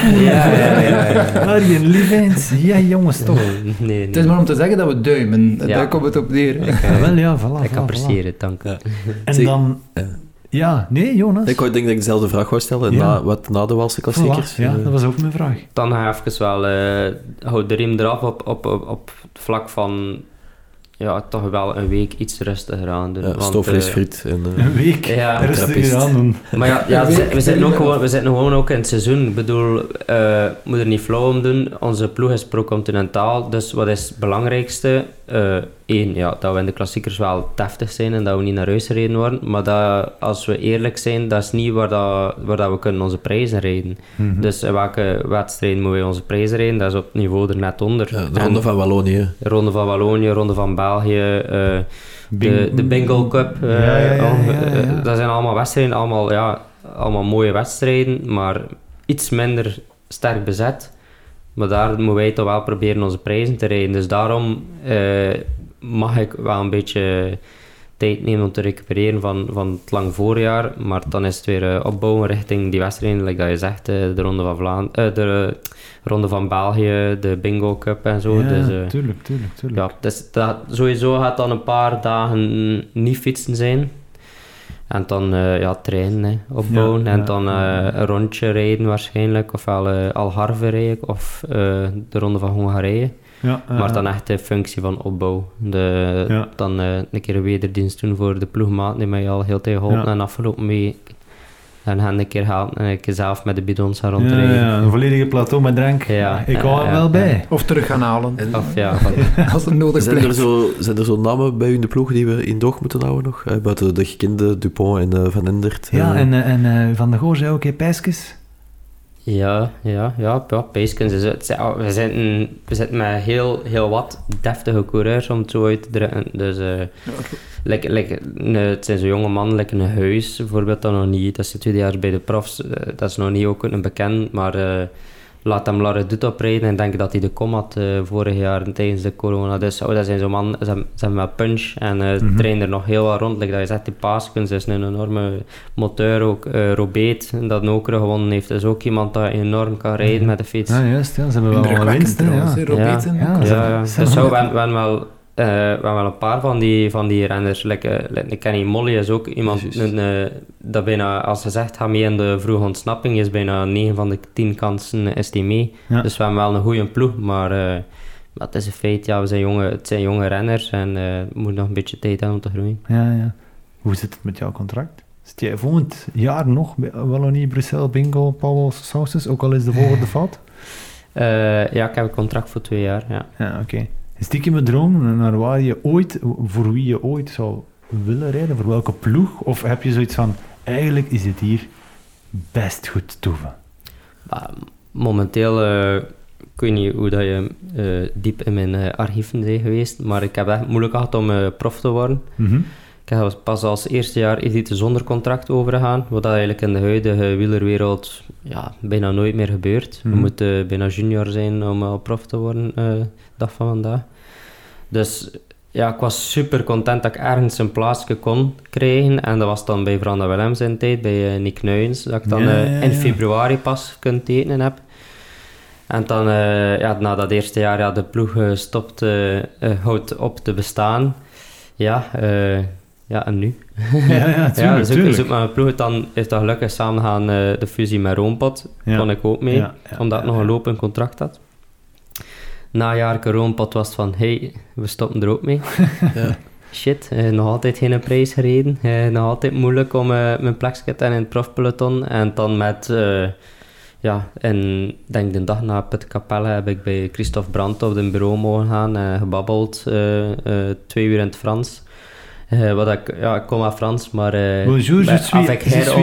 Arjen Lievens, ja jongens toch. Nee. Het is maar om te zeggen dat we duimen, daar komt het op neer. Ik apprecieer het, dank u. En dan... Ja, nee, Jonas. Ik denk dat ik dezelfde vraag wou stellen. Na de Waalse klassiekers? Ja, dat was ook mijn vraag. Dan ga ik even wel... houd de riem eraf op het vlak van... Ja, toch wel een week iets rustiger aan doen. Stoofvlees, friet. Een week rustiger aan doen. Maar we zitten gewoon ook in het seizoen. Ik bedoel, moet er niet flauw om doen. Onze ploeg is pro-continentaal. Dus wat is het belangrijkste? Eén, dat we in de klassiekers wel deftig zijn en dat we niet naar huis gereden worden. Maar dat, als we eerlijk zijn, dat is niet waar dat we kunnen onze prijzen rijden. Mm-hmm. Dus in welke wedstrijden moeten we onze prijzen rijden? Dat is op het niveau er net onder. Ja, de Ronde van Wallonië. De Ronde van Wallonië, Ronde van België, de Bingo Cup. Dat zijn allemaal wedstrijden, allemaal mooie wedstrijden, maar iets minder sterk bezet. Maar daar moeten wij toch wel proberen onze prijzen te rijden. Dus daarom mag ik wel een beetje tijd nemen om te recupereren van het lang voorjaar. Maar dan is het weer opbouwen richting die wedstrijden, like dat je zegt, de Ronde van België, de Bingo Cup en zo. Ja, dus, tuurlijk. Ja, dus sowieso gaat dan een paar dagen niet fietsen zijn. En dan trainen, opbouwen. En dan een rondje rijden waarschijnlijk. Ofwel Algarve rijden of de Ronde van Hongarije. Maar dan echt in functie van opbouw. Dan een keer een wederdienst doen voor de ploegmaat die mij al heel tijd geholpen en afgelopen week. En hen een keer halen en ik zelf met de bidons gaan rondrijden. Een volledige plateau met drank. Ik hou er wel bij. Of terug gaan halen. Als het nodig blijkt. Zijn er zo namen bij u in de ploeg die we in doog moeten houden nog? Buiten de gekende Dupont en Van Endert. En Van der Goor zei ook Pijskes. Ja, Pijskens. We zitten met heel wat deftige coureurs, om het zo uit te drukken. Dus, het zijn zo jonge mannen, een Huis bijvoorbeeld, dat nog niet. Dat zit 2 jaar bij de profs, dat is nog niet ook een bekend, maar laat hem Larry Dut oprijden en denk dat hij de kom had vorig jaar tijdens de corona. Dus dat zijn zo mannen, ze hebben wel punch en trainen er nog heel wat rond. Dat je zegt, die Paaskens is een enorme moteur ook. Robeet, dat Nokere gewonnen heeft, is ook iemand dat enorm kan rijden met de fiets. Ja, juist. Ja. Ze hebben wel winst. Dus we hebben wel een paar van die renners. Kenny Molly is ook iemand dat bijna, als ze zegt, ga mee in de vroege ontsnapping, is bijna 9 van de 10 kansen is die mee. Ja. Dus we hebben wel een goede ploeg, maar het is een feit, het zijn jonge renners en moet nog een beetje tijd hebben om te groeien. Ja. Hoe zit het met jouw contract? Zit jij volgend jaar nog bij Wallonie, Bruxelles, Bingo, Pauwels, Sauces, ook al is de volgende fout? Ik heb een contract voor 2 jaar, ja. Ja, oké. Stiekem een droom naar waar je ooit, voor wie je ooit zou willen rijden, voor welke ploeg? Of heb je zoiets van, eigenlijk is het hier best goed toeven? Momenteel, ik weet niet hoe dat je diep in mijn archieven bent geweest, maar ik heb echt moeilijk gehad om prof te worden. Mm-hmm. Ik heb pas als eerste jaar elite zonder contract overgegaan, wat dat eigenlijk in de huidige wielerwereld bijna nooit meer gebeurt. Mm-hmm. Je moet bijna junior zijn om al prof te worden, dag van vandaag. Dus ik was super content dat ik ergens een plaatsje kon krijgen. En dat was dan bij Vranda Willems in tijd, bij Nick Nuyens, dat ik dan in februari pas kunnen tekenen heb. En dan, na dat eerste jaar, de ploeg houdt op te bestaan. En nu? Tuurlijk. Dus ook mijn ploeg dan heeft dat gelukkig samen gaan de fusie met Roompot. Kon ik ook mee, omdat ik nog een lopend contract had. Na een jaar Roompot was het van, we stoppen er ook mee. Shit, nog altijd geen prijs gereden. Nog altijd moeilijk om mijn plekje te hebben in het profpeloton. En dan met en ik denk de dag na Putkapelle heb ik bij Christophe Brandt op het bureau mogen gaan en gebabbeld, 2 uur in het Frans. Ik kom uit Frans, maar... Bonjour, je suis... Avec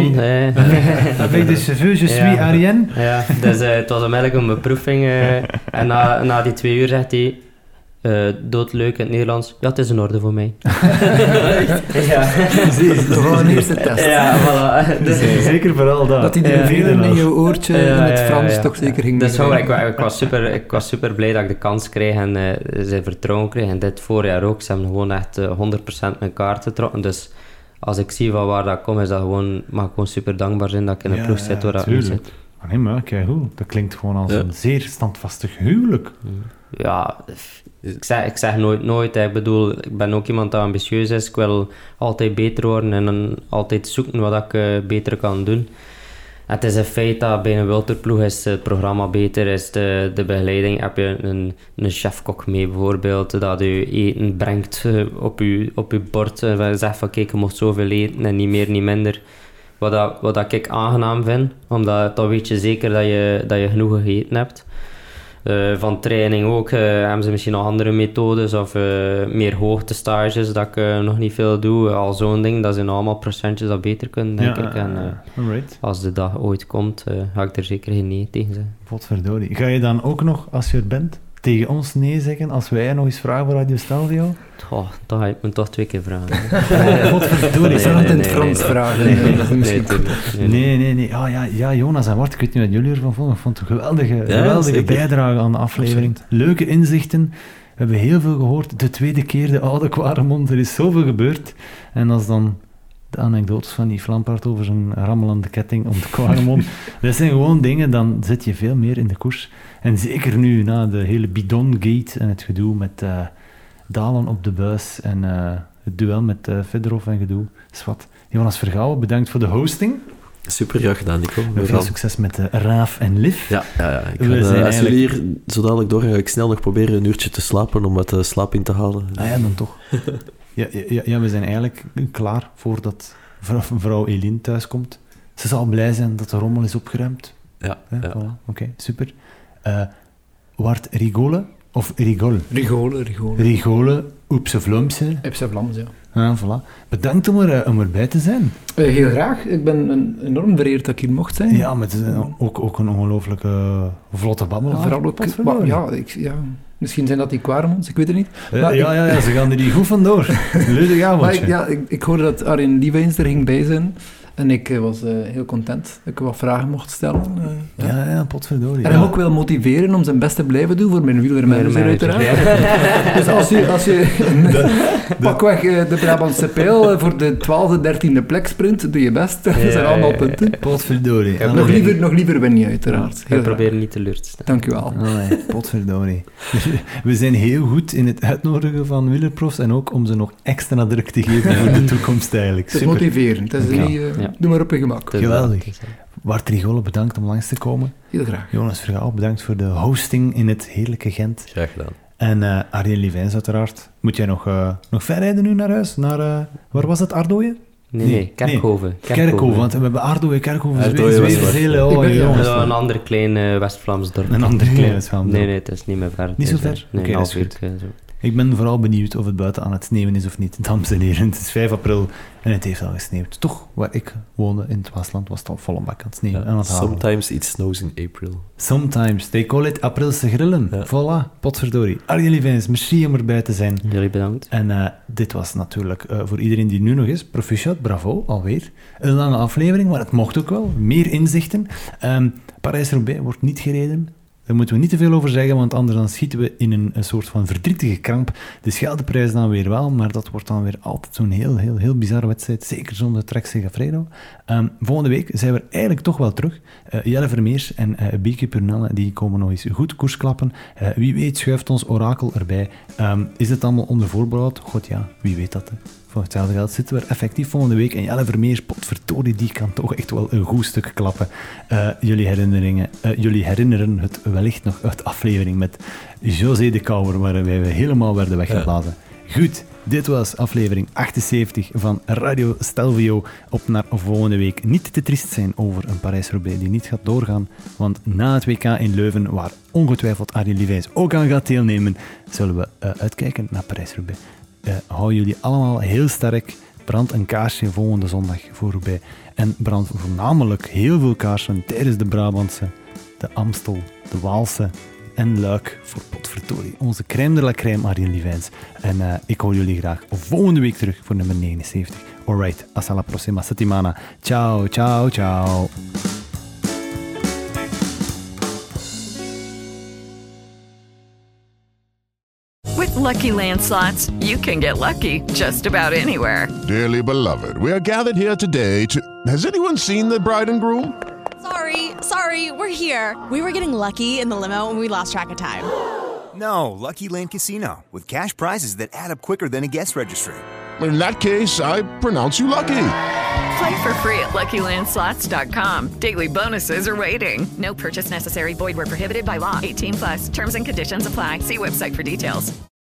de cheveux, je suis Arienne. Ja, dus het was onmiddellijk een beproeving. En na die 2 uur zegt hij... doodleuk in het Nederlands. Ja, het is in orde voor mij. Ja. Gewoon een eerste test. Ja, voilà. Dus, zeker vooral dat. Dat hij die velen in je oortje in het Frans toch zeker ging dus ik was super blij dat ik de kans kreeg en zijn vertrouwen kreeg. En dit voorjaar ook. Ze hebben gewoon echt 100% mijn kaart getrokken. Dus als ik zie van waar dat komt, is dat gewoon, mag ik gewoon super dankbaar zijn dat ik in een ploeg zit waar dat nu zit. Nee, maar kijk hoe. Dat klinkt gewoon als een zeer standvastig huwelijk. Ja, ik zeg nooit. Ik bedoel, ik ben ook iemand die ambitieus is. Ik wil altijd beter worden en dan altijd zoeken wat ik beter kan doen. Het is een feit dat bij een wildtoerploeg is het programma beter, is de begeleiding. Heb je een chefkok mee bijvoorbeeld, dat je eten brengt op je bord. En zegt van kijk, je mocht zoveel eten en niet meer, niet minder. Wat ik aangenaam vind, omdat dan weet je zeker dat je genoeg gegeten hebt. Van training ook, hebben ze misschien nog andere methodes of meer hoogtestages dat ik nog niet veel doe. Al zo'n ding, dat zijn allemaal procentjes dat beter kunnen, denk ik. En als de dag ooit komt, ga ik er zeker geen nee tegen zeggen. Potverdorie. Ga je dan ook nog, als je er bent, tegen ons nee zeggen als wij nog eens vragen voor Radio Stelvio? Dan ga ik me toch 2 keer vragen. Potverdorie. Zou het in het Frans vragen? Nee. Ja, Jonas en Bart, ik weet niet wat jullie ervan vonden. Ik vond het een geweldige bijdrage aan de aflevering. Absoluut. Leuke inzichten. We hebben heel veel gehoord. De tweede keer de oude Quaremont. Er is zoveel gebeurd. En als dan de anekdotes van die Lampaert over zijn rammelende ketting om de Quaremont. Dat zijn gewoon dingen, dan zit je veel meer in de koers. En zeker nu, na de hele bidongate en het gedoe met Dalen op de buis en het duel met Fedorov en gedoe. Zwat. Jonas Vergouwen, bedankt voor de hosting. Super, ja gedaan, Nico. Veel succes met Raaf en Liv. Ja. Als jullie hier zo dadelijk doorgaan, ga ik snel nog proberen een uurtje te slapen om wat slaap in te halen. Ah ja, dan toch. Ja, we zijn eigenlijk klaar voordat vrouw Eline thuiskomt. Ze zal blij zijn dat de rommel is opgeruimd. Ja. Voilà. Oké, super. Wart Rigole of Rigol? Rigole, Oepse Vlaamse. Oepse Vlaamse, ja. Ja, voilà. Bedankt om erbij te zijn. Heel graag. Ik ben enorm vereerd dat ik hier mocht zijn. Ja, met ook een ongelooflijke vlotte babbelaar. Vooral ook... Misschien zijn dat die Quaremonts, ik weet het niet. Ze gaan er niet goed vandoor. Leuke avondje. Ik hoorde dat Arjen Lieveins er ging bij zijn. En ik was heel content dat ik wat vragen mocht stellen. Potverdorie. En hem ook wil motiveren om zijn best te blijven doen voor mijn wielrenmanager uiteraard. Dus als je pakweg de Brabantse Pijl voor de 12e, 13e plek sprint, doe je best. Dat zijn allemaal punten. Potverdorie. Nog liever win je uiteraard. Ik probeer niet teleur te stellen. Dank u wel. Potverdorie. We zijn heel goed in het uitnodigen van wielerprofs en ook om ze nog extra druk te geven voor de toekomst eigenlijk. Het is motiverend. Het is niet... Doe maar op je gemak. Geweldig. Wart Rigole, bedankt om langs te komen. Heel graag. Jonas Vergouwen, bedankt voor de hosting in het heerlijke Gent. Graag gedaan. En Arjen Lieveins uiteraard. Moet jij nog ver rijden nu naar huis? Waar was het, Ardooien? Nee, Kerkhoven. Kerkhoven, want we hebben Ardooien, Kerkhoven, een ander klein West-Vlaams dorp. Een ander klein West-Vlaams dorp. Nee, het is niet meer ver. Niet zo ver? Nee, dat is goed. Ik ben vooral benieuwd of het buiten aan het sneeuwen is of niet. Dames en heren, het is 5 april en het heeft al gesneeuwd. Toch, waar ik woonde in het Waasland, was het al volle bak aan het sneeuwen. Ja, sometimes it snows in April. Sometimes. They call it Aprilse grillen. Ja. Voilà, potverdorie. Arjen Lieveins, merci om erbij te zijn. Jullie bedankt. En dit was natuurlijk voor iedereen die nu nog is, proficiat, bravo, alweer. Een lange aflevering, maar het mocht ook wel. Meer inzichten. Parijs-Roubaix wordt niet gereden. Daar moeten we niet te veel over zeggen, want anders dan schieten we in een soort van verdrietige kramp. De Scheldeprijs dan weer wel, maar dat wordt dan weer altijd zo'n heel bizarre wedstrijd. Zeker zonder Trek Segafredo. Volgende week zijn we eigenlijk toch wel terug. Jelle Vermeers en Bieke Purnelle, die komen nog eens goed koers klappen. Wie weet schuift ons orakel erbij. Is het allemaal onder voorbehoud? God ja, wie weet dat. Voor hetzelfde geld zitten we er effectief volgende week. En Jelle Vermeers, potverdorie, die kan toch echt wel een goed stuk klappen. Jullie herinneren het wellicht nog uit de aflevering met José de Kouwer, waar wij helemaal werden weggeblazen. Goed, dit was aflevering 78 van Radio Stelvio. Op naar volgende week. Niet te triest zijn over een Parijs-Roubaix die niet gaat doorgaan, want na het WK in Leuven, waar ongetwijfeld Arjen Liwijs ook aan gaat deelnemen, zullen we uitkijken naar Parijs-Roubaix. Hou jullie allemaal heel sterk. Brand een kaarsje volgende zondag voor Roubaix. En brand voornamelijk heel veel kaarsen tijdens de Brabantse, de Amstel, de Waalse en Luik voor potverdorie. Onze crème de la crème, Arjen Liwijns. En ik hoor jullie graag volgende week terug voor nummer 79. Alright, hasta la próxima settimana. Ciao, ciao, ciao. With Lucky Land Slots, you can get lucky just about anywhere. Dearly beloved, we are gathered here today to... Has anyone seen the bride and groom? Sorry, we're here. We were getting lucky in the limo and we lost track of time. No, Lucky Land Casino, with cash prizes that add up quicker than a guest registry. In that case, I pronounce you lucky. Play for free at LuckyLandSlots.com. Daily bonuses are waiting. No purchase necessary. Void where prohibited by law. 18+. Terms and conditions apply. See website for details.